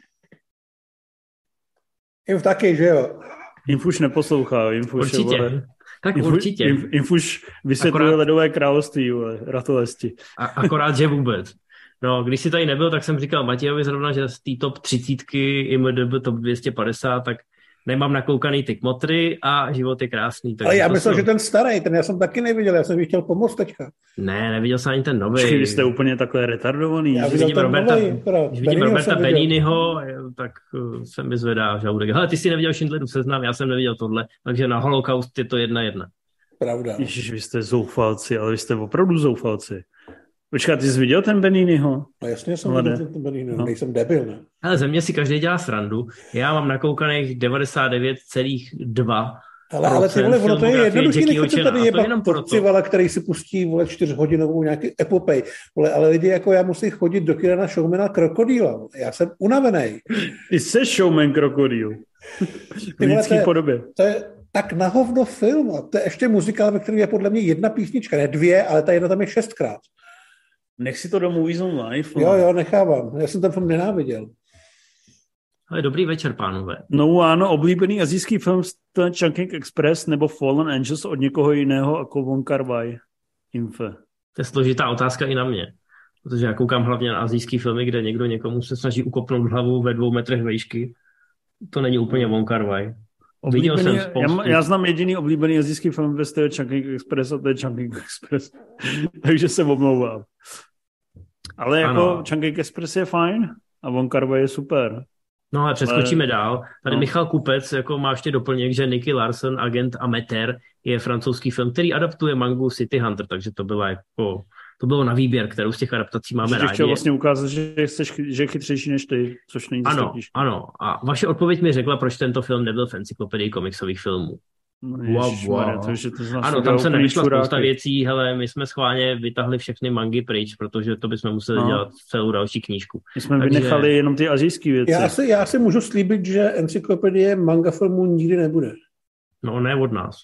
Inf taky, že jo? Infuš neposlouchá. Určitě. Infuš vysvětluje ledové království, ratolesti. Akorát, že vůbec. No, když si tady nebyl, tak jsem říkal Matějovi zrovna, že z té top 30 IMDb top 250, tak nemám nakoukaný ty kmotry a život je krásný. Ale já myslel, že ten starý, ten já jsem taky neviděl, já jsem chtěl pomoct teďka. Ne, neviděl jsem ani ten nový. Vy jste úplně takhle retardovaný. Já vidím Roberta Beniniho, tak se mi zvedá žaludek. Hele, ty jsi neviděl Schindlerův seznam, já jsem neviděl tohle, takže na Holocaust je to 1:1. Pravda. Ježiš, vy jste zoufalci, ale vy jste opravdu zoufalci. Počkat, ty jsi viděl ten Beniniho? No jasně jsem viděl ten Beniniho, nejsem debil, ne? Ale ze mě si každý dělá srandu. Já mám nakoukaných 99,2 Ale ty vole, ono to je jednoduchý, nechce tady jebat Civala, který si pustí, vole, 4hodinovou nějaký epopej. Vole, ale lidi jako já musí chodit do kina na showmana Krokodýla. Já jsem unavený. Ty jsi showman Krokodýl. V lidský podobě. To je tak na hovno film. A to je ještě muzikál, ve kterém je podle mě jedna písnička, ne 2, ale ta jedna tam je 6krát. Nech si to do Movies on Live. Jo, nechávám. Já jsem ten film nenáviděl. Ale dobrý večer, pánové. No ano, oblíbený asijský film Chungking Express nebo Fallen Angels od někoho jiného jako Wong Kar-wai. Infe. To je složitá otázka i na mě. Protože já koukám hlavně na asijský filmy, kde někdo někomu se snaží ukopnout hlavu ve 2 metrech vejšky. To není úplně Wong Kar-wai. Viděl jsem spoustu. Já znám jediný oblíbený asijský film ve stylu Chungking Express a to je Chungking Express. Takže se omlouvám. Ale jako Chungking Express je fajn a Wong Kar-wai je super. No ale přeskočíme dál. Tady Michal Kupec jako má ještě doplněk, že Nicky Larson, agent amatér, je francouzský film, který adaptuje mangu City Hunter, takže to bylo na výběr, kterou z těch adaptací máme rádi. Chtěl vlastně ukázat, že je chytřejší než ty, což není zastavíš. Ano. A vaše odpověď mi řekla, proč tento film nebyl v encyklopedii komiksových filmů. Ano, tam se nevyšla spousta věcí, hele, my jsme schválně vytahli všechny mangy pryč, protože to bychom museli dělat celou další knížku. My jsme vynechali jenom ty asijské věci. Já si můžu slíbit, že encyklopedie manga filmů nikdy nebude. No, ne od nás.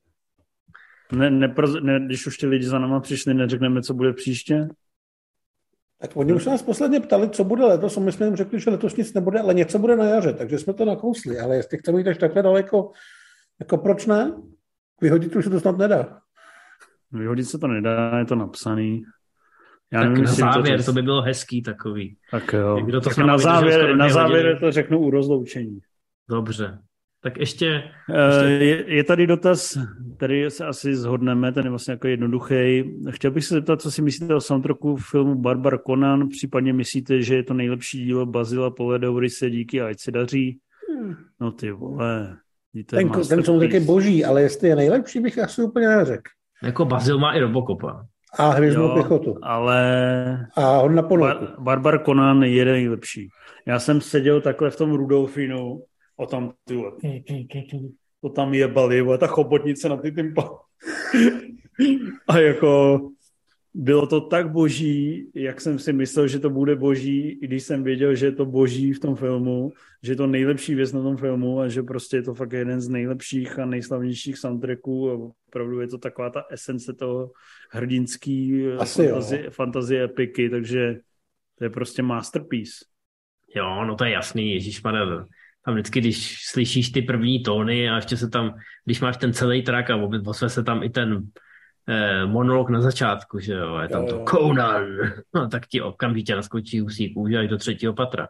Když už ty lidi za náma přišli, neřekneme, co bude příště? Tak oni už se nás posledně ptali, co bude letos, a my jsme jim řekli, že letos nic nebude, ale něco bude na jaře, takže jsme to nakousli, ale jestli chceme jít až takhle daleko, jako proč ne? Vyhodit už se to snad nedá. Vyhodit se to nedá, je to napsaný. Já tak nevím, na závěr, to by bylo hezký takový. Tak jo. Tak na závěr to řeknu u rozloučení. Dobře. Tak ještě... Je tady dotaz, který se asi shodneme, ten je vlastně jako jednoduchý. Chtěl bych se zeptat, co si myslíte o soundtracku filmu Barbar Conan, případně myslíte, že je to nejlepší dílo Bazila Poledourise, díky, ať se daří. No ty vole... Ten soundtrack je boží, ale jestli je nejlepší, bych asi úplně neřekl. Jako Bazil má i Robocopa. A Hvězdnou pěchotu. Ale... A on na ponorku. Barbar Conan je nejlepší. Já jsem seděl takhle v tom Rudolfinu, o tam to tam jebali, ta chobotnice na ty tympa. A jako... Bylo to tak boží, jak jsem si myslel, že to bude boží, i když jsem věděl, že je to boží v tom filmu, že je to nejlepší věc na tom filmu a že prostě je to fakt jeden z nejlepších a nejslavnějších soundtracků a opravdu je to taková ta esence toho hrdinský fantazie epiky, takže to je prostě masterpiece. Jo, no to je jasný, ježišmarja. Tam vždycky, když slyšíš ty první tóny a ještě se tam, když máš ten celý track a obsve se tam i ten monolog na začátku, že jo, je tam to Conan, no tak ti okamžitě naskočí husí kůže až do 3. patra.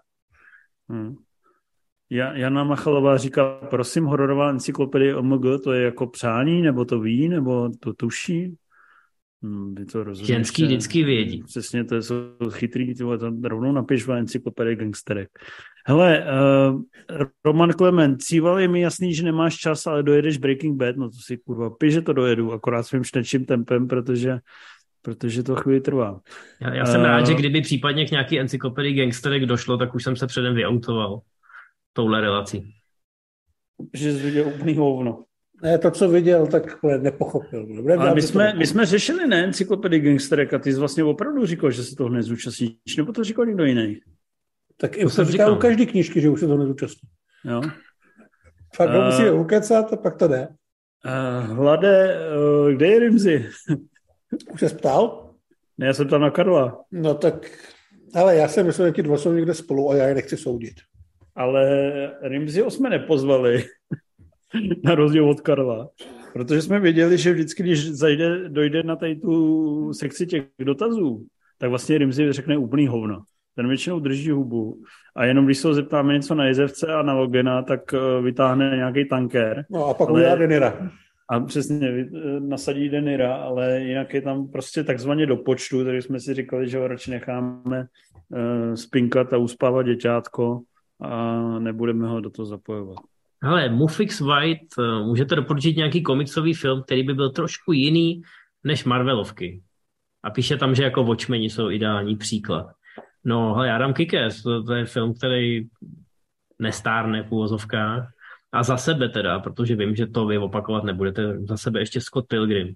Jana Machalová říká, prosím, hororová encyklopedie OMG, to je jako přání, nebo to ví, nebo to tuší? To ženský vždycky vědí. Přesně, to jsou chytrý, to rovnou napiš v encyklopedii gangsterek. Hele, Roman Klement, Cíval, je mi jasný, že nemáš čas, ale dojedeš Breaking Bad, no to si kurva, píš, že to dojedu, akorát svým šnečím tempem, protože to chvíli trvá. Já jsem rád, že kdyby případně k nějaký encyklopedii gangsterek došlo, tak už jsem se předem vyautoval touhle relací. Že jsi viděl úplný hovno. Ne, to, co viděl, tak nepochopil. Ale my jsme řešili ne encyklopedii gangsterek a ty jsi vlastně opravdu říkal, že se toho nezúčastníš, nebo to říkal někdo jiný? Tak to jsem říkal u každé knížky, že už se toho nezúčastní. Jo. Fakt ho musíme ukecat a pak to jde. Hlade, kde je Rimzi? Už se ptal? Ne, já jsem tam na Karla. No tak, ale já jsem myslel, že ti dva jsou někde spolu a já je nechci soudit. Ale Rimziho jsme nepozvali. Na rozdíl od Karla. Protože jsme věděli, že vždycky, když dojde na tady tu sekci těch dotazů, tak vlastně Rimzi řekne úplný hovno. Ten většinou drží hubu a jenom když se ho zeptáme něco na Jezevce a na Logena, tak vytáhne nějaký tanker. No a pak udělá Denira. A přesně, nasadí Denira, ale jinak je tam prostě takzvaně do počtu, takže jsme si říkali, že ho radši necháme spinkat a uspávat děťátko a nebudeme ho do toho zapojovat. Hele, Mufix White, můžete doporučit nějaký komiksový film, který by byl trošku jiný než Marvelovky. A píše tam, že jako Watchmeni jsou ideální příklad. No, hele, já dám Kick-Ass, to je film, který nestárne v úvozovkách. A za sebe teda, protože vím, že to vy opakovat nebudete, za sebe ještě Scott Pilgrim.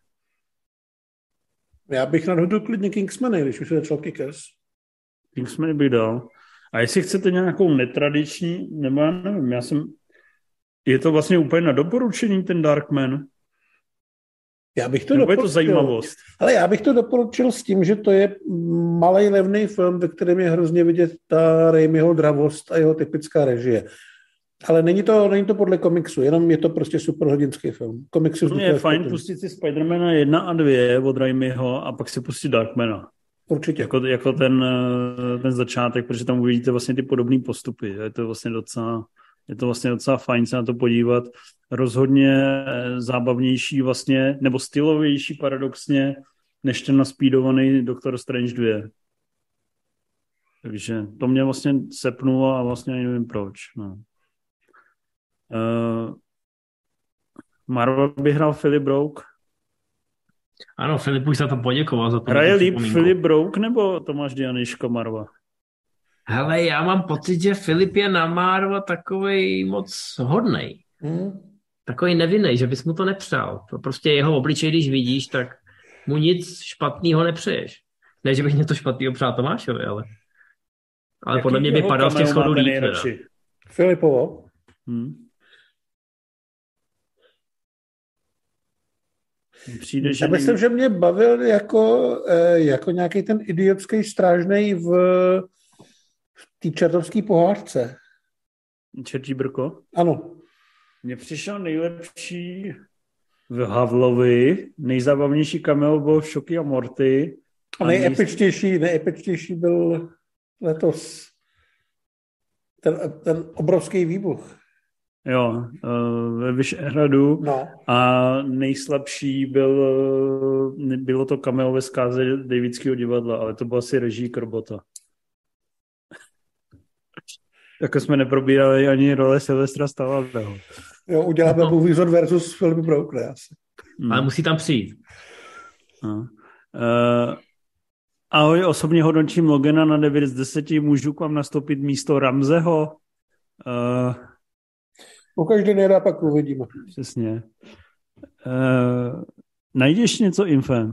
Já bych nadhodil klidně Kingsmany, když už se začal Kickers. Kingsmany bych dal. A jestli chcete nějakou netradiční, nebo já nevím, je to vlastně úplně na doporučení ten Darkman? Já bych to nebo doporučil. Je to zajímavost? Ale já bych to doporučil s tím, že to je malej levný film, ve kterém je hrozně vidět ta Raimiho dravost a jeho typická režie. Ale není to podle komiksu, jenom je to prostě superhrdinský film. Komiksy to je fajn pustit si Spidermana 1 a 2 od Raimiho a pak si pustit Darkmana. Určitě. Jako ten začátek, protože tam uvidíte vlastně ty podobné postupy. Je to vlastně docela fajn se na to podívat. Rozhodně zábavnější vlastně, nebo stylovější paradoxně, než ten naspídovaný Doctor Strange 2. Takže to mě vlastně sepnulo a vlastně ani nevím proč. No. Marvel by hrál Philip Brook. Ano, Filip už za to poděkoval. Za to hraje líp Philip Brook nebo Tomáš Dianyško Marva? Hele, já mám pocit, že Filip je na Marva takovej moc hodnej. Takovej nevinnej, že bys mu to nepřál. To prostě jeho obličej, když vidíš, tak mu nic špatného nepřeješ. Ne, že bych něco špatného přál Tomášovi, ale podle mě by padal z těch schodů líp. Filipovo. Přijde, že já myslím, že mě bavil jako nějaký ten idiotský strážnej v té čertovské pohádce. Čertí brko? Ano. Mně přišel nejlepší v Havlovi, nejzábavnější cameo byl v Šoky a Morty. A nejepičtější byl letos ten obrovský výbuch. Jo, ve Vyšehradu. No. A nejslabší bylo to cameo ve zkáze Davidského divadla, ale to byl asi režík Robota. Jako jsme neprobírali ani role Silvestra Stalloneho. Jo, uděláme Movie versus Philip Brook, ne asi. Ale musí tam přijít. No. Ahoj, osobně hodnotím Logana na 9 z 10. Můžu k vám nastoupit místo Ramzeho? Pokaždé nedá, pak uvidíme. Přesně. Najdeš něco info?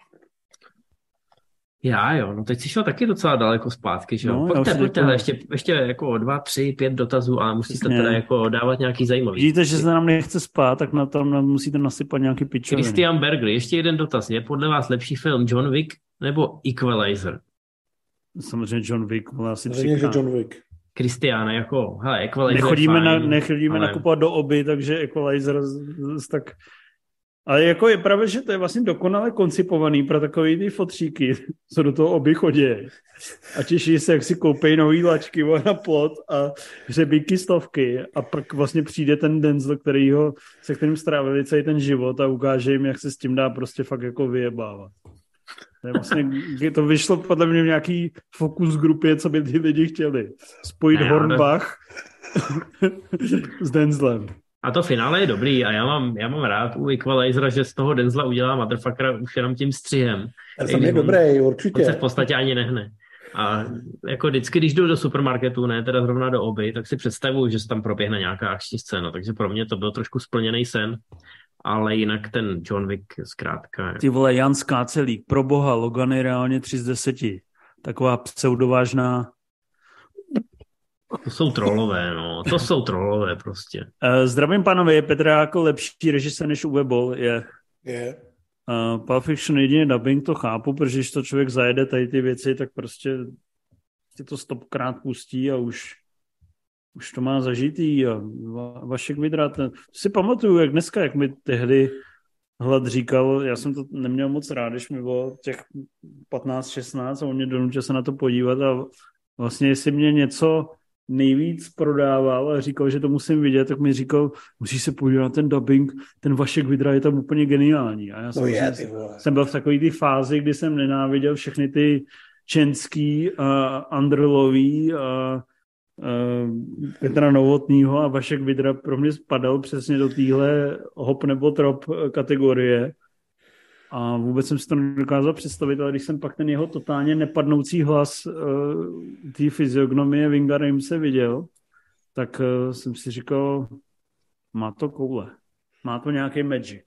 No teď jsi šel taky docela daleko zpátky, že jo? No, pojďte, ještě jako 2, 3, 5 dotazů, ale musíte teda jako dávat nějaký zajímavý. Vidíte, že se nám nechce spát, tak na tam musíte nasypat nějaký pičoviny. Christian Berger, ještě jeden dotaz. Je podle vás lepší film John Wick nebo Equalizer? Samozřejmě John Wick, ale asi třikrát. John Wick. Christian, jako, hele, Equalizer nechodíme nakupovat do oby, takže Equalizer tak... Ale jako je pravda, že to je vlastně dokonale koncipovaný pro takový ty fotříky, co do toho oby chodí. A těší se, jak si koupej nový lačky na plot a hřebíky stovky a pak vlastně přijde ten Denzel, se kterým strávili celý ten život a ukáže jim, jak se s tím dá prostě fakt jako vyjebávat. To vyšlo podle mě v nějaký fokus grupě, co by ty lidi chtěli. Spojit Hornbach s Denzlem. A to finále je dobrý a já mám rád u Equalizera, že z toho Denzla udělá motherfuckera už jenom tím střihem. To je dobrý, určitě. On se v podstatě ani nehne. A jako vždycky, když jdu do supermarketu, ne teda zrovna do oby, tak si představuju, že se tam proběhne nějaká akční scéna, takže pro mě to byl trošku splněný sen, ale jinak ten John Wick zkrátka. Ty vole, Jan Skácelík, pro boha, Logan je reálně 3 z 10. Taková pseudovážná. To jsou trolové, no. To jsou trolové prostě. Zdravím, pánové, je Petra jako lepší režisér než Uwe Boll? Je. Pulp Fiction jedině dubbing, to chápu, protože když to člověk zajede tady ty věci, tak prostě si to 100krát pustí a už to má zažitý. A Vašek Vidra, si pamatuju, jak dneska, jak mi tehdy Hlad říkal, já jsem to neměl moc rád, když mi bylo těch 15-16 a on mě donutil se na to podívat a vlastně jestli mě něco nejvíc prodával a říkal, že to musím vidět, tak mi říkal, musíš se podívat na ten dubbing, ten Vašek Vidra je tam úplně geniální. A já jsem byl v takové té fázi, kdy jsem nenáviděl všechny ty Čenský a Andrlový a Petra Novotnýho a Vašek Vidra pro mě spadal přesně do téhle hop nebo trop kategorie. A vůbec jsem si to nedokázal představit, ale když jsem pak ten jeho totálně nepadnoucí hlas té fyziognomie Vinga Ramse viděl, tak jsem si říkal, Má to koule. Má to nějaký magic.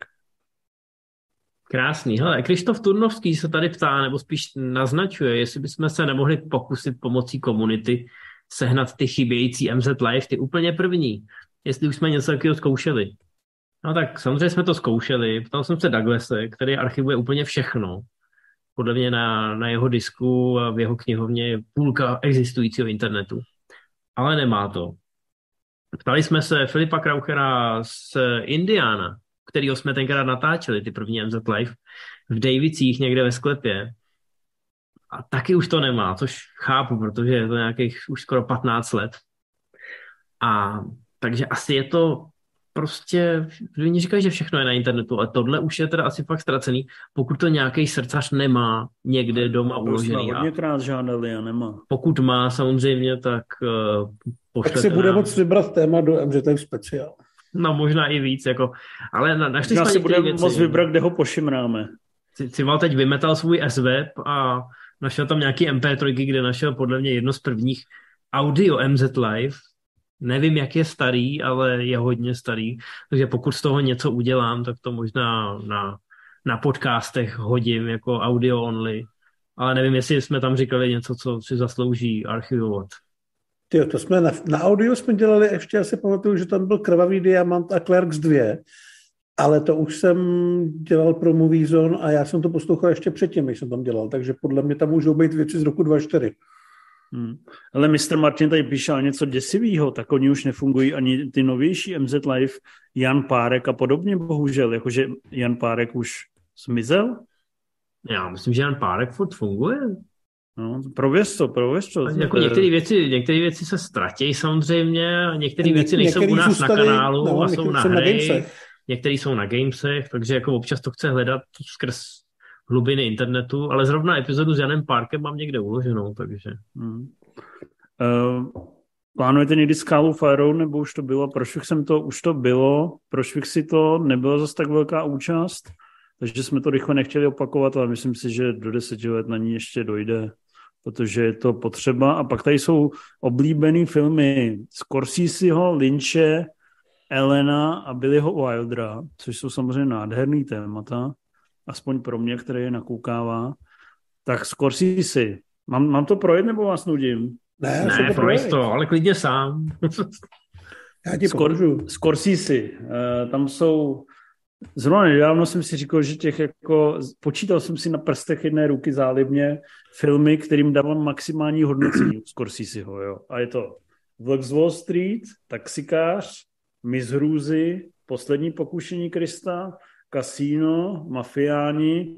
Krásný. Hele, Krištof Turnovský se tady ptá, nebo spíš naznačuje, jestli bychom se nemohli pokusit pomocí komunity sehnat ty chybějící MZ Live, ty úplně první. Jestli už jsme něco takového zkoušeli. No tak samozřejmě jsme to zkoušeli. Ptal jsem se Douglase, který archivuje úplně všechno. Podle mě na jeho disku a v jeho knihovně je půlka existujícího internetu. Ale nemá to. Ptali jsme se Filipa Krauchera z Indiana, kterýho jsme tenkrát natáčeli, ty první MZ Live, v Davicích někde ve sklepě. A taky už to nemá, což chápu, protože je to nějakých už skoro 15 let. A takže asi je to prostě, oni říkají, že všechno je na internetu, ale tohle už je teda asi fakt ztracený, pokud to nějaký srdcař nemá někde doma uložený. To jsme hodněkrát žádali a nemá. Pokud má samozřejmě, tak pošlete. Tak si bude moct vybrat téma do MZ Live speciál. No možná i víc, jako, ale našli jsme si budeme moct vybrat, kde ho pošimráme. Cival teď vymetal svůj S-web a našel tam nějaký MP3, kde našel podle mě jedno z prvních audio MZ Live. Nevím, jak je starý, ale je hodně starý, takže pokud z toho něco udělám, tak to možná na podcastech hodím jako audio only, ale nevím, jestli jsme tam říkali něco, co si zaslouží archivovat. Tyjo, to jsme na audio jsme dělali, ještě já si pamatuju, že tam byl Krvavý diamant a Clerks 2, ale to už jsem dělal pro Movie Zone a já jsem to poslouchal ještě předtím, než jsem tam dělal, takže podle mě tam můžou být věci z roku 2004. Ale Mr. Martin tady píše něco děsivého, tak oni už nefungují ani ty novější MZ Live, Jan Párek a podobně, bohužel, jakože Jan Párek už zmizel? Já myslím, že Jan Párek furt funguje. No, prověř to. Jako některé věci se ztratí samozřejmě, a některé věci nejsou u nás na kanálu a jsou na hry, některé jsou na gamesech, takže jako občas to chce hledat skrz hlubiny internetu, ale zrovna epizodu s Janem Párkem mám někde uloženou, takže. Plánujete někdy Skálu Fire, nebo už to bylo? Už to bylo, pro Švixi to nebyla zase tak velká účast, takže jsme to rychle nechtěli opakovat, ale myslím si, že do 10 let na ní ještě dojde, protože je to potřeba. A pak tady jsou oblíbený filmy Scorseseho, Lynche, Elena a Billyho Wildera, což jsou samozřejmě nádherný témata, aspoň pro mě, který je nakoukává. Tak Scorsese. Mám to projet, nebo vás nudím? Ne, projet to, ale klidně sám. Já ti pomůžu. Scorsese. Tam jsou... Zrovna nedávno jsem si říkal, že počítal jsem si na prstech jedné ruky zálibně filmy, kterým dávám maximální hodnocení Scorseseho, jo. A je to Vlk z Wall Street, Taxikář, Miss Hrůzy, Poslední pokušení Krista, Kasino, Mafiáni,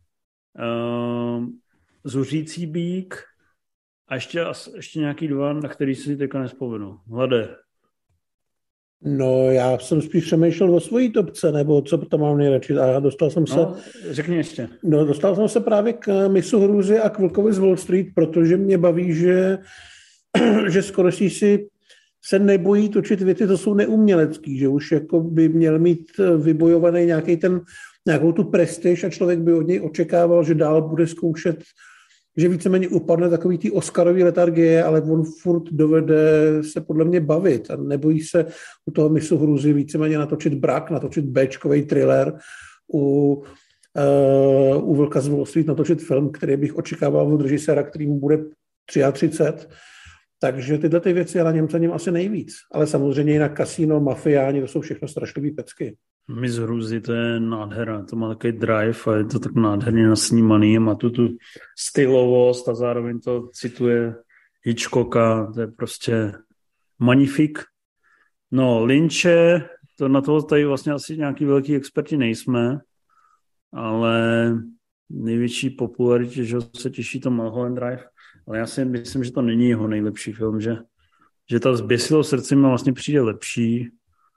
Zuřící býk a ještě nějaký dva, na který si teďka nespomenu. Hlade. No, já jsem spíš přemýšlel o svojí topce, nebo co tam mám nejradši. A dostal jsem se... řekni ještě. No, dostal jsem se právě k Missu Hrůzy a k Vlkovi z Wall Street, protože mě baví, že Scorsese se nebojí točit věci, to jsou neumělecký, že už jako by měl mít vybojovaný nějakou tu prestiž a člověk by od něj očekával, že dál bude zkoušet, že víceméně upadne takový ty Oscarový letargie, ale on furt dovede se podle mě bavit a nebojí se u toho Missu Hrůzy víceméně natočit brak, natočit béčkovej thriller, u Vlka z Wall Street natočit film, který bych očekával od režiséra, který mu bude 33. Takže tyhle ty věci já na něm cením asi nejvíc. Ale samozřejmě jinak Kasino, Mafiáni, to jsou všechno strašlivý pecky. Miss Hrůzy, to je nádhera, to má takový drive a je to tak nádherně nasnímaný a má tu stylovost a zároveň to cituje Hitchcocka, to je prostě magnifik. No, Lynche, na toho tady vlastně asi nějaký velký experti nejsme, ale největší popularitě, že se těší to Mulholland Drive, ale já si myslím, že to není jeho nejlepší film, že ta Zběsilo srdce mi vlastně přijde lepší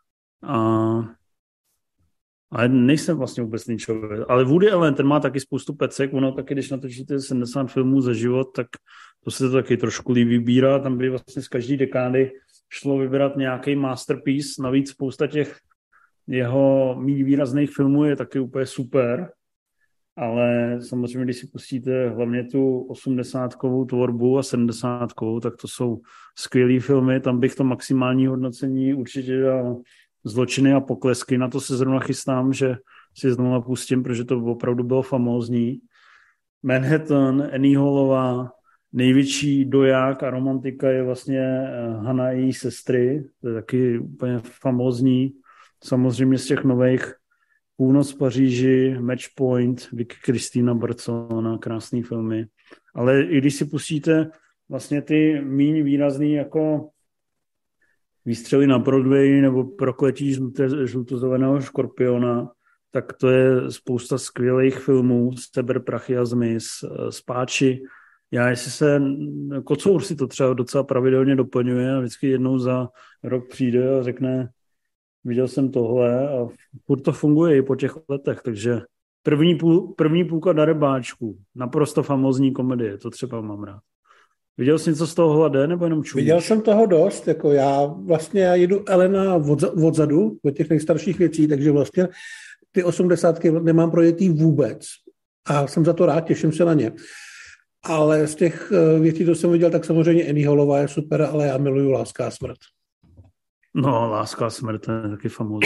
ale nejsem vlastně vůbec Lynchové. Ale Woody Allen, ten má taky spoustu pecek, ono taky, když natočíte 70 filmů za život, tak to se to taky trošku líbí vybírá, tam by vlastně z každé dekády šlo vybrat nějaký masterpiece, navíc spousta těch jeho méně výrazných filmů je taky úplně super, ale samozřejmě, když si pustíte hlavně tu 80kovou tvorbu a 70kovou, tak to jsou skvělý filmy, tam bych to maximální hodnocení určitě dal Zločiny a poklesky. Na to se zrovna chystám, že si znovu pustím, protože to opravdu bylo famózní. Manhattan, Annie Hallová, největší doják a romantika je vlastně Hana a její sestry. To je taky úplně famózní. Samozřejmě z těch nových Půlnoc v Paříži, Match Point, Vicky Cristina Barcelona, krásný filmy. Ale i když si pustíte vlastně ty míň výrazný jako Výstřely na Broadway nebo Prokletí žlutozeleného škorpiona, tak to je spousta skvělých filmů, Seber, prachy a zmiz, Spáči. Já Kocour si to třeba docela pravidelně doplňuje a vždycky jednou za rok přijde a řekne, viděl jsem tohle a furt to funguje i po těch letech, takže první půlka na rybáčku, naprosto famózní komedie, to třeba mám rád. Viděl jsi něco z toho Hlade, nebo jenom čumíš? Viděl jsem toho dost, jako já jedu Elena odzadu, od těch nejstarších věcí, takže vlastně ty 80 nemám projetý vůbec. A jsem za to rád, těším se na ně. Ale z těch věcí, co jsem viděl, tak samozřejmě Annie Hallová je super, ale já miluju Láska a smrt. No, Láska a smrt, to je taky famózní.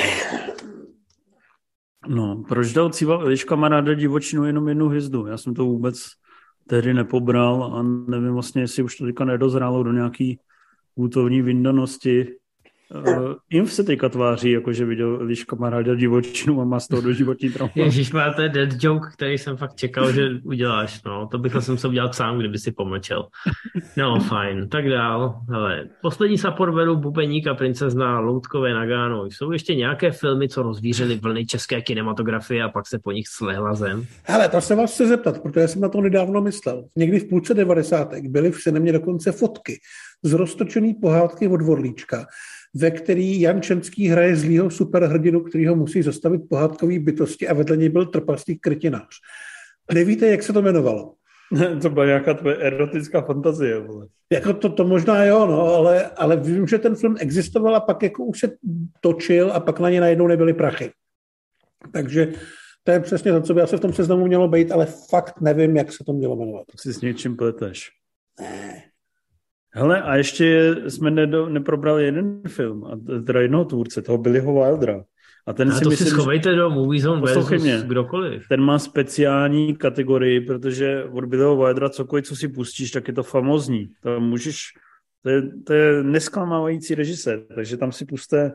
No, proč dal Eliška má ráda divočinu jenom jednu hvězdu? Já jsem to vůbec tehdy nepobral a nevím vlastně, jestli už to teďka nedozrálo do nějaký kultovní vyndanosti. Inf se teďka tváří, jakože viděl Eliška má ráda divočinu a má z toho doživotní trauma. Ježíš, to je dead joke, který jsem fakt čekal, že uděláš. No, to bych se udělal sám, kdyby si pomlčel. No, fajn, tak dál. Hele, poslední Saporveru, Bubeník a princezna, Loutkové Nagano. Jsou ještě nějaké filmy, co rozvířily vlny české kinematografie a pak se po nich slehla zem? Hele, to se vás chci zeptat, protože jsem na to nedávno myslel. Někdy v půlce 90. byly v Cinemě dokonce fotky z roztočený pohádky od Vorlíčka, ve který Jan Čenský hraje zlýho superhrdinu, který ho musí zastavit pohádkový bytosti a vedle něj byl trpaslík krytinář. Nevíte, jak se to jmenovalo? To byla nějaká tvoje erotická fantazie. Vole. Jako to možná jo, no, ale vím, že ten film existoval a pak jako už se točil a pak na ně najednou nebyly prachy. Takže to je přesně to, co by asi v tom seznamu mělo být, ale fakt nevím, jak se to mělo jmenovat. Si s něčím pleteš. Ne. Hele, a ještě jsme neprobrali jeden film, a teda jednoho tvůrce, toho Billyho Wildera. A ten to si schovejte do Movie Zone versus kdokoliv. Ten má speciální kategorii, protože od Billyho Wildera cokoliv, co si pustíš, tak je to famózní. To je nesklamávající režisér, takže tam si puste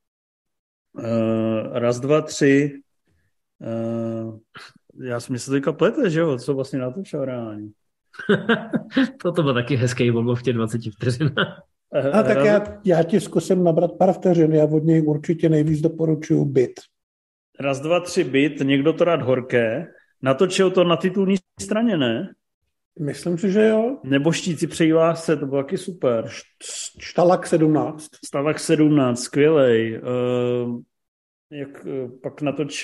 raz, dva, tři. Já si myslím, že teďka plete, že jo, co vlastně natočil reálně. To byl taky hezký volbo v těch 20 vteřinách. A tak já ti zkusím nabrat pár vteřin, já od něj určitě nejvíc doporučuju Byt. Raz, dva, tři, Byt, někdo to rád horké. Natočil to na titulní straně, ne? Myslím si, že jo. Nebo Štíci přejí lásce, to bylo taky super. Štalak 17. Štalak 17, skvělej. Jak pak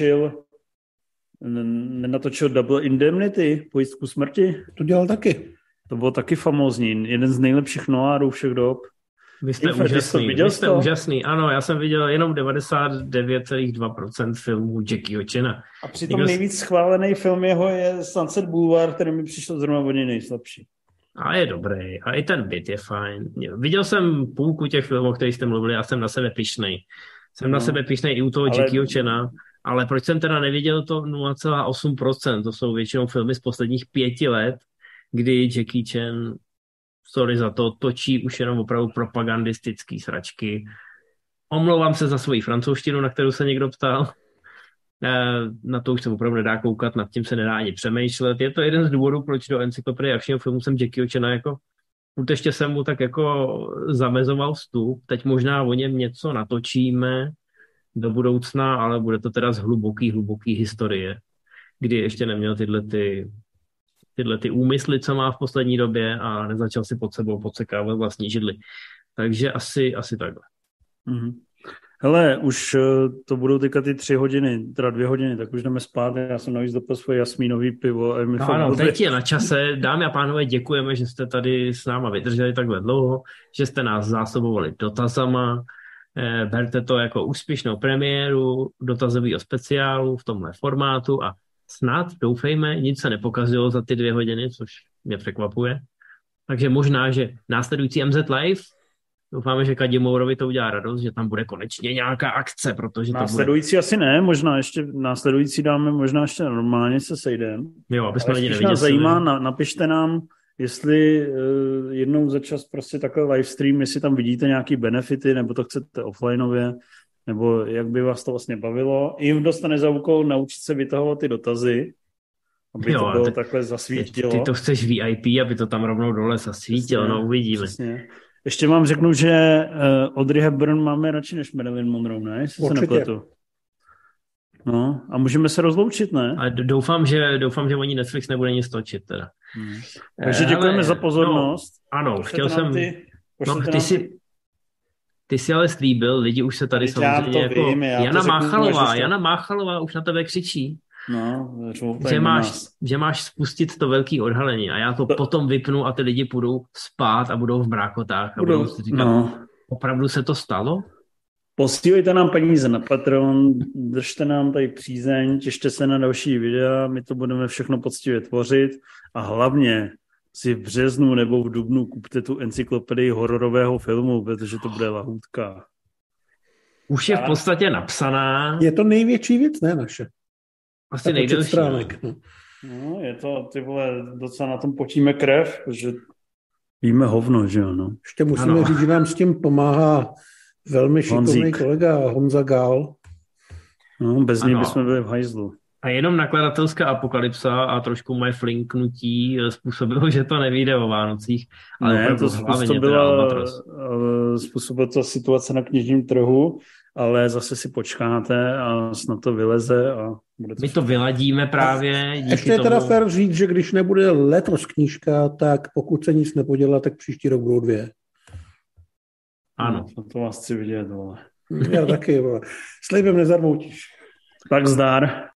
nenatočil Double Indemnity, Pojistku smrti? To dělal taky. To bylo taky famózní. Jeden z nejlepších noárů všech dob. Vy jste úžasný. Ano, já jsem viděl jenom 99,2% filmů Jackieho Chana. A přitom nejvíc schválený film jeho je Sunset Boulevard, který mi přišel zrovna od něj nejslabší. A je dobrý. A i ten Byt je fajn. Viděl jsem půlku těch filmů, o kterých jste mluvili, a jsem na sebe pyšnej. Na sebe pyšnej i u toho Jackieho Chana. Ale proč jsem teda neviděl to 0,8%? To jsou většinou filmy z posledních 5 let, kdy Jackie Chan, sorry za to, točí už jenom opravdu propagandistický sračky. Omlouvám se za svoji francouzštinu, na kterou se někdo ptal. Na to už se opravdu nedá koukat, nad tím se nedá ani přemýšlet. Je to jeden z důvodů, proč do encyklopedie akčního filmu jsem Jackieho Chana jako ještě jsem mu tak jako zamezoval vstup. Teď možná o něm něco natočíme do budoucna, ale bude to teda z hluboký historie, kdy ještě neměl tyhle ty úmysly, co má v poslední době a nezačal si pod sebou podsekávat vlastní židli. Takže asi takhle. Mm-hmm. Hele, už to budou teďka ty 3 hodiny, teda 2 hodiny, tak už jdeme spát. Já jsem navíc dopil svoje jasmínový pivo. Ano, teď je na čase. Dámy a pánové, děkujeme, že jste tady s náma vydrželi takhle dlouho, že jste nás zásobovali dotazama. Berte to jako úspěšnou premiéru dotazového speciálu v tomhle formátu a snad, doufejme, nic se nepokazilo za ty 2 hodiny, což mě překvapuje. Takže možná, že následující MZ Live Doufáme, že Kadimourovi to udělá radost, že tam bude konečně nějaká akce, protože následující to bude... asi ne, možná ještě následující dáme, možná ještě normálně se sejdeme. Jo, aby jsme lidi neviděli. Nás zajímá, napište nám, jestli jednou za čas prostě takhle livestream, jestli tam vidíte nějaký benefity, nebo to chcete offlineově, nebo jak by vás to vlastně bavilo. Jim dostane za úkol naučit se vytahovat ty dotazy, aby to bylo takhle zasvítilo. Ty to chceš VIP, aby to tam rovnou dole zasvítilo, no uvidíme. Přesně. Ještě vám řeknu, že Audrey Hepburn máme radši než Marilyn Monroe, ne? Jestli se nepletu. No, a můžeme se rozloučit, ne? A doufám, že oni Netflix nebude nic točit teda. Takže děkujeme za pozornost. No, ano, chtěl jsem... Ty jsi ale slíbil, lidi už se tady samozřejmě jako... Jana Máchalová už na tebe křičí. No, že máš spustit to velký odhalení a já to potom vypnu a ty lidi půjdou spát a budou v brákotách a budou si říkat, opravdu se to stalo? Posílejte nám peníze na Patreon, držte nám tady přízeň, těšte se na další videa, my to budeme všechno poctivě tvořit a hlavně si v březnu nebo v dubnu kupte tu encyklopedii hororového filmu, protože to bude lahůdka. Už je v podstatě napsaná. Je to největší věc, ne naše? Asi nejdelší. Stránek, no, je to, ty vole, docela na tom potíme krev, že víme hovno, že jo, no. Ještě musíme říct, že nám s tím pomáhá velmi šikovný kolega Honza Gál. No, bez něj bychom byli v hajzlu. A jenom nakladatelská apokalypsa a trošku moje flinknutí způsobilo, že to nevyjde o Vánocích. Ale ne, to způsobila to situace na knižním trhu, ale zase si počkáte a snad to vyleze. A my to vyladíme právě. Ještě je teda fér říct, že když nebude letos knížka, tak pokud se nic nepodělá, tak příští rok budou 2. Ano. No, to vás chci vidět, vole. Já taky, vole. Slibem nezarmoutíš. Tak zdar.